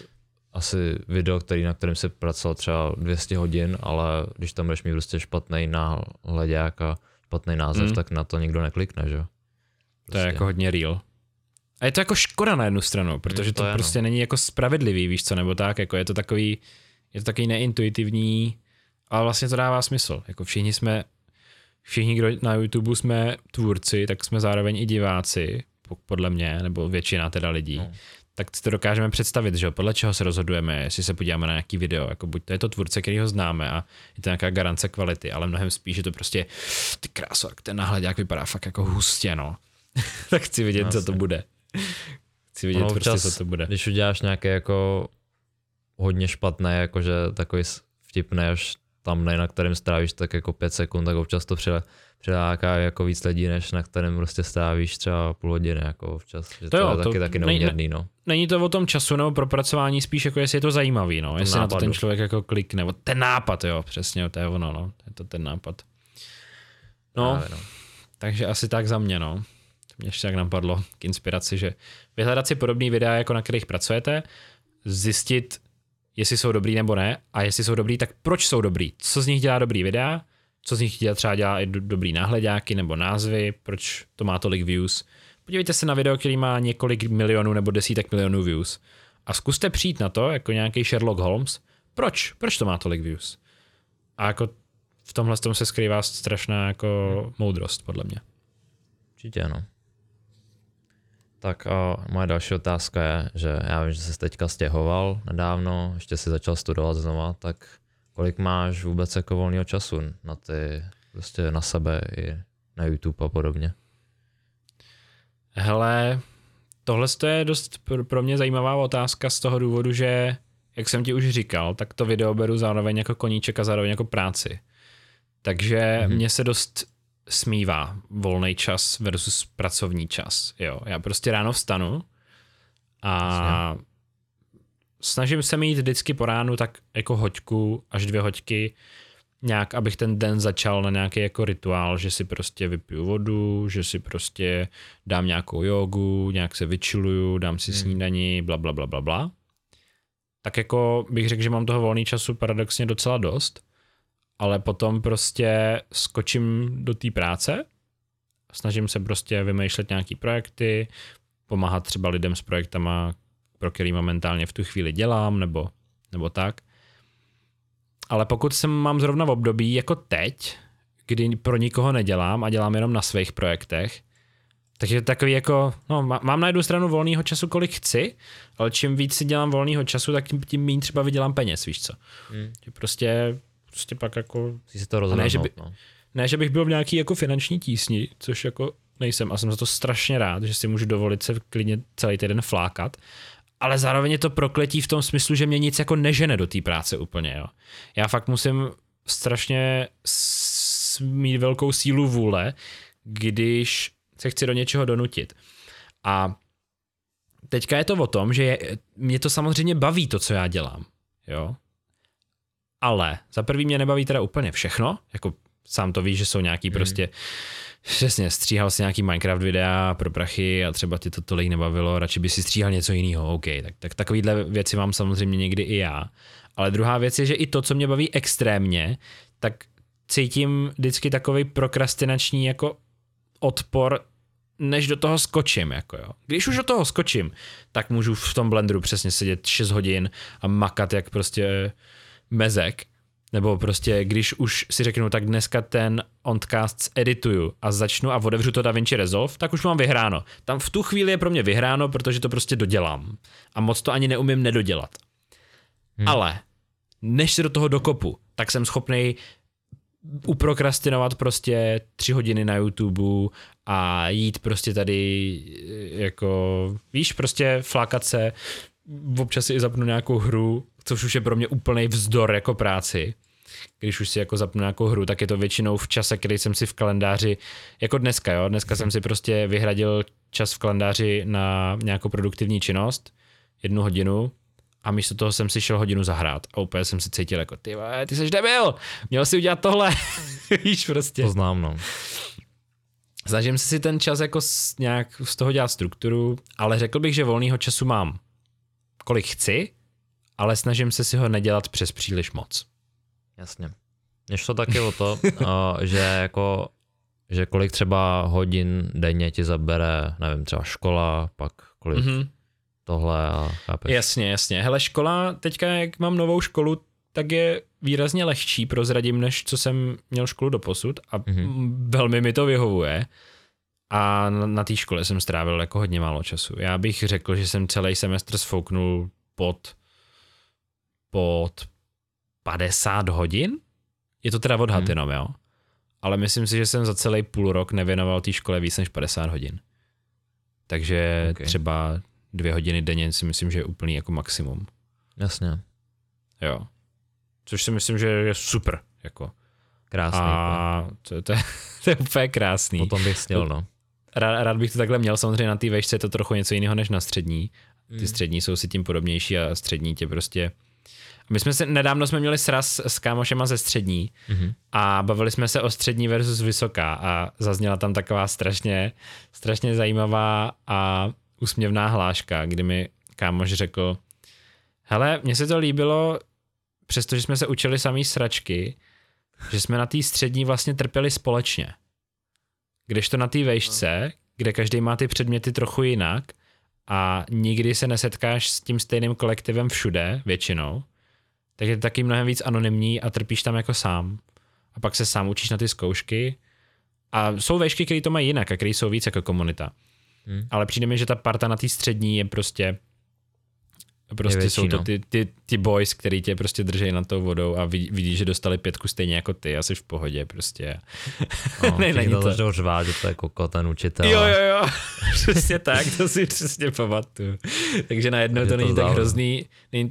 B: asi video, na kterém se pracoval třeba 200 hodin, ale když tam budeš mít prostě špatný náhledák a špatný název, tak na to nikdo neklikne, že? Prostě.
A: To je jako hodně real. A je to jako škoda na jednu stranu, protože to prostě není jako spravedlivý, víš co, nebo tak, jako je to takový neintuitivní, ale vlastně to dává smysl. Jako všichni, kdo na YouTube jsme tvůrci, tak jsme zároveň i diváci, podle mě, nebo většina teda lidí. No. Tak si to dokážeme představit, že podle čeho se rozhodujeme, jestli se podíváme na nějaký video, jako buď to je to tvůrce, který ho známe a je to nějaká garance kvality, ale mnohem spíš je to prostě ty kráso, ten náhledák vypadá fakt jako hustě, no. Tak chci vidět, co to bude. Chci vidět prostě, co to bude.
B: Když uděláš nějaké jako hodně špatné, jakože takový vtipné, až tam na kterém strávíš tak jako 5 sekund, tak občas to přiláká jako víc lidí, než na kterém prostě strávíš třeba půl hodiny, jako občas. Že to je taky neuměrný, no.
A: Není to o tom času nebo propracování, spíš jako jestli je to zajímavý, no. Jestli nápadu. Na to ten člověk jako klikne, nebo ten nápad, jo, přesně, to je ono, no. Je to ten nápad. No, takže asi tak za mě, no. Mě ještě tak napadlo k inspiraci, že vyhledat si podobný videa, jako na kterých pracujete, zjistit, jestli jsou dobrý nebo ne, a jestli jsou dobrý, tak proč jsou dobrý, co z nich dělá dobrý videa, co z nich dělá i dobrý náhledáky nebo názvy, proč to má tolik views. Podívejte se na video, který má několik milionů nebo desítek milionů views a zkuste přijít na to, jako nějaký Sherlock Holmes, proč to má tolik views. A jako v tomhle tom se skrývá strašná jako moudrost, podle mě.
B: Určitě, no. Tak a moje další otázka je, že já vím, že jsi teďka stěhoval nedávno, ještě si začal studovat znova, tak kolik máš vůbec jako volného času na ty, prostě na sebe i na YouTube a podobně?
A: Hele, tohle je dost pro mě zajímavá otázka z toho důvodu, že, jak jsem ti už říkal, tak to video beru zároveň jako koníček a zároveň jako práci. Takže mně se dost smívá volný čas versus pracovní čas. Jo, já prostě ráno vstanu a snažím se mít vždycky po ránu tak jako hoďku až 2 hoďky nějak, abych ten den začal na nějaký jako rituál, že si prostě vypiju vodu, že si prostě dám nějakou jogu, nějak se vyčiluju, dám si snídani, bla, bla, bla, bla, bla. Tak jako bych řekl, že mám toho volný času paradoxně docela dost, ale potom prostě skočím do té práce, snažím se prostě vymýšlet nějaký projekty, pomáhat třeba lidem s projektama, pro který momentálně v tu chvíli dělám, nebo tak. Ale pokud mám zrovna v období jako teď, kdy pro nikoho nedělám a dělám jenom na svých projektech, takže takový jako, no mám na jednu stranu volného času, kolik chci, ale čím víc si dělám volného času, tak tím méně třeba vydělám peněz, víš co. Prostě pak jako...
B: Si to rozhodnout,
A: ne, že bych byl v nějaký jako finanční tísni, což jako nejsem a jsem za to strašně rád, že si můžu dovolit se klidně celý týden flákat, ale zároveň je to prokletí v tom smyslu, že mě nic jako nežene do té práce úplně, jo. Já fakt musím strašně mít velkou sílu vůle, když se chci do něčeho donutit. A teďka je to o tom, že mě to samozřejmě baví to, co já dělám, jo. Ale za prvý mě nebaví teda úplně všechno, jako sám to víš, že jsou nějaký prostě, přesně, stříhal si nějaký Minecraft videa pro prachy a třeba ti to tolik nebavilo, radši by si stříhal něco jiného, OK, tak takovýhle věci mám samozřejmě někdy i já. Ale druhá věc je, že i to, co mě baví extrémně, tak cítím vždycky takovej prokrastinační jako odpor, než do toho skočím, jako jo. Když už do toho skočím, tak můžu v tom Blenderu přesně sedět 6 hodin a makat jak prostě mezek, nebo prostě když už si řeknu, tak dneska ten Ondcast edituju a začnu a otevřu to DaVinci Resolve, tak už mám vyhráno. Tam v tu chvíli je pro mě vyhráno, protože to prostě dodělám. A moc to ani neumím nedodělat. Ale než se do toho dokopu, tak jsem schopnej uprokrastinovat prostě 3 hodiny na YouTube a jít prostě tady jako, víš, prostě flákat se, občas si i zapnu nějakou hru, což už je pro mě úplnej vzdor jako práci. Když už si jako zapnu nějakou hru, tak je to většinou v čase, který jsem si v kalendáři, jako dneska, jo, dneska jsem si prostě vyhradil čas v kalendáři na nějakou produktivní činnost, 1 hodinu, a místo toho jsem si šel hodinu zahrát a úplně jsem si cítil jako, ty seš debil, měl si udělat tohle, víš prostě.
B: To znám, no.
A: Snažím si ten čas jako nějak z toho dělat strukturu, ale řekl bych, že volného času mám kolik chci, ale snažím se si ho nedělat přes příliš moc.
B: Jasně. Mně šlo taky o to, že kolik třeba hodin denně ti zabere, nevím, třeba škola, pak kolik tohle a chápeš.
A: Jasně. Hele, škola, teďka jak mám novou školu, tak je výrazně lehčí, prozradím, než co jsem měl školu doposud a velmi mi to vyhovuje. A na té škole jsem strávil jako hodně málo času. Já bych řekl, že jsem celý semestr sfouknul pod 50 hodin. Je to teda odhad jenom, jo? Ale myslím si, že jsem za celý půl rok nevěnoval té škole víc než 50 hodin. Takže třeba 2 hodiny denně si myslím, že je úplný jako maximum.
B: Jasně.
A: Jo. Což si myslím, že je super. Jako.
B: Krásný.
A: A to je úplně krásný.
B: Potom bych sněl, no.
A: Rád bych to takhle měl, samozřejmě na té vejšce je to trochu něco jiného než na střední. Ty střední jsou si tím podobnější a střední tě prostě... Nedávno jsme měli sraz s kámošema ze střední a bavili jsme se o střední versus vysoká a zazněla tam taková strašně zajímavá a úsměvná hláška, kdy mi kámoš řekl, hele, mně se to líbilo, přestože jsme se učili samý sračky, že jsme na té střední vlastně trpěli společně. Kdežto na té vejšce, kde každý má ty předměty trochu jinak a nikdy se nesetkáš s tím stejným kolektivem všude, většinou, tak je to taky mnohem víc anonymní a trpíš tam jako sám. A pak se sám učíš na ty zkoušky a jsou vejšky, které to mají jinak a které jsou víc jako komunita. Ale přijde mi, že ta parta na té střední je prostě větší, jsou to ty boys, který tě prostě drží nad tou vodou a vidíš, že dostali 5 stejně jako ty a jsi v pohodě prostě.
B: No, není to začnou řvát, že to je koko ten učitel.
A: Jo, přesně tak, to si přesně pamatuju. Takže najednou to není tak hrozný,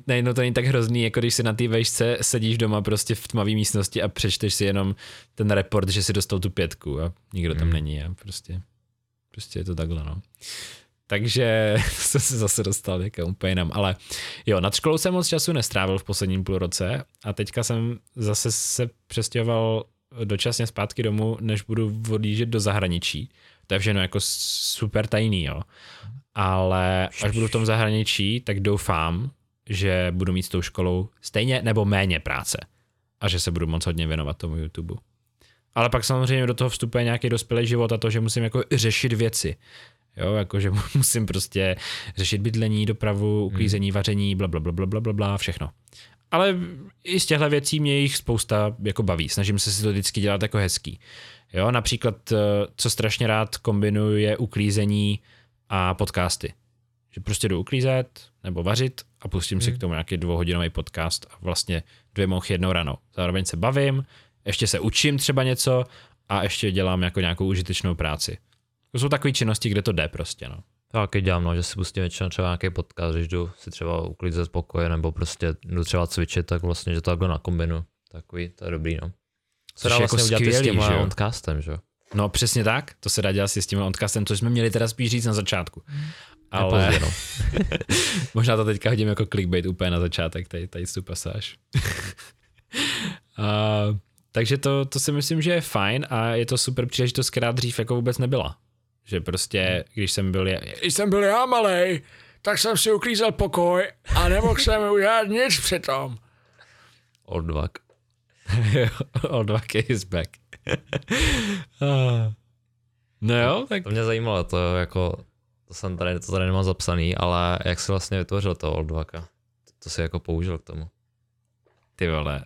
A: jako když si na té vejšce sedíš doma prostě v tmavé místnosti a přečteš si jenom ten report, že si dostal tu 5 a nikdo tam není a prostě je to takhle, no. Takže jsem se zase dostal někam úplně jinam, ale jo, nad školou jsem moc času nestrávil v posledním půlroce a teďka jsem zase se přestěhoval dočasně zpátky domů, než budu odjíždět do zahraničí. To je všechno jako super tajný, jo. Ale až budu v tom zahraničí, tak doufám, že budu mít s tou školou stejně nebo méně práce a že se budu moc hodně věnovat tomu YouTube. Ale pak samozřejmě do toho vstupuje nějaký dospělý život a to, že musím jako řešit věci. Jo, jakože musím prostě řešit bydlení, dopravu, uklízení, vaření, blablabla, všechno. Ale i z těchto věcí mě jich spousta jako baví. Snažím se si to vždycky dělat jako hezký. Jo, například, co strašně rád kombinuju, je uklízení a podcasty. Že prostě jdu uklízet nebo vařit a pustím si k tomu nějaký 2hodinový podcast a vlastně 2 mouchy jednou ranou. Zároveň se bavím, ještě se učím třeba něco a ještě dělám jako nějakou užitečnou práci. To jsou takové činnosti, kde to jde prostě, no.
B: Taky dělám, no, že si pustím většinou třeba nějaký podcast, když jdu si třeba uklízet pokoje nebo prostě jdu třeba cvičit, tak vlastně, že to takhle nakombinu. Takový, to je dobrý, no. Co dá vlastně udělat s tím podcastem, že jo?
A: No přesně tak, to se dá dělat s tím podcastem, což jsme měli teda spíš říct na začátku. Ale pozdě, no. Možná to teďka hodím jako clickbait úplně na začátek, tady tu pasáž. Takže to si myslím, že je fajn a je to super příležitost, která dřív jako vůbec nebyla. Že prostě, když jsem byl já malej, tak jsem si uklízel pokoj a nemohl jsem udělat nic přitom.
B: Oldvak.
A: Oldvak is back. No jo, tak.
B: To mě zajímalo, to tady nemám zapsaný, ale jak jsi vlastně vytvořil toho Oldvaka? To si jako použil k tomu.
A: Ty vole.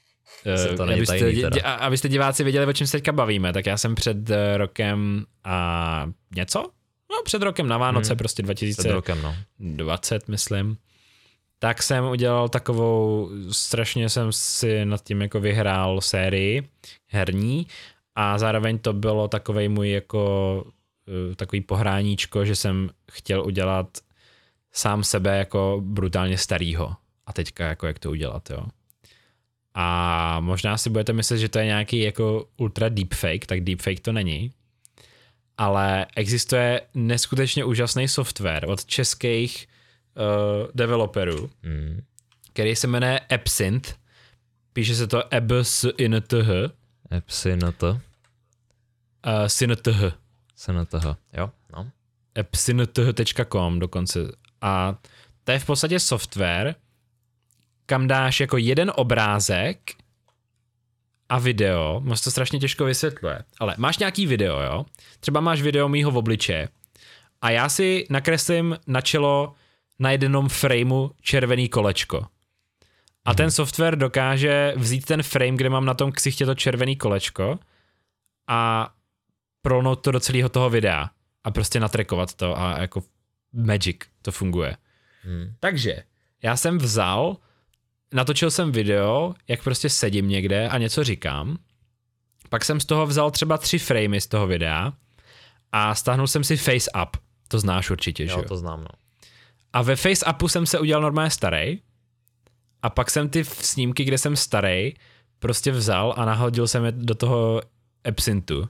A: Abyste diváci věděli, o čem se teďka bavíme, tak já jsem před rokem a něco? No před rokem na Vánoce, prostě 2020, myslím. Tak jsem udělal takovou, strašně jsem si nad tím jako vyhrál sérii herní a zároveň to bylo takovej můj jako takový pohráníčko, že jsem chtěl udělat sám sebe jako brutálně starýho. A teďka jako jak to udělat, jo. A možná si budete myslet, že to je nějaký jako ultra deepfake, tak deepfake to není. Ale existuje neskutečně úžasný software od českých developerů, který se jmenuje Absinthe. Píše se to Absinthe.
B: Absinthe. Absinthe, jo, no.
A: Absinthe.com dokonce. A to je v podstatě software, kam dáš jako jeden obrázek a video, moc to strašně těžko vysvětluje, ale máš nějaký video, jo? Třeba máš video mýho v obličeje a já si nakreslím na čelo na jednom frameu červený kolečko. A ten software dokáže vzít ten frame, kde mám na tom ksichtě to červený kolečko a prolnout to do celého toho videa a prostě natrackovat to a jako magic to funguje. Takže já jsem natočil jsem video, jak prostě sedím někde a něco říkám, pak jsem z toho vzal třeba 3 framey z toho videa a stáhnul jsem si face up, to znáš určitě, že jo?
B: To znám, no.
A: A ve face upu jsem se udělal normálně starý a pak jsem ty snímky, kde jsem starý, prostě vzal a nahodil jsem je do toho absinthu.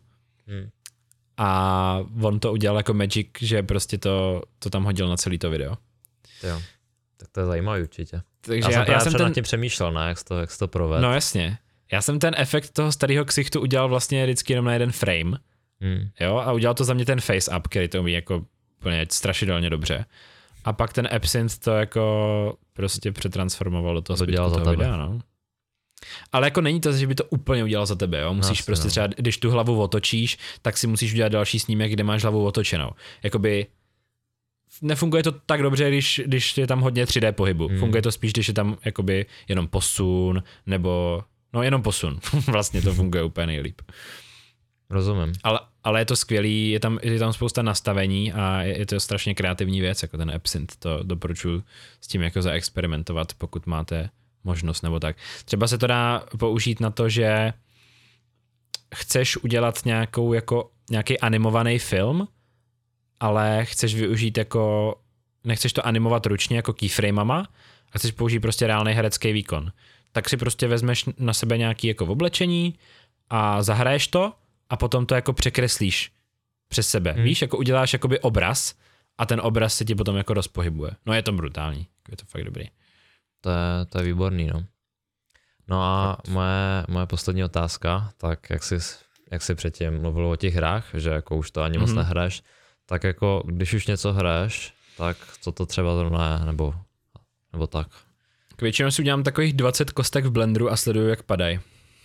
A: A on to udělal jako magic, že prostě to tam hodil na celý to video.
B: Jo, tak to je zajímavý určitě. Takže já jsem nad tím přemýšlel, ne? Jak jsi to provedl.
A: No jasně. Já jsem ten efekt toho starého ksichtu udělal vlastně vždycky jenom na jeden frame. Jo, a udělal to za mě ten face up, který to umí jako úplně strašidelně dobře. A pak ten absinthe to jako prostě přetransformoval do toho zbytku toho videa, no. Ale jako není to, že by to úplně udělal za tebe, jo? Musíš prostě třeba, když tu hlavu otočíš, tak si musíš udělat další snímek, kde máš hlavu otočenou. Jakoby nefunguje to tak dobře, když je tam hodně 3D pohybu. Funguje to spíš, když je tam jakoby jenom posun, nebo jenom posun. Vlastně to funguje úplně nejlíp.
B: Rozumím.
A: Ale je to skvělý, je tam spousta nastavení a je to strašně kreativní věc, jako ten absinthe. To doporučuji s tím jako zaexperimentovat, pokud máte možnost nebo tak. Třeba se to dá použít na to, že chceš udělat nějaký animovaný film, ale chceš využít nechceš to animovat ručně jako keyframama a chceš použít prostě reálný herecký výkon. Tak si prostě vezmeš na sebe nějaký jako oblečení a zahraješ to a potom to jako překreslíš přes sebe. Víš, jako uděláš jakoby obraz a ten obraz se ti potom jako rozpohybuje. No je to brutální, je to fakt dobrý.
B: To je výborný, no. No a moje poslední otázka, tak jak jsi předtím mluvil o těch hrách, že jako už to ani moc nehraješ, tak jako když už něco hraješ, tak co to třeba zrovna je, nebo tak?
A: K většinou si udělám takových 20 kostek v blenderu a sleduju, jak padají.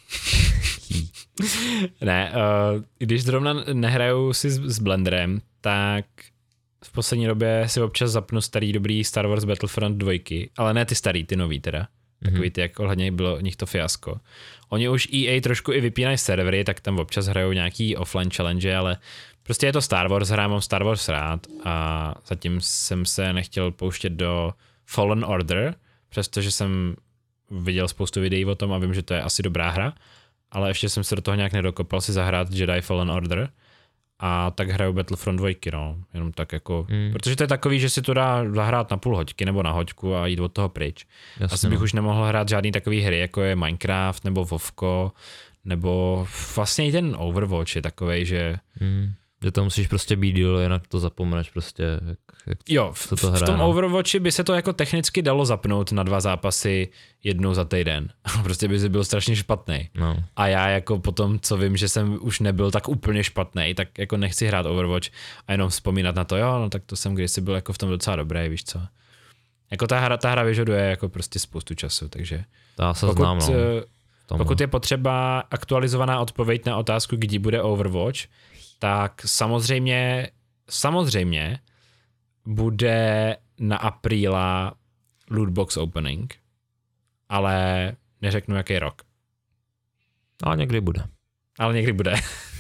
A: Ne, když zrovna nehraju si s blenderem, tak v poslední době si občas zapnu starý dobrý Star Wars Battlefront 2, ale ne ty starý, ty nový teda. Takový ty, jak ohledně bylo nich to fiasko. Oni už EA trošku i vypínají servery, tak tam občas hrajou nějaký offline challenge, ale prostě je to Star Wars, mám Star Wars rád a zatím jsem se nechtěl pouštět do Fallen Order, přestože jsem viděl spoustu videí o tom a vím, že to je asi dobrá hra, ale ještě jsem se do toho nějak nedokopal si zahrát Jedi Fallen Order a tak hraju Battlefront 2, no, jenom tak jako, protože to je takový, že si to dá zahrát na půl hoďky nebo na hoďku a jít od toho pryč. Jasně, asi bych už nemohl hrát žádný takový hry, jako je Minecraft nebo WoWko, nebo vlastně i ten Overwatch je takovej, že...
B: Že to musíš prostě být díl, jinak to zapomeneš prostě, jak
A: jo, v tom Overwatchi by se to jako technicky dalo zapnout na 2 zápasy jednou za týden. Prostě by si byl strašně špatný.
B: No.
A: A já jako potom, co vím, že jsem už nebyl tak úplně špatný, tak jako nechci hrát Overwatch a jenom vzpomínat na to, jo, no tak to jsem kdysi byl jako v tom docela dobrý, víš co. Jako ta hra vyžaduje jako prostě spoustu času, takže pokud je potřeba aktualizovaná odpověď na otázku, kdy bude Overwatch, tak samozřejmě bude na apríla lootbox opening, ale neřeknu, jaký rok.
B: Ale někdy bude.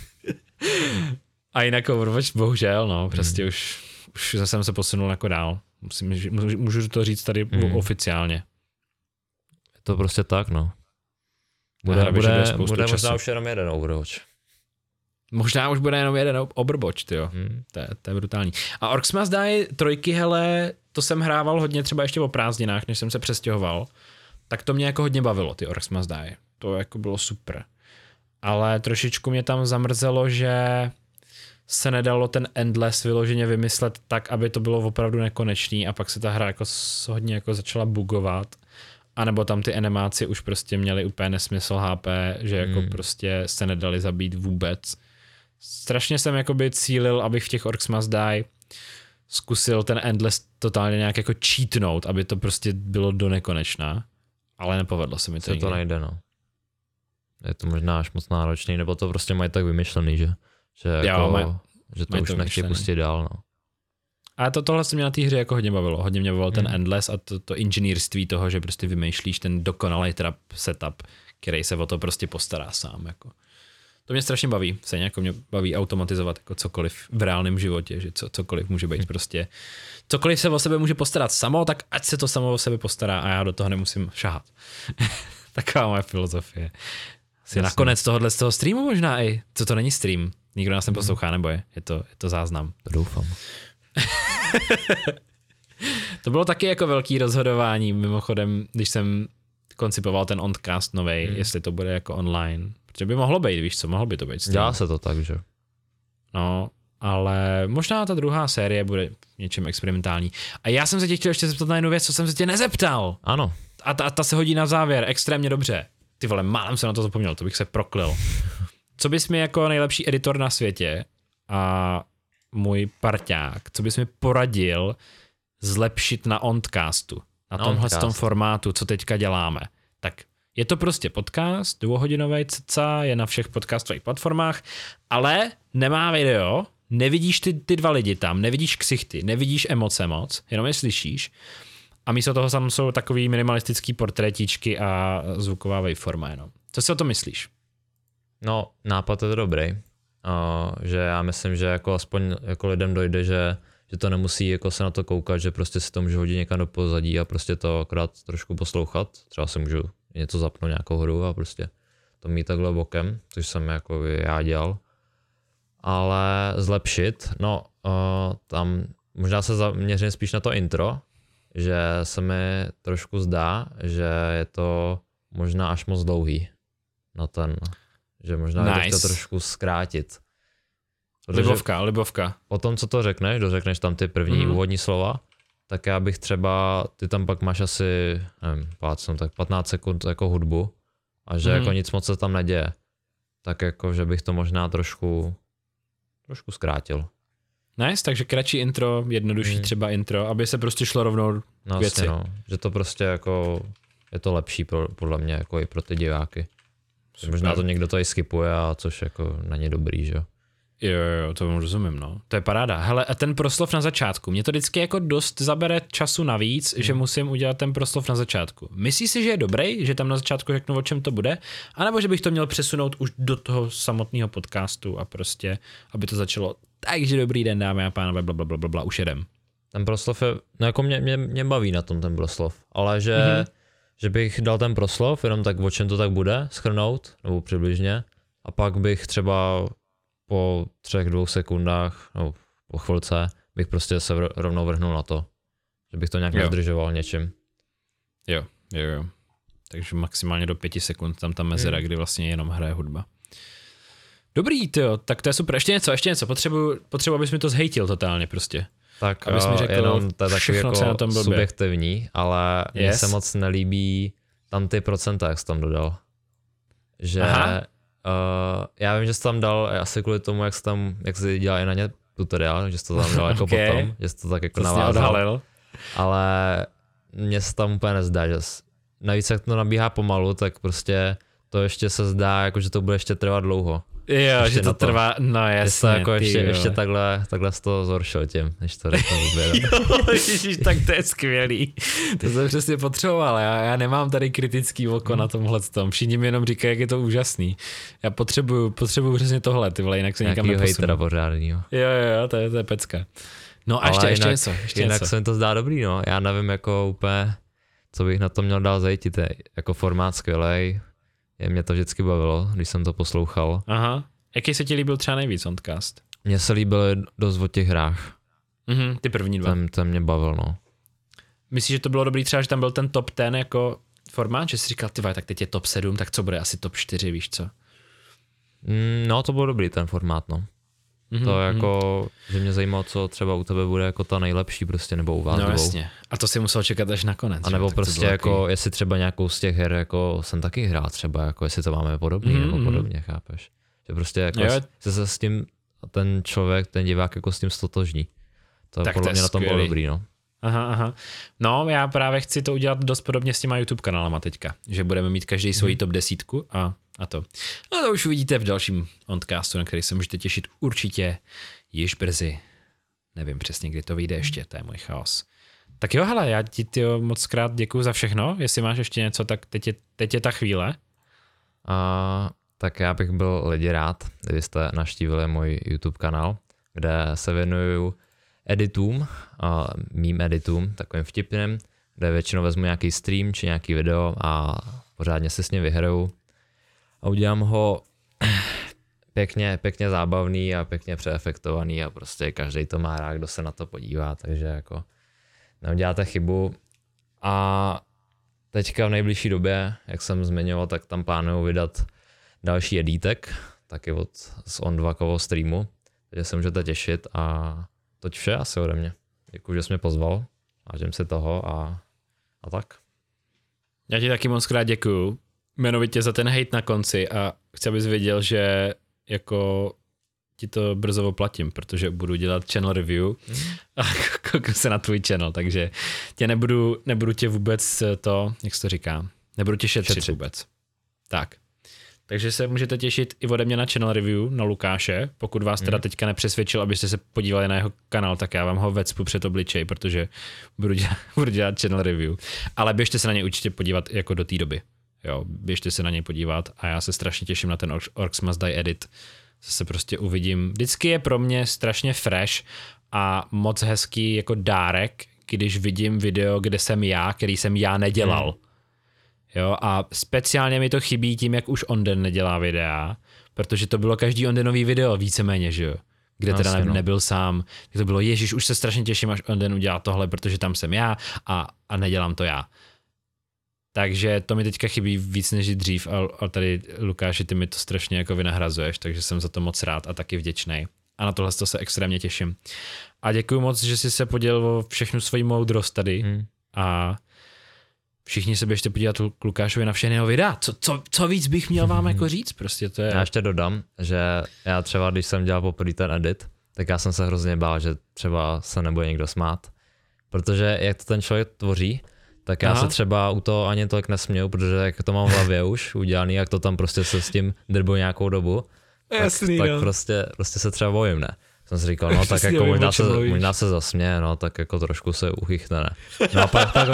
B: A
A: jinak Overwatch, bohužel, no, prostě už jsem se posunul jako dál. Můžu to říct tady oficiálně.
B: Je to prostě tak, no. Bude možná už jenom jeden Overwatch.
A: Možná už bude jenom jeden Overwatch, tyjo. To je brutální. A Orcs Must Die 3, hele, to jsem hrával hodně třeba ještě o prázdninách, než jsem se přestěhoval. Tak to mě jako hodně bavilo, ty Orcs Must Die. To jako bylo super. Ale trošičku mě tam zamrzelo, že se nedalo ten endless vyloženě vymyslet tak, aby to bylo opravdu nekonečný a pak se ta hra jako hodně jako začala bugovat. A nebo tam ty animáci už prostě měly úplně nesmysl HP, že jako prostě se nedali zabít vůbec. Strašně jsem jakoby cílil, abych v těch Orcs Must Die zkusil ten endless totálně nějak jako cheatnout, aby to prostě bylo do nekonečna. Ale nepovedlo se mi to nikdy.
B: To nejde, no. Je to možná až moc náročný, nebo to prostě mají tak vymyšlený, že že to už nechtějí pustit dál, no.
A: A tohle se mě na té hře jako hodně bavilo. Hodně mě bavil ten Endless a to inženýrství toho, že prostě vymýšlíš ten dokonalý trap setup, který se o to prostě postará sám. Jako. To mě strašně baví. Stejně jako mě baví automatizovat jako cokoliv v reálném životě, že cokoliv může být prostě. Cokoliv se o sebe může postarat samo, tak ať se to samo o sebe postará a já do toho nemusím šahat. Taková moje filozofie. Nakonec tohohle z toho streamu možná i. Co to není stream? Nikdo nás neposlouchá, nebo je to záznam.
B: Doufám.
A: To bylo taky jako velký rozhodování, mimochodem, když jsem koncipoval ten Ondcast novej, jestli to bude jako online. Protože by mohlo být, víš co, mohlo by to být stream.
B: Dělá se to tak, že?
A: No, ale možná ta druhá série bude něčem experimentální. A já jsem se tě chtěl ještě zeptat na jednu věc, co jsem se tě nezeptal.
B: Ano.
A: A ta se hodí na závěr, extrémně dobře. Ty vole, málem jsem na to zapomněl, to bych se proklil. Co bys mi jako nejlepší editor na světě a můj parťák, co bys mi poradil zlepšit na Ondcastu, na tomhle tom formátu, co teďka děláme. Tak je to prostě podcast, 2hodinový cca, je na všech podcastových platformách, ale nemá video, nevidíš ty dva lidi tam, nevidíš ksichty, nevidíš emoce moc, jenom je slyšíš. A místo toho tam jsou takový minimalistický portrétičky a zvuková waveforma jenom. Co si o to myslíš?
B: No, nápad je dobrý. Že já myslím, že jako aspoň jako lidem dojde, že to nemusí jako se na to koukat, že prostě si to můžu hodit někam do pozadí a prostě to akorát trošku poslouchat. Třeba si můžu něco zapnout, nějakou hru a prostě to mít takhle bokem, což jsem jako já dělal. Ale zlepšit, no tam možná se zaměřím spíš na to intro, že se mi trošku zdá, že je to možná až moc dlouhý na ten, že možná bych to trošku zkrátit.
A: Libovka.
B: Po tom, co to řekneš tam ty první úvodní slova, tak já bych třeba, ty tam pak máš asi, nevím, tak 15 sekund jako hudbu a že jako nic moc se tam neděje. Tak jako, že bych to možná trošku zkrátil.
A: Nice, takže kratší intro, jednodušší třeba intro, aby se prostě šlo rovnou k věci.
B: No, že to prostě jako, je to lepší podle mě jako i pro ty diváky. Možná to někdo tady skipuje, a což jako není dobrý, že jo.
A: Jo, to rozumím, no. To je paráda. Hele, a ten proslov na začátku, mě to vždycky jako dost zabere času navíc, že musím udělat ten proslov na začátku. Myslíš si, že je dobrý, že tam na začátku řeknu, o čem to bude? A nebo že bych to měl přesunout už do toho samotného podcastu a prostě, aby to začalo, takže dobrý den, dámy a pánové, blablabla, už jedem.
B: Ten proslov je, no jako mě baví na tom ten proslov, ale že bych dal ten proslov, jenom tak o čem to tak bude, shrnout, nebo přibližně, a pak bych třeba po 3-2 sekundách, no po chvilce, bych prostě se rovnou vrhnul na to. Že bych to nějak nezdržoval něčím.
A: Jo. Takže maximálně do 5 sekund tam ta mezera, kdy vlastně jenom hraje hudba. Dobrý, tyjo, tak to je super. Ještě něco. Potřebuji, abys mi to zhejtil totálně prostě.
B: Tak abys mi řekl, jenom to je takový jako subjektivní, ale mně se moc nelíbí tam ty procenta, jak jsi tam dodal. Že já vím, že jsi tam dal asi kvůli tomu, jak jsi dělal i na ně tutoriál, že jsi to tam dal jako potom, že jsi to tak jako navázal. Ale mně se tam úplně nezdá, že navíc jak to nabíhá pomalu, tak prostě to ještě se zdá, jako že to bude ještě trvat dlouho.
A: Jo, ještě že to trvá, no jasně.
B: Jako ještě takhle jsi to zhoršil tím, než to řeknu vůbec.
A: Ježiš, tak to je skvělý. To jsem přesně potřeboval, já nemám tady kritický oko na tomhletom. Všichni mi jenom říkají, jak je to úžasný. Já potřebuju přesně tohle, ty vole, jinak se někam neposunu.
B: Hejtera pořádnýho.
A: Jo, to je pecka. No a ještě něco.
B: Jinak se mi to zdá dobrý, no. Já nevím jako úplně, co bych na to měl dál zajít, jako formát skvělej. Mě to vždycky bavilo, když jsem to poslouchal.
A: Aha. Jaký se ti líbil třeba nejvíc Ondcast?
B: Mně se líbily dost o těch hrách.
A: Ty první dva.
B: Ten mě bavil, no.
A: Myslíš, že to bylo dobrý třeba, že tam byl ten top 10 jako formát, že jsi říkal, tyva, tak teď je top 7, tak co bude asi top 4, víš co?
B: No, to byl dobrý ten formát, no. To jako, že mě zajímalo, co třeba u tebe bude jako ta nejlepší prostě, nebo u vás
A: dvou. No jasně, a to si musel čekat až nakonec.
B: A nebo že? Prostě jako, jestli třeba nějakou z těch her jako jsem taky hrál třeba, jako jestli to máme podobný, nebo podobně, chápeš? Že prostě jako se s tím ten člověk, ten divák jako s tím stotožní. To podle mě na tom bylo dobrý, no.
A: Aha. No, já právě chci to udělat dost podobně s těma YouTube kanálama teďka, že budeme mít každý svoji top 10 a to. No to už uvidíte v dalším podcastu, na který se můžete těšit určitě již brzy. Nevím přesně, kdy to vyjde ještě, to je můj chaos. Tak jo, hele, já ti moc krát děkuju za všechno, jestli máš ještě něco, tak teď je ta chvíle.
B: Tak já bych byl lidi rád, kdybyste navštívili můj YouTube kanál, kde se věnuju editům, mým editům, takovým vtipným, kde většinou vezmu nějaký stream či nějaký video a pořádně si s ním vyhraju a udělám ho pěkně zábavný a pěkně přeefektovaný a prostě každý to má rád, kdo se na to podívá, takže jako neuděláte chybu. A teďka v nejbližší době, jak jsem zmiňoval, tak tam plánuju vydat další edítek, taky z On2kovo streamu, takže se můžete těšit a toť vše asi ode mě. Děkuji, že jsi mě pozval, vážím si toho a tak.
A: Já ti taky moc krát děkuju, jmenovitě za ten hate na konci a chci, abys věděl, že jako ti to brzo oplatím, protože budu dělat channel review a koukám se na tvůj channel, takže tě nebudu tě vůbec to, jak se to říká, nebudu tě šetřit vůbec. Tak. Takže se můžete těšit i ode mě na channel review na Lukáše, pokud vás teda teďka nepřesvědčil, abyste se podívali na jeho kanál, tak já vám ho vecpu před obličej, protože budu dělat channel review. Ale běžte se na něj určitě podívat jako do té doby. Jo, běžte se na něj podívat a já se strašně těším na ten Orcs Must Die edit. Zase prostě uvidím. Vždycky je pro mě strašně fresh a moc hezký jako dárek, když vidím video, kde jsem já, který jsem já nedělal. Jo, a speciálně mi to chybí tím, jak už Onden nedělá videa, protože to bylo každý Ondenový video víceméně, že jo, kde teda nebyl sám. To bylo, ježiš, už se strašně těším, až Onden udělá tohle, protože tam jsem já a nedělám to já. Takže to mi teďka chybí víc než dřív a tady, Lukáši, ty mi to strašně jako vynahrazuješ, takže jsem za to moc rád a taky vděčnej. A na tohle se extrémně těším. A děkuji moc, že jsi se podělil o všechnu svoji moudrost tady a všichni se běžte podívat k Lukášovi na všechny jeho videa. Co víc bych měl vám jako říct? Prostě to je...
B: Já ještě dodám, že já třeba, když jsem dělal poprvé ten edit, tak já jsem se hrozně bál, že třeba se nebude někdo smát. Protože jak to ten člověk tvoří, tak já se třeba u toho ani tolik nesměju, protože jak to mám v hlavě už udělaný, jak to tam prostě se s tím drbu nějakou dobu, tak prostě se třeba bojím, ne? Jsem si říkal, no tak jako možná se zasměje, no tak jako trošku se uchychne, ne? No a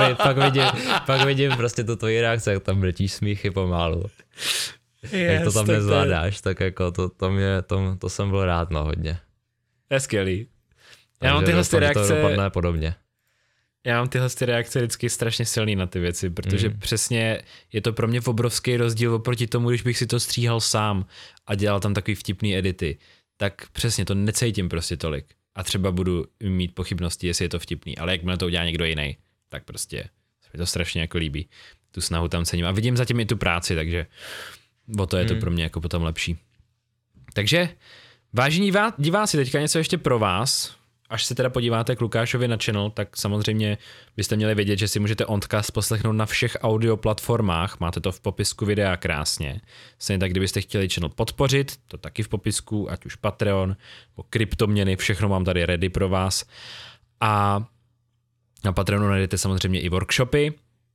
B: pak vidím prostě tu tvoji reakce, jak tam brečíš smíchy pomalu. Jak to tam nezvládáš, tak jako to jsem byl rád, no hodně.
A: Je skvělý.
B: Já mám tyhle reakce... To dopadne podobně.
A: Já mám tyhle reakce vždycky strašně silný na ty věci, protože přesně je to pro mě obrovský rozdíl oproti tomu, když bych si to stříhal sám a dělal tam takový vtipný edity. Tak přesně to necítím prostě tolik. A třeba budu mít pochybnosti, jestli je to vtipný, ale jakmile to udělá někdo jiný, tak prostě mi to strašně jako líbí. Tu snahu tam cením a vidím zatím i tu práci, takže o to je to pro mě jako potom lepší. Takže vážení diváci, teďka něco ještě pro vás. Až se teda podíváte k Lukášovi na channel, tak samozřejmě byste měli vědět, že si můžete Ondcast poslechnout na všech audio platformách, máte to v popisku videa krásně. Stejně tak, kdybyste chtěli channel podpořit, to taky v popisku, ať už Patreon, nebo kryptoměny, všechno mám tady ready pro vás. A na Patreonu najdete samozřejmě i workshopy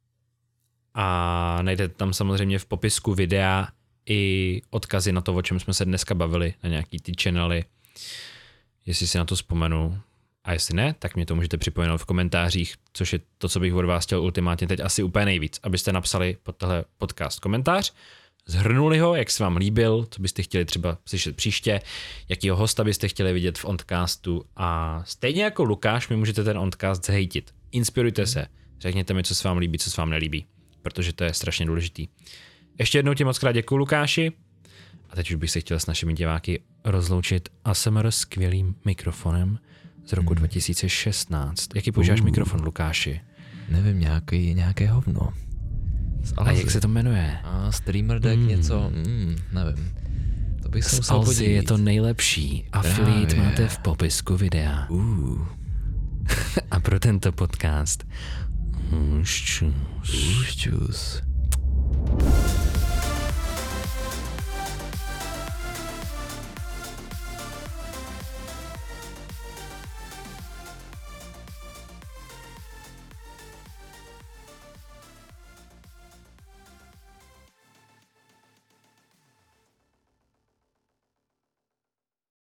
A: a najdete tam samozřejmě v popisku videa i odkazy na to, o čem jsme se dneska bavili, na nějaký ty channely. Jestli si na to vzpomenu a jestli ne, tak mě to můžete připomenout v komentářích, což je to, co bych od vás chtěl ultimátně teď asi úplně nejvíc, abyste napsali pod tohle podcast komentář, zhrnuli ho, jak se vám líbil, co byste chtěli třeba slyšet příště, jakýho hosta byste chtěli vidět v Ondcastu a stejně jako Lukáš mi můžete ten Ondcast zhejtit. Inspirujte se, řekněte mi, co se vám líbí, co se vám nelíbí, protože to je strašně důležitý. Ještě jednou ti moc krát děkuju, Lukáši. A teď už bych se chtěl s našimi diváky rozloučit ASMR skvělým mikrofonem z roku 2016. Jaký používáš mikrofon, Lukáši?
B: Nevím, nějaké hovno.
A: A jak se to jmenuje?
B: Streamer Deck něco, nevím. To bych se musel podívat.
A: Je to nejlepší. Affiliate máte v popisku videa. A pro tento podcast už čus.